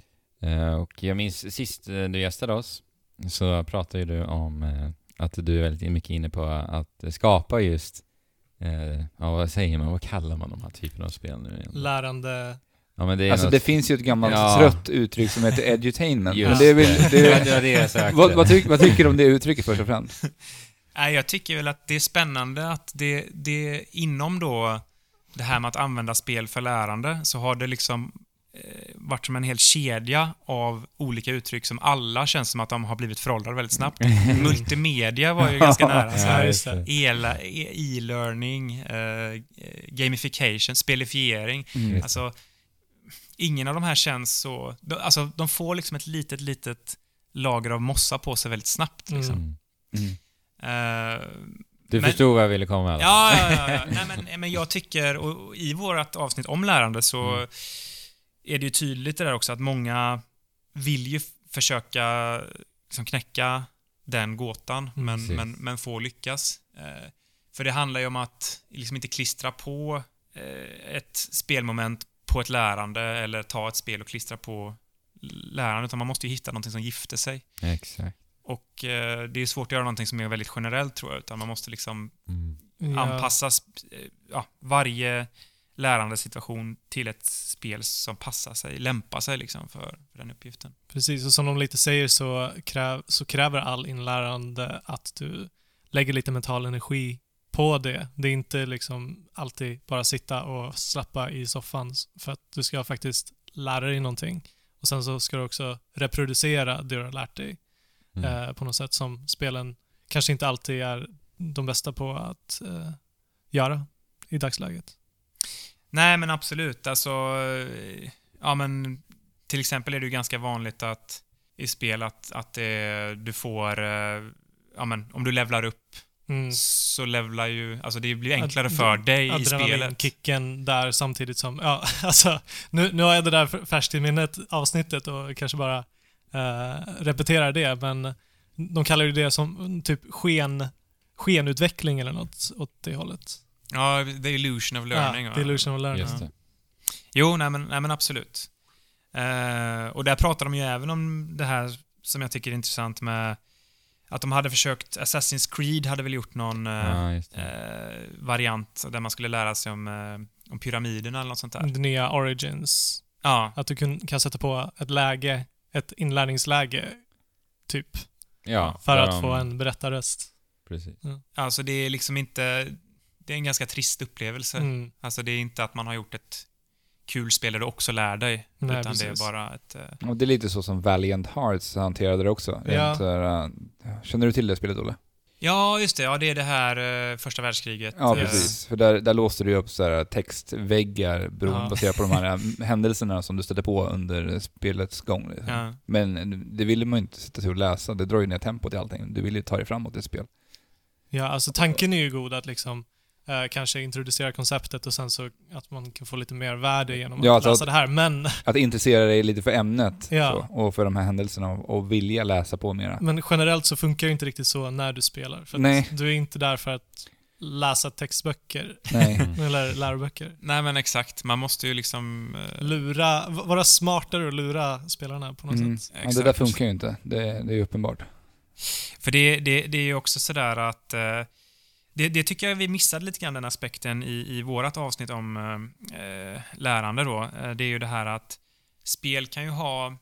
Eh, och jag minns sist eh, du gästade oss så pratade ju du om eh, att du är väldigt mycket inne på att skapa just eh, ja, vad säger man, vad kallar man de här typerna av spel nu igen? Lärande... Ja, men det är Alltså något- det finns ju ett gammalt Ja. trött uttryck som heter edutainment. Just Men det är väl, det. det, Det var det jag sökte. vad, vad, tyck, vad tycker du om det uttrycket först och främst? Nej, jag tycker väl att det är spännande att det, det inom då det här med att använda spel för lärande så har det liksom eh, varit som en hel kedja av olika uttryck som alla känns som att de har blivit föråldrade väldigt snabbt. Multimedia var ju ganska nära. Så Ja, här, just det. E- e-learning, eh, gamification, spelifiering. Mm. Alltså, ingen av de här känns så... De, alltså, de får liksom ett litet, litet lager av mossa på sig väldigt snabbt. Liksom. Mm. Mm. Eh, Du Men- förstod vad jag ville komma med. Ja, ja, ja. ja. Nej, men, men jag tycker, och i vårt avsnitt om lärande så Mm. är det ju tydligt det där också att många vill ju f- försöka liksom knäcka den gåtan, Mm, men, precis. men, men få lyckas. Eh, för det handlar ju om att liksom inte klistra på eh, ett spelmoment på ett lärande eller ta ett spel och klistra på lärande, utan man måste ju hitta någonting som gifter sig. Exakt. Och eh, det är svårt att göra någonting som är väldigt generellt, tror jag, utan man måste liksom Mm. Ja, anpassas eh, ja, varje lärandesituation till ett spel som passar sig, lämpar sig liksom för, för den uppgiften. precis. Och som de lite säger så, kräv, så kräver all inlärande att du lägger lite mental energi på det. Det är inte liksom alltid bara sitta och slappa i soffan, för att du ska faktiskt lära dig någonting. Och sen så ska du också reproducera det du har lärt dig Mm. eh, på något sätt som spelen kanske inte alltid är de bästa på att eh, göra i dagsläget. Nej, men absolut. Alltså, eh, ja, men till exempel är det ju ganska vanligt att i spel att, att det, du får, eh, ja men om du levlar upp Mm. så levlar ju, alltså det blir enklare Ad- för dig i spelet. Adrenalinkicken där samtidigt som, ja, alltså, nu, nu har jag det där färskt i minnet, avsnittet, och kanske bara uh, repeterar det, men de kallar ju det som typ sken, skenutveckling eller något åt det hållet. Ja, the illusion of learning. Ja, va? the illusion of learning. Just det. Jo, nej men, nej men absolut. Eh, och där pratar de ju även om det här som jag tycker är intressant med att de hade försökt, Assassin's Creed hade väl gjort någon eh, Ja, just det. eh, variant där man skulle lära sig om, eh, om pyramiderna eller något sånt där. Det nya Origins. Ja, Att du kan, kan sätta på ett läge, ett inlärningsläge, typ, Ja, för där att har få man- en berättarröst. Precis. alltså det är liksom inte, det är en ganska trist upplevelse. Mm. Alltså det är inte att man har gjort ett kul spel där du också lär dig, Nej, utan det precis. är bara ett... eh, Och det är lite så som Valiant Hearts hanterade det också. Ja. Rent, så här, äh, känner du till det spelet, Olle? Ja, just det. Ja, det är det här eh, första världskriget. Ja, eh, precis. För där, där låste du upp så här textväggar bero- Ja. baserat på de här äh, händelserna som du stötte på under spelets gång. Liksom. Ja. Men det ville man ju inte sitta sig och läsa. Det drar ju ner tempot i allting. Du vill ju ta dig framåt i spel. Ja, alltså tanken är ju god att liksom eh, kanske introducera konceptet och sen så att man kan få lite mer värde genom Ja, att alltså läsa att- det här, men, Att intressera dig lite för ämnet Ja. så, och för de här händelserna och, och vilja läsa på mera. men generellt så funkar det inte riktigt så när du spelar. För att Nej. du är inte där för att läsa textböcker Nej. Mm. eller läroböcker. Nej, men exakt. Man måste ju liksom... eh, Lura, v- vara smartare och lura spelarna på något Mm. sätt. Ja, det där funkar ju inte. Det, det är ju uppenbart. För det, det, det är ju också sådär att... eh, det, det tycker jag vi missade lite grann, den aspekten i, i vårat avsnitt om eh, lärande då. Eh, det är ju det här att spel kan ju ha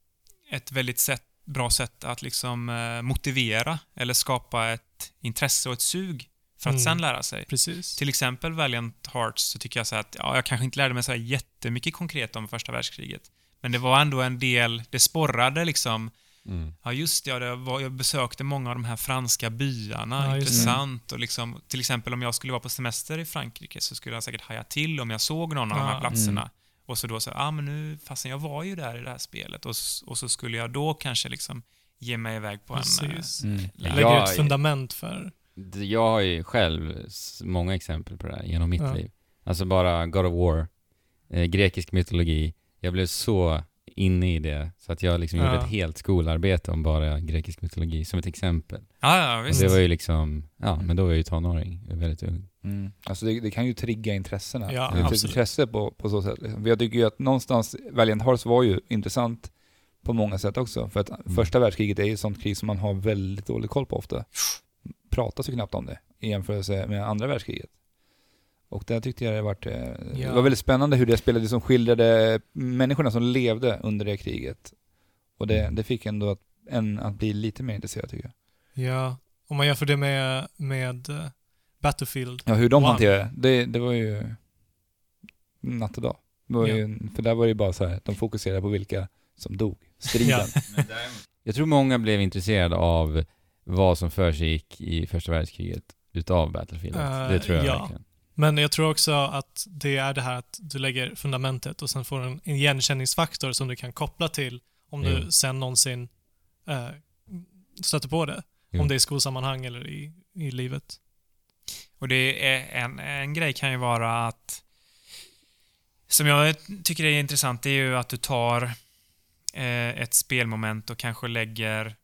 ett väldigt sätt, bra sätt att liksom eh, motivera eller skapa ett intresse och ett sug för att Mm. sen lära sig. Precis. Till exempel Valiant Hearts så tycker jag så här att ja, jag kanske inte lärde mig så här jättemycket konkret om första världskriget. Men det var ändå en del, det sporrade liksom. Mm. Ja just det, ja, det var, jag besökte många av de här franska byarna, Ja, just det. intressant. Och liksom, till exempel om jag skulle vara på semester i Frankrike så skulle jag säkert haja till om jag såg någon av de Ja. här platserna. Mm. Och så då så, ja ah, men nu, fastän jag var ju där i det här spelet. Och, s- och så skulle jag då kanske liksom ge mig iväg på en... Precis. Mm. Lägger Lägger Jag- ett fundament för... D- Jag har ju själv s- många exempel på det här genom mitt Ja. liv. Alltså bara God of War, eh, grekisk mytologi. Jag blev så inne i det så att jag liksom Ja. gjorde ett helt skolarbete om bara grekisk mytologi som ett exempel. Ja, ja, Och visst. det var ju liksom, ja men då var jag ju tonåring, jag var väldigt ung. Mm. Alltså det, det kan ju trigga intressena. Ja, Ett absolut. intresse på, på så sätt. Liksom. Jag tycker ju att någonstans Valiant Hearts var ju intressant på många sätt också. För att Mm. första världskriget är ju ett sånt krig som man har väldigt dålig koll på ofta. Pratas ju knappt om det i jämförelse med andra världskriget. Och där tyckte jag det, varit, eh, det Ja. var väldigt spännande hur det spelade som skildrade människorna som levde under det kriget. Och det, det fick ändå att, en att bli lite mer intresserad tycker jag. Ja, om man jämför det med, med eh, Battlefield. Ja, hur de Wow. hanterade det, det, det var ju natt och dag. Det var Ja. ju, för där var det ju bara så här, de fokuserade på vilka som dog. Striden. Jag tror många blev intresserade av vad som för sig gick i första världskriget utav Battlefield. Eh, det tror jag ja. verkligen. Men jag tror också att det är det här att du lägger fundamentet och sen får en igenkänningsfaktor som du kan koppla till om Jo. du sen någonsin eh, stöter på det. Jo. Om det är i skolsammanhang eller i, i livet. Och det är en, en grej kan ju vara att som jag tycker är intressant det är ju att du tar eh, ett spelmoment och kanske lägger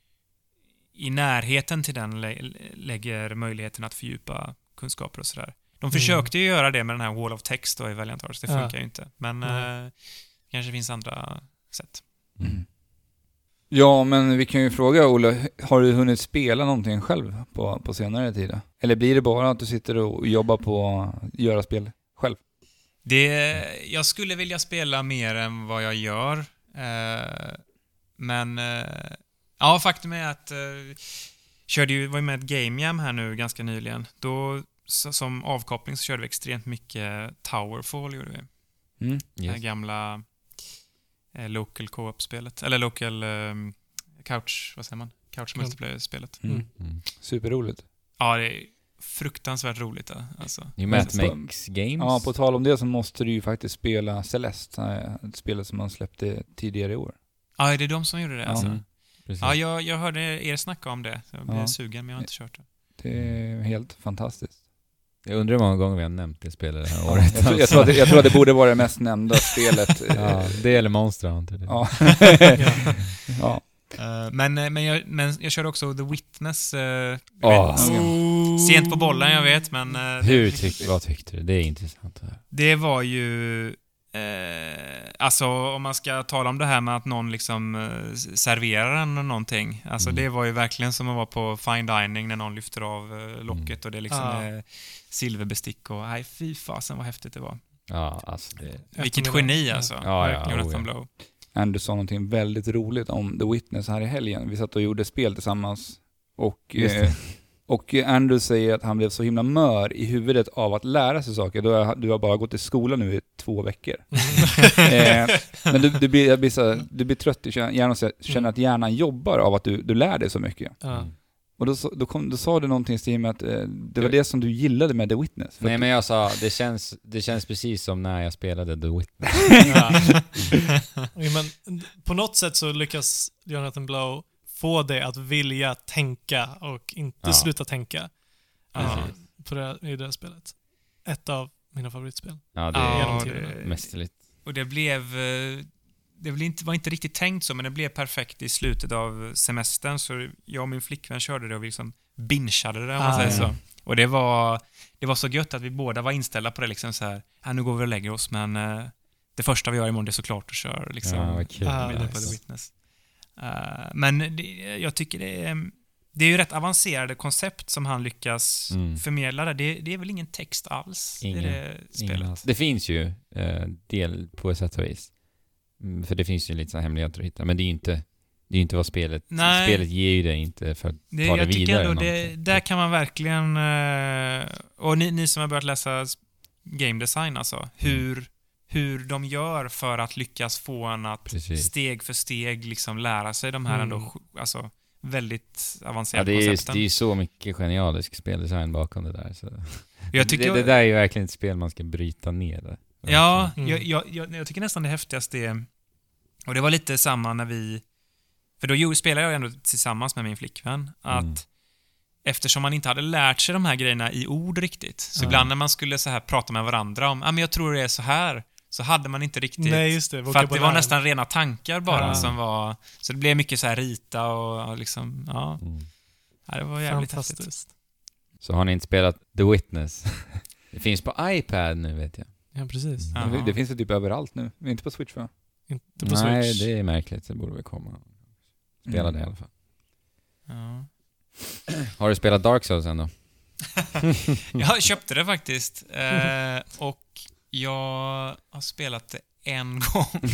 i närheten till den lä lägger möjligheten att fördjupa kunskaper och sådär. De Mm. försökte ju göra det med den här Wall of Text då i Valiant Hearts. Det Ja. funkar ju inte. Men Nej. eh, kanske finns andra sätt. Mm. Ja, men vi kan ju fråga Olle, har du hunnit spela någonting själv på, på senare tid? Eller blir det bara att du sitter och jobbar på att göra spel själv? Det, jag skulle vilja spela mer än vad jag gör. Eh, men eh, ja, faktum är att eh, körde ju, var ju med ett Game Jam här nu ganska nyligen. Då så, som avkoppling så körde vi extremt mycket Towerfall gjorde vi. Mm. Det här Yes. gamla eh, local co-op-spelet. Eller local eh, couch, vad säger man? Couch multiplayer-spelet. Mm. Mm. Superroligt. Ja, det är fruktansvärt roligt. eh, Alltså. Det är Matt Men- Makes Games. Ja, på tal om det så måste du ju faktiskt spela Celeste, eh, ett spel som man släppte tidigare i år. Ja, är det de som gjorde det? Ja. Alltså? Mm, precis. Ja, jag, jag hörde er snacka om det. Så jag blev Ja. sugen, men jag har inte kört det. Det är helt fantastiskt. Jag undrar hur många gånger vi har nämnt det spelet det här Ja, året. jag, tror, jag, tror att det, jag tror att det borde vara det mest nämnda spelet. Ja, det eller Monster Hunter. Det. Ja. Ja. Uh, men, men, jag, men jag körde också The Witness. Uh, Åh. vet, sent på bollen, jag vet, men... Uh, Hur tyck, vad tyckte du? Det är intressant. Det här. Det var ju... Eh, alltså om man ska tala om det här med att någon liksom eh, serverar en någonting. Alltså Mm. det var ju verkligen som att vara på fine dining när någon lyfter av eh, locket och det liksom Ah. är silverbestick och nej, fy fasen vad häftigt det var. Ja, alltså det... Vilket Eftermiddag. geni alltså. Ja, ja, Jonathan oh, ja. Blow. Andrew sa någonting väldigt roligt om The Witness här i helgen. Vi satt och gjorde spel tillsammans. Och, Just det. eh, och Andrew säger att han blev så himla mör i huvudet av att lära sig saker. Du har, du har bara gått i skolan nu i två veckor. eh, men du, du, blir, jag blir så, du blir trött i hjärnan och känner att hjärnan jobbar av att du, du lär dig så mycket. Ja. Mm. Och då, då, kom, då sa du någonting i stil med att eh, det var det som du gillade med The Witness. För Nej, att- men jag sa, det känns, det känns precis som när jag spelade The Witness. Ja. Ja, men på något sätt så lyckas Jonathan Blow få dig att vilja tänka och inte Ja. sluta tänka Ja. eh, på det, i det här spelet. Ett av mina favoritspel. Ja, det Ja, är genom det- tiderna. mästerligt. Och det blev... eh, Det var inte, var inte riktigt tänkt så, men det blev perfekt i slutet av semestern. Så jag och min flickvän körde det och vi liksom bingeade det, om man Ah, säger ja. så. Och det var, det var så gött att vi båda var inställda på det. Liksom så här, ja, nu går vi och lägger oss, men eh, det första vi gör imorgon är såklart att köra liksom, Ja, vad kul. Ah, vidare nice. på The Witness. Eh, men det, jag tycker det är, det är ju rätt avancerade koncept som han lyckas Mm. förmedla där. Det, det är väl ingen text alls Ingen- i det spelet. Ingen alls. Det finns ju eh, del på ett sätt och vis. Mm, för det finns ju lite så här hemligheter att hitta. Men det är ju inte, det är ju inte vad spelet... Nej. Spelet ger ju det inte för att Det, ta det jag tycker vidare. ändå, det, någonting. där kan man verkligen... eh, och ni, ni som har börjat läsa s- game design, alltså. Hur, hur de gör för att lyckas få en att Precis. steg för steg liksom lära sig de här Mm. ändå sj- alltså, väldigt Ja, avancerade det är ju koncepten. det är ju så mycket genialisk speldesign bakom det där. Så. jag tycker, det, det där är ju verkligen ett spel man ska bryta ner. Där. Ja, Mm. jag, jag, jag, jag tycker nästan det häftigaste är... Och det var lite samma när vi... För då ju- spelade jag ändå tillsammans med min flickvän. Att Mm. eftersom man inte hade lärt sig de här grejerna i ord riktigt. Så Ja. ibland när man skulle så här prata med varandra om, ja ah, men jag tror det är så här. Så hade man inte riktigt... Nej, just det. för att det var vokabulären. nästan rena tankar bara Ja. som var... Så det blev mycket så här rita och, och liksom... Ja, Mm. ja, det var jävligt häftigt. Fantastiskt. Så har ni inte spelat The Witness? Det finns på iPad nu, vet jag. Ja, precis. Ja. det, det finns ju typ överallt nu. Inte på Switch, va? Inte på Nej, Switch. det är märkligt. Det borde väl komma. Spela Mm. det i alla fall. Ja. Har du spelat Dark Souls än då? Jag köpte det faktiskt. Eh, och jag har spelat det en gång.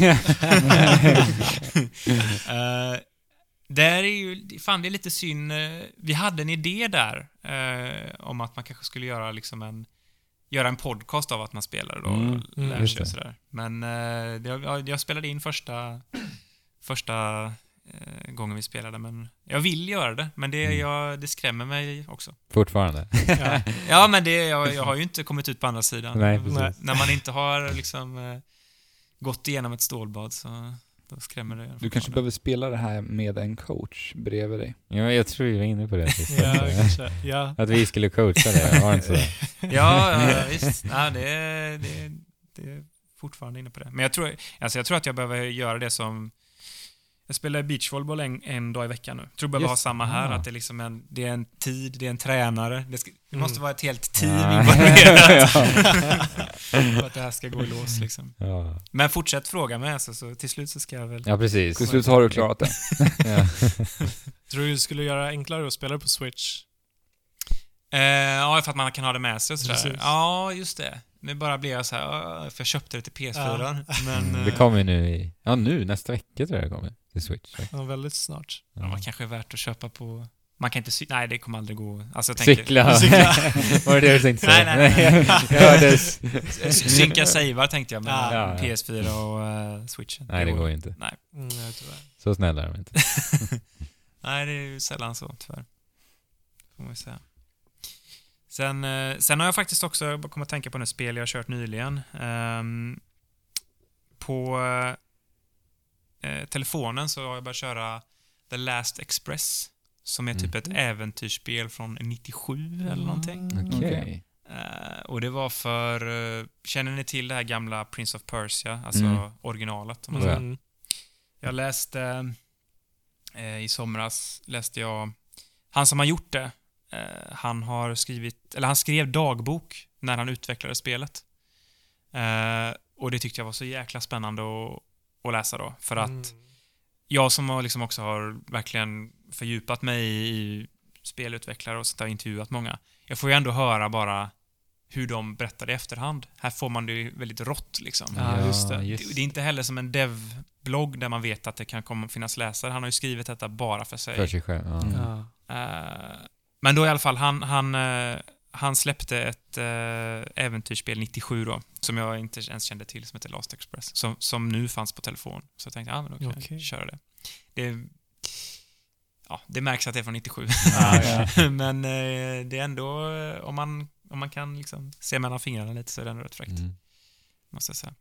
eh, där är ju, fan det är lite synd. eh, Vi hade en idé där eh, om att man kanske skulle göra liksom en göra en podcast av att man spelade då Mm, och lär just sig och det. sådär. Men eh, det, jag, jag spelade in första första eh, gången vi spelade, men jag vill göra det, men det, Mm. jag, det skrämmer mig också. Fortfarande? Ja. Ja, men det, jag, jag har ju inte kommit ut på andra sidan. Nej, precis. Nej. När man inte har liksom eh, gått igenom ett stålbad så då skrämmer det. Du kanske fortfarande. behöver spela det här med en coach bredvid dig. Ja, jag tror vi var inne på det. sist. Ja, kanske. Ja. Att vi skulle coacha det, var det inte så? Ja, ja visst. Nej, det, det, det är fortfarande inne på det. Men jag tror, alltså jag tror att jag behöver göra det som... Jag spelar beachvolleyboll en, en dag i veckan nu. Jag tror jag behöver ha Just- samma här. ah. Att det, är liksom en, det är en tid, det är en tränare. Det, ska, det måste Mm. vara ett helt team Ah. involverat. För att det här ska gå i lås liksom. Ja, Men fortsätt fråga mig alltså, så till slut så ska jag väl... ja precis. Till slut har du klarat det. Ja. Tror du det skulle göra enklare att spela på Switch? Eh, ja, för att man kan ha det med sig och sådär. Precis. Ja, just det. Nu bara blev jag så här, "Åh", för jag köpte det till P S fyra. Men Mm, det eh, kommer ju nu i... Ja, nu, nästa vecka tror jag det kommer. Till Switch. Ja, väldigt snart. ja, man kanske är värt att köpa på... Man kan inte cy- Nej, det kommer aldrig gå. Alltså, jag tänker... Cykla. Cykla. Var det det du tänkte säga? Nej, nej, nej. Jag hördes. S- Synka savear tänkte jag med Ja, ja. P S fyra och uh, Switchen. Nej, det går ju inte. Nej. Mm, nej, tyvärr. Så snälla är de inte. Nej, det är ju sällan så, tyvärr. Får man ju säga. Sen, eh, sen har jag faktiskt också jag kommer att tänka på ett spel jag har kört nyligen. Ehm, på... eh, telefonen så har jag börjat köra The Last Express, som är typ Mm. ett äventyrsspel från nittiosju eller någonting. Okej. Okej. Eh, och det var för... eh, känner ni till det här gamla Prince of Persia? Alltså Mm. originalet. Om man säger. Mm. Jag läste... Eh, I somras läste jag... Han som har gjort det, eh, han har skrivit... Eller han skrev dagbok när han utvecklade spelet. Eh, och det tyckte jag var så jäkla spännande att, att läsa då. För att Mm. jag som har liksom också har verkligen fördjupat mig i spelutvecklare och sånt där, intervjuat många. Jag får ju ändå höra bara hur de berättade i efterhand. Här får man det ju väldigt rått liksom. Ja, just det. Det, det är inte heller som en dev-blogg där man vet att det kan komma finnas läsare. Han har ju skrivit detta bara för sig. För sig själv, ja. Mm. Ja. Eh, men då i alla fall, han, han, eh, han släppte ett uh, äventyrsspel nittiosju då, som jag inte ens kände till, som heter Last Express, som, som nu fanns på telefon. Så jag tänkte, ja ah, men då kan Okej. jag köra det. det. Ja, det märks att det är från nittiosju. Ja, ja. Men eh, det är ändå, eh, om man, om man kan liksom se mellan fingrarna lite, så är det ändå rätt fräckt, Mm. måste jag säga.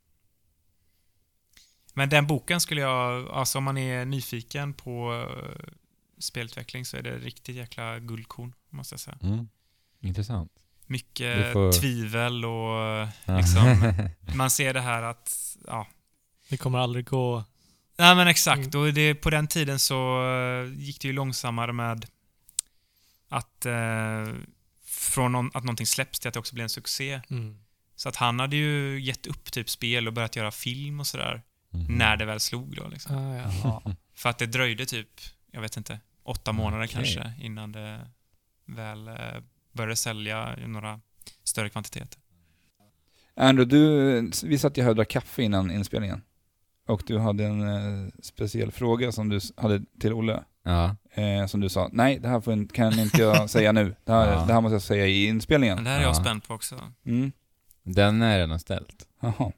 Men den boken skulle jag, alltså om man är nyfiken på uh, spelutveckling, så är det riktigt jäkla guldkorn, måste jag säga. Mm. Intressant. Mycket Du får- tvivel och Ja. liksom, man ser det här att, ja. Det kommer aldrig gå... Nej men exakt, Mm. och det, på den tiden så uh, gick det ju långsammare med att uh, från någon, att någonting släpps till att det också blir en succé. Mm. Så att han hade ju gett upp typ spel och börjat göra film och sådär, Mhm. när det väl slog då liksom. Ah, ja. För att det dröjde typ, jag vet inte, åtta månader Okej. kanske innan det väl eh, började sälja i några större kvantiteter. Andrew, du, vi satt ju här och drack kaffe innan inspelningen. Och du hade en eh, speciell fråga som du s- hade till Olle. Ja. Eh, som du sa, nej det här får, en- kan inte jag säga nu. Det här, Ja. det här måste jag säga i Men inspelningen. det här är jag Ja. spänd på också. Mm. Den är redan ställt. Jaha.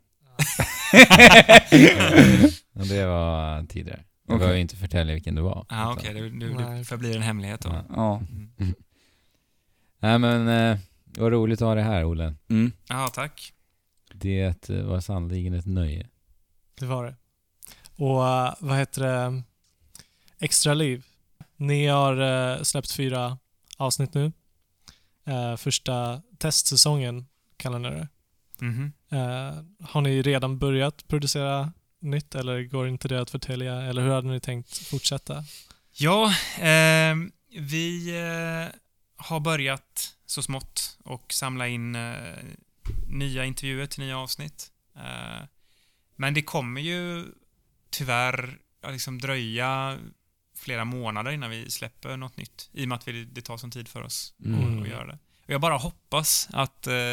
Och det var tidigare. Jag Okej. behöver inte förtälja vilken det var. Ja, okej, det, det, det Nej. förblir en hemlighet då. Ja. Ja. Mm. Nej men, eh, det var roligt att ha det här, Olle. Mm. Ja, tack. Det eh, var sannoliken ett nöje. Det var det. Och eh, vad heter det? Extra liv. Ni har eh, släppt fyra avsnitt nu. Eh, första testsäsongen kallar ni det. Mhm. Eh, har ni redan börjat producera nytt, eller går inte det att förtälja? Eller hur hade ni tänkt fortsätta? Ja, eh, vi eh, har börjat så smått och samla in eh, nya intervjuer till nya avsnitt. Eh, men det kommer ju tyvärr ja, liksom dröja flera månader innan vi släpper något nytt, i och med att vi, det tar sån tid för oss Mm. att, att göra det. Och jag bara hoppas att eh,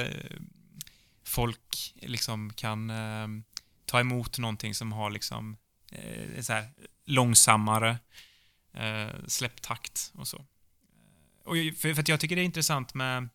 folk liksom kan eh, ta emot någonting som har liksom eh, så här långsammare eh, släpptakt och så. Och ju- för, för att jag tycker det är intressant med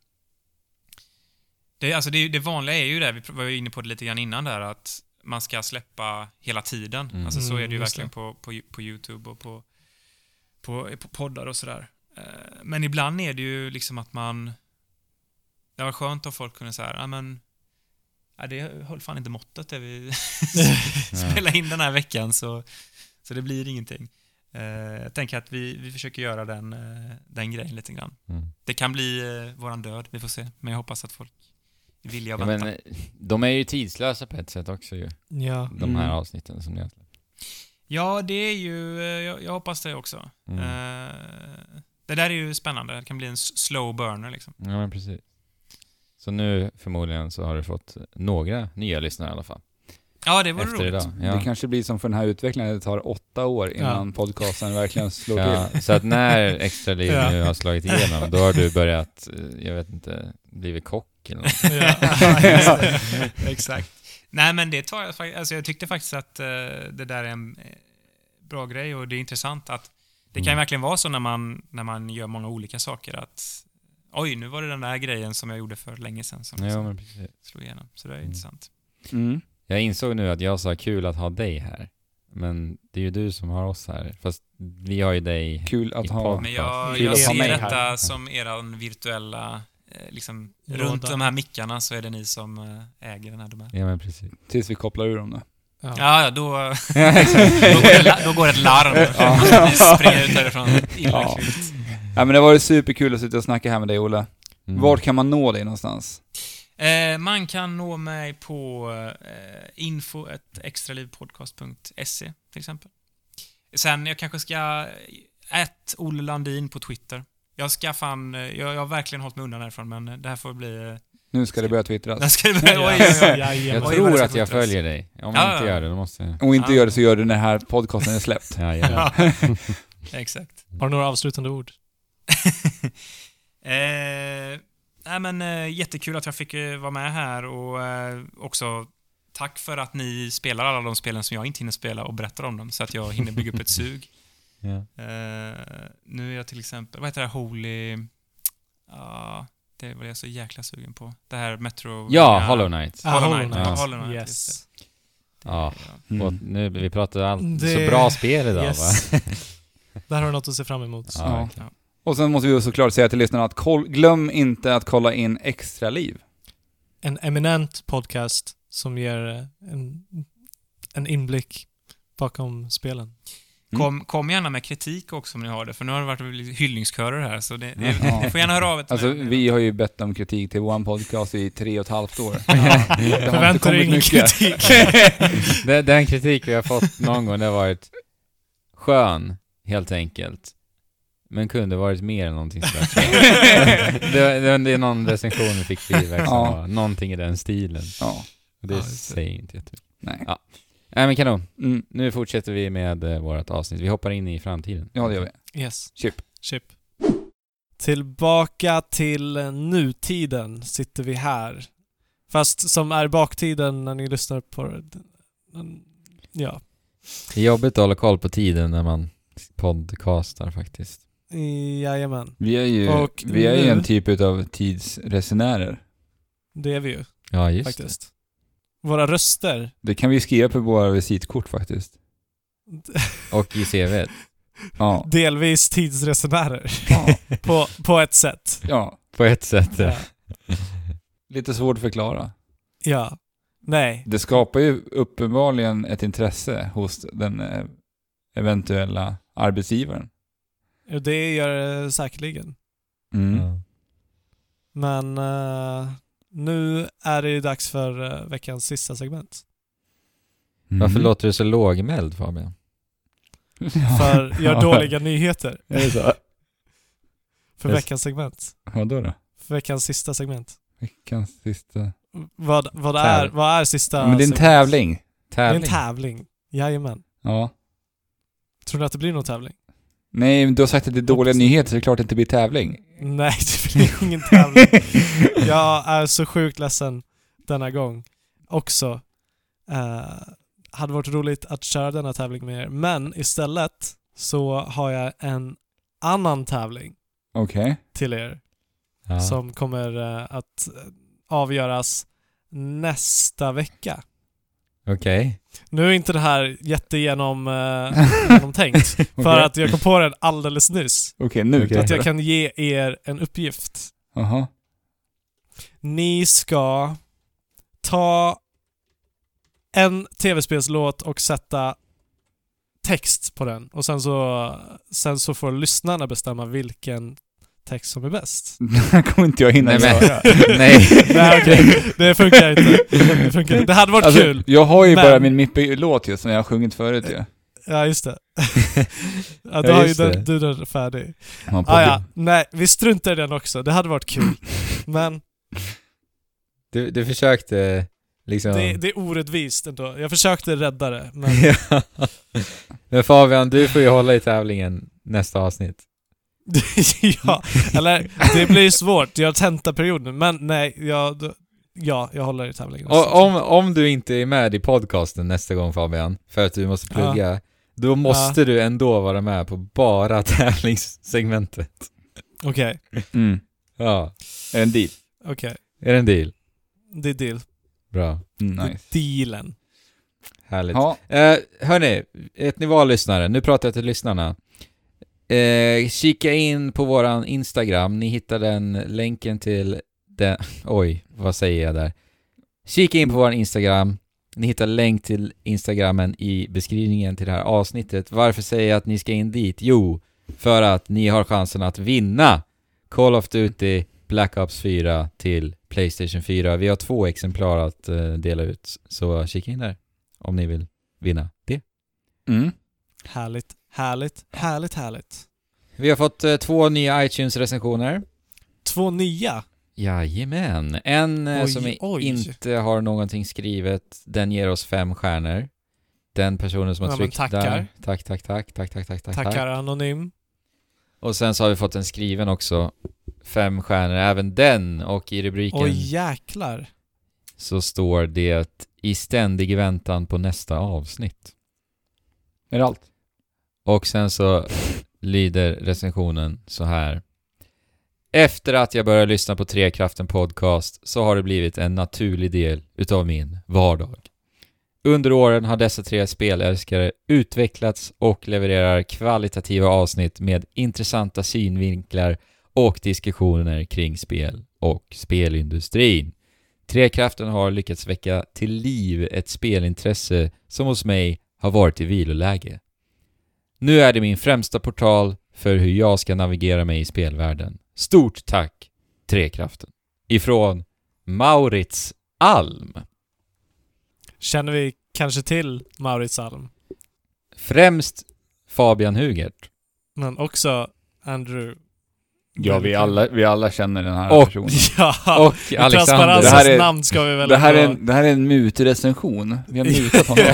det, alltså det, det vanliga är ju det, vi var ju inne på det lite grann innan där, att man ska släppa hela tiden. Mm. Alltså så är det ju Mm, just verkligen på, på, på YouTube och på, på, på poddar och sådär. Eh, Men ibland är det ju liksom att man, det var skönt om folk kunde säga, ja men ja, det höll fan inte måttet det vi spelade in den här veckan, så, så det blir ingenting. Eh, jag tänker att vi, vi försöker göra den, eh, den grejen lite grann. Mm. Det kan bli eh, våran död, vi får se. Men jag hoppas att folk är villiga att Ja, vänta. men, eh, de är ju tidslösa på ett sätt också ju. Ja. De här Mm. avsnitten som ni har släppt. Ja, det är ju, eh, jag, jag hoppas det också. Mm. Eh, det där är ju spännande, det kan bli en s- slow burner liksom. Ja, men precis. Så nu förmodligen så har du fått några nya lyssnare i alla fall. Ja, det vore Efter roligt. idag. Ja. Det kanske blir som för den här utvecklingen, det tar åtta år innan podcasten verkligen slår Ja, till. så att när Extra Liv Ja. nu har slagit igenom, då har du börjat, eh, jag vet inte, blivit kock eller något. Ja. Just det. Exakt. Nej, men det tar jag faktiskt, alltså jag tyckte faktiskt att eh, det där är en eh, bra grej, och det är intressant att det kan ju Mm. verkligen vara så när man, när man gör många olika saker att oj, nu var det den där grejen som jag gjorde för länge sedan som Ja, liksom men precis. slog igenom. Så det är Mm. intressant. Mm. Jag insåg nu att jag sa kul att ha dig här. Men det är ju du som har oss här. Fast vi har ju dig. Kul att I ha. podd. Men jag, Kul jag att ha ser mig detta här. som eran virtuella eh, liksom, Låda. runt de här mickarna så är det ni som eh, äger den här domänen. Ja, men precis. Tills vi kopplar ur dem då. Ja. Ja, ja, då, då, går det, då går ett larm. Man springer ut därifrån. Ja. Ja, men det var superkul att sitta och snacka här med dig, Olle. Mm. Vart kan man nå dig någonstans? Eh, man kan nå mig på eh, info at extralivpodcast punkt se till exempel. Sen jag kanske ska ett Olle Landin på Twitter. Jag ska fan, jag, jag har verkligen hållit mig undan därifrån, men det här får bli... Nu ska det börja twittras. Det ska bli, oj, oj, oj. Jag Oj, tror vad det att ska jag twittras. följer dig. Om Ja, jag inte ja. gör det, då måste jag... Om inte Ja. gör det så gör du när den här podcasten är släppt. Ja, ja. Ja. Exakt. Har du några avslutande ord? eh, nej men eh, jättekul att jag fick eh, vara med här och eh, också tack för att ni spelar alla de spelen som jag inte hinner spela och berättar om dem så att jag hinner bygga upp ett sug. Ja. Eh, nu är jag till exempel, vad heter det här, Holy... Ja, det var jag så jäkla sugen på. Det här Metro... Ja, Hollow Knight. Ah, Hollow Hollow Knight. Knight. Ja, Hollow Knight, Yes. just det. Ja. Mm. Och nu, vi pratar allt Det- så bra spel idag, Yes. va? Där har du något att se fram emot. Ja, Ja. verkligen. Och sen måste vi såklart säga till lyssnarna att koll, glöm inte att kolla in Extra Liv. En eminent podcast som ger eh, en, en inblick bakom spelen. Kom, kom gärna med kritik också om ni har det, för nu har det varit lite hyllningskörer här, så det, det, Ja. ni får gärna höra av er till Alltså, mig. vi har ju bett om kritik till vår podcast i tre och ett halvt år. Förvänta dig ingen kritik. Den, den kritik vi har fått någon gång, det har varit skön, helt enkelt. Men kunde varit mer än någonting sådär. det, det, det är någon recension vi fick feedback som Ja. var någonting i den stilen. Ja, Och det Ja, just det. säger inte jättemycket. nej. Ja. Nej men kanon. Mm. Nu fortsätter vi med eh, vårt avsnitt. Vi hoppar in i framtiden. Ja, det gör vi. Yes. Chip. Chip. Tillbaka till nutiden sitter vi här. Fast som är baktiden när ni lyssnar på det. Ja. Det är jobbigt att hålla koll på tiden när man podcastar faktiskt. Jajamän. Vi är ju, Och vi är ju nu- en typ av tidsresenärer. Det är vi ju Ja, just faktiskt. Våra röster. Det kan vi skriva på våra visitkort faktiskt. det. Och i C V. Ja. Delvis tidsresenärer. Ja. på, på ett sätt. ja. På ett sätt. Ja. Lite svårt att förklara. ja. Nej. Det skapar ju uppenbarligen ett intresse hos den eh, eventuella arbetsgivaren. Det gör det säkerligen. Mm. Ja. Men eh, nu är det ju dags för eh, veckans sista segment. Mm. Varför låter du så lågmäld, Fabian? För gör Ja. dåliga nyheter. Är det så? För Yes. veckans segment. Vadå då? För veckans sista segment. Veckans sista... Vad, vad, Täv- är, vad är sista Ja, men det är en segment? tävling. Det är en Tävling. tävling. Jajamän. Ja. Tror du att det blir någon tävling? Nej, men du har sagt att det är dåliga Hoppas. nyheter så det är klart att det inte blir tävling. Nej, det blir ingen tävling. Jag är så sjukt ledsen denna gång också. Uh, hade varit roligt att köra denna tävling med er. Men istället så har jag en annan tävling Okej. till er Ja. som kommer eh, att avgöras nästa vecka. Okej. Nu är inte det här jättegenom uh, genomtänkt för Okej. att jag kom på den alldeles nyss. Okej, nu. Okej. Att jag kan ge er en uppgift. Jaha. Ni ska ta en tv-spelslåt och sätta text på den. Och sen så, sen så får lyssnarna bestämma vilken text som är bäst. Det här kommer inte jag hinna Nej, men- göra. Nej. Nej, okej. Det funkar inte. Det funkar inte. Det hade varit Alltså, kul. jag har ju Men- bara min Mippi-låt just som jag har sjungit förut ju. Ja, just det. Ja, du Ja, har ju just den, det. du den färdig. Ja, på Ah, ja. Nej, vi struntar i den också. Det hade varit kul. Men Du, du försökte liksom... det, det är orättvist ändå. Jag försökte rädda det, men Ja. Men Fabian, du får ju hålla i tävlingen nästa avsnitt. ja, eller det blir svårt. Jag har tentaperiod nu, men nej, jag, ja, jag håller i tävlingen. Och, om, om du inte är med i podcasten nästa gång, Fabian, för att du måste plugga, då måste du ändå vara med på bara tävlingssegmentet. Okej, Mm. Ja. Är det en deal? okej. Är det en deal? Det är deal. Bra. Mm, nice. Dealen. Härligt. Ja. Eh, hörni, ett ni var lyssnare. Nu pratar jag till lyssnarna. Eh, kika in på våran Instagram. Ni hittar den länken till den. Oj, vad säger jag där? Kika in på våran Instagram. Ni hittar länk till Instagrammen i beskrivningen till det här avsnittet. Varför säger jag att ni ska in dit? Jo, för att ni har chansen att vinna Call of Duty Black Ops fyra till PlayStation fyra. Vi har två exemplar att uh, dela ut, så kika in där om ni vill vinna det. Mm. Härligt, härligt, härligt, härligt. Vi har fått uh, två nya iTunes-recensioner. Två nya? Jajamän. En uh, Oj, som vi oj. inte har någonting skrivet, den ger oss fem stjärnor. Den personen som har Ja, men tryckt tackar. där. Tack, tack, tack, tack, tack, tack, tack. Tackar anonym. Och sen så har vi fått en skriven också. Fem stjärnor, även den. Och i rubriken Oj, jäklar. så står det i ständig väntan på nästa avsnitt. Är det allt? Och sen så lyder recensionen så här. Efter att jag började lyssna på Trekraften podcast så har det blivit en naturlig del utav min vardag. Under åren har dessa tre spelälskare utvecklats och levererar kvalitativa avsnitt med intressanta synvinklar och diskussioner kring spel och spelindustrin. Trekraften har lyckats väcka till liv ett spelintresse som hos mig har varit i viloläge. Nu är det min främsta portal för hur jag ska navigera mig i spelvärlden. Stort tack, Trekraften. Ifrån Maurits Alm. Känner vi kanske till Maurits Alm? Främst Fabian Hugert. Men också Andrew. Ja, vi alla, vi alla känner den här Och- personen. Ja, Och i Alexander. transparensens Det här är- namn ska vi väl Det här, är ändå- en, det här är en mutrecension. Vi har mutat honom.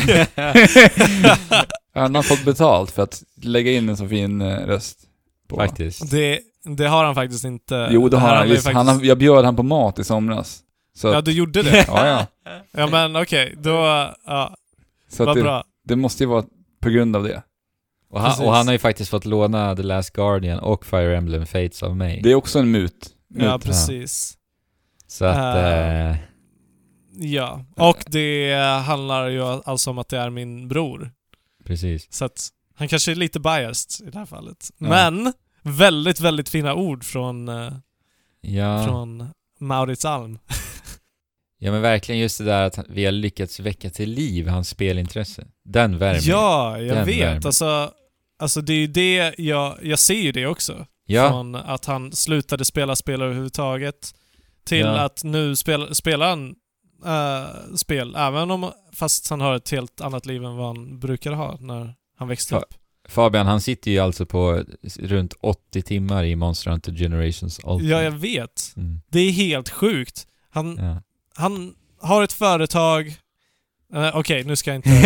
Han har fått betalt för att lägga in en så fin eh, röst. På. Faktiskt. det, det har han faktiskt inte. Jo, det har här han. vi Just, faktiskt- han har, jag bjöd han på mat i somras. Så Ja, att, du gjorde det. ja, ja. Ja, men okej. Då, ja, Så att vad det, bra. det måste ju vara på grund av det. Och han, Precis. och han har ju faktiskt fått låna The Last Guardian och Fire Emblem Fates av mig. Det är också en mut. mut. Ja, precis. Så att... Eh. Eh, Ja, och det handlar ju alltså om att det är min bror. precis. Så att han kanske är lite biased i det här fallet. Ja. Men väldigt, väldigt fina ord från, eh, Ja. från Maurits Alm. ja, men verkligen just det där att vi har lyckats väcka till liv hans spelintresse. Den värmer. Ja, jag Den vet. värmer. Alltså, alltså det är ju det, jag, jag ser ju det också. Ja, Från att han slutade spela spel överhuvudtaget till Ja. att nu spela, spela en uh, spel, även om fast han har ett helt annat liv än vad han brukade ha när han växte Ja. upp. Fabian, han sitter ju alltså på runt åttio timmar i Monster Hunter Generations Ultimate. Ja, jag vet. Mm. Det är helt sjukt. Han, Ja. han har ett företag. Uh, Okej, nu ska jag inte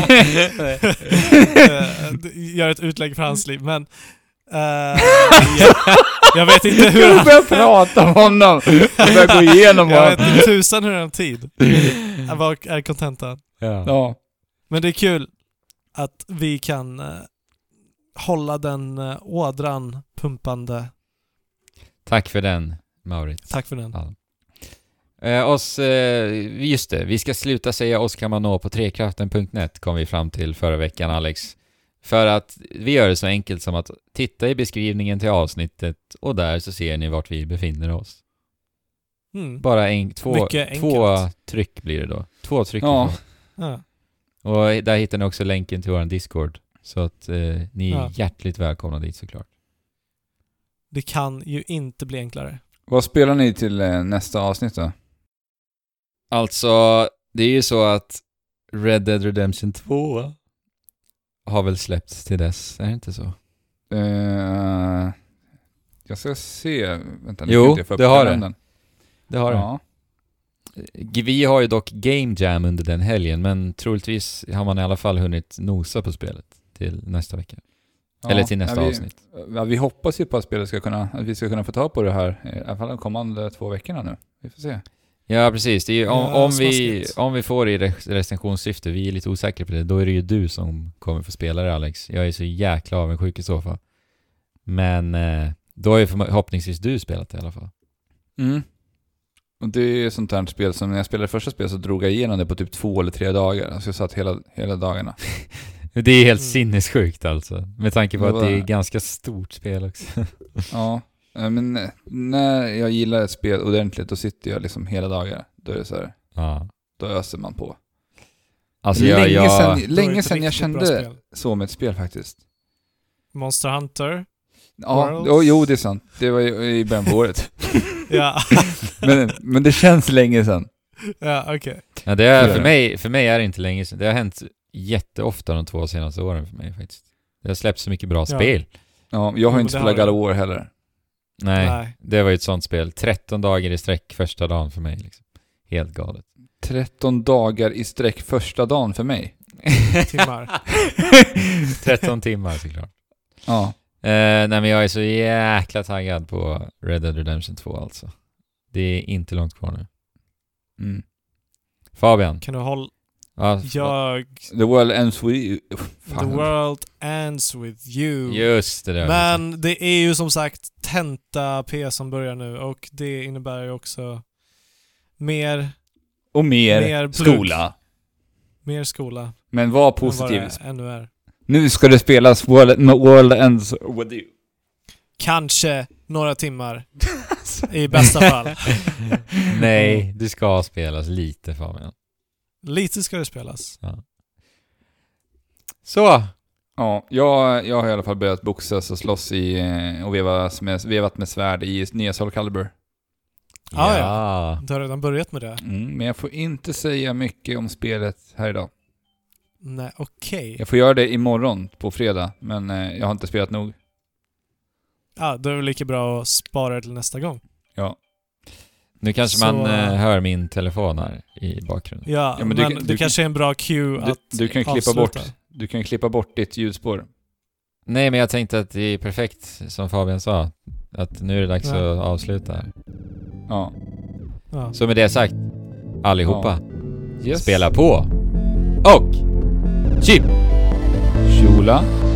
uh, göra ett utlägg för hans liv, men uh, jag, jag vet inte hur Jag han... börjar prata om honom. Jag börjar gå igenom Jag honom. vet inte tusan hur han har tid. Vad är kontentan? Ja. Ja. Men det är kul att vi kan uh, hålla den uh, ådran pumpande. Tack för den, Maurits. Tack för den. Ja. Eh, oss, eh, just det, vi ska sluta säga oss kan man nå på trekraften punkt net kom vi fram till förra veckan, Alex. För att vi gör det så enkelt som att titta i beskrivningen till avsnittet och där så ser ni vart vi befinner oss. Mm. Bara en, två, Mycket två enkelt. tryck blir det då. Två tryck. Ja. ifrån. Ja. Och där hittar ni också länken till vår Discord. Så att eh, ni är Ja. hjärtligt välkomna dit såklart. Det kan ju inte bli enklare. Vad spelar ni till eh, nästa avsnitt då? Alltså, det är ju så att Red Dead Redemption två har väl släppts till dess, är det inte så? Eh, jag ska se. Vänta, nu Jo, kan inte jag få upp det har det. kalendern. Det har Ja. det. Vi har ju dock Game Jam under den helgen, men troligtvis har man i alla fall hunnit nosa på spelet till nästa vecka. Ja. Eller till nästa ja, vi, avsnitt. Ja, vi hoppas ju på att spelet ska kunna, att vi ska kunna få ta på det här i alla fall de kommande två veckorna nu. Vi får se. Ja, precis. Det är ju, om, Ja, om, vi, smaskigt. om vi får i re- recensionssyfte, vi är lite osäkra på det, då är det ju du som kommer få spela det, Alex. Jag är så jäkla avundsjuk i så fall. Men eh, då har ju förhoppningsvis du spelat det i alla fall. Mm. Och det är sånt här spel som när jag spelade första spelet så drog jag igenom det på typ två eller tre dagar. Alltså jag satt hela, hela dagarna. Det är helt Mm. sinnessjukt alltså. Med tanke på Det att var- det är ett ganska stort spel också. Ja. Eh, Men eh, när jag gillar ett spel ordentligt då sitter jag liksom hela dagar. Då är det så här, Ja. då öser man på. Alltså jag, länge jag, sedan, Det var länge ett sedan jag riktigt bra kände spel. så med ett spel faktiskt. Monster Hunter. Ja, Worlds. oh, jo det är sant. Det var ju i början på året. Ja, men, men det känns länge sedan. ja okej. ja, det är, Så är för, det. mig, för mig är det inte länge sedan. Det har hänt jätteofta de två senaste åren för mig faktiskt. Det har släppt så mycket bra Ja. spel. Ja, jag har Jo, inte det spelat har God det. of War heller. Nej, Nej. det var ju ett sånt spel. tretton dagar i sträck första dagen för mig. Liksom. Helt galet. tretton dagar i sträck första dagen för mig. Timmar. tretton timmar såklart. Ja. Eh, nej men jag är så jäkla taggad på Red Dead Redemption två alltså. Det är inte långt kvar nu. Mm. Fabian. Kan du hålla... Ja, Jag... The world ends with you. The Fan. world ends with you. just det där. Men det är ju som sagt Tenta-P som börjar nu och det innebär ju också mer, Och mer, mer plugg. skola. mer skola Men var än vad positiv. det ännu är. Nu ska det spelas World, world ends with you. Kanske några timmar i bästa fall. Nej, du ska spelas lite Fabian. Lite ska det spelas. Ja. Så. Ja, jag, jag har i alla fall börjat boxas och slåss i eh, och vevat med, vevat med svärd i nya Soul Calibur. Ah, ja. Du har redan börjat med det? Mm, men jag får inte säga mycket om spelet här idag. Nej, okej. Jag får göra det imorgon på fredag, men eh, jag har inte spelat nog. Ja, då är det lika bra att spara det till nästa gång. Ja. Nu kanske Så- man eh, hör min telefon här i bakgrunden. Ja, Ja, men men, du kan- det du kan- kanske är en bra cue Du, att du kan klippa avsluta. bort du kan klippa bort ditt ljudspår. Nej, men jag tänkte att det är perfekt som Fabian sa. Att nu är det dags Ja. att avsluta här. Ja. Ja. Så med det sagt, allihopa, Yes. spela på och chip! Shula.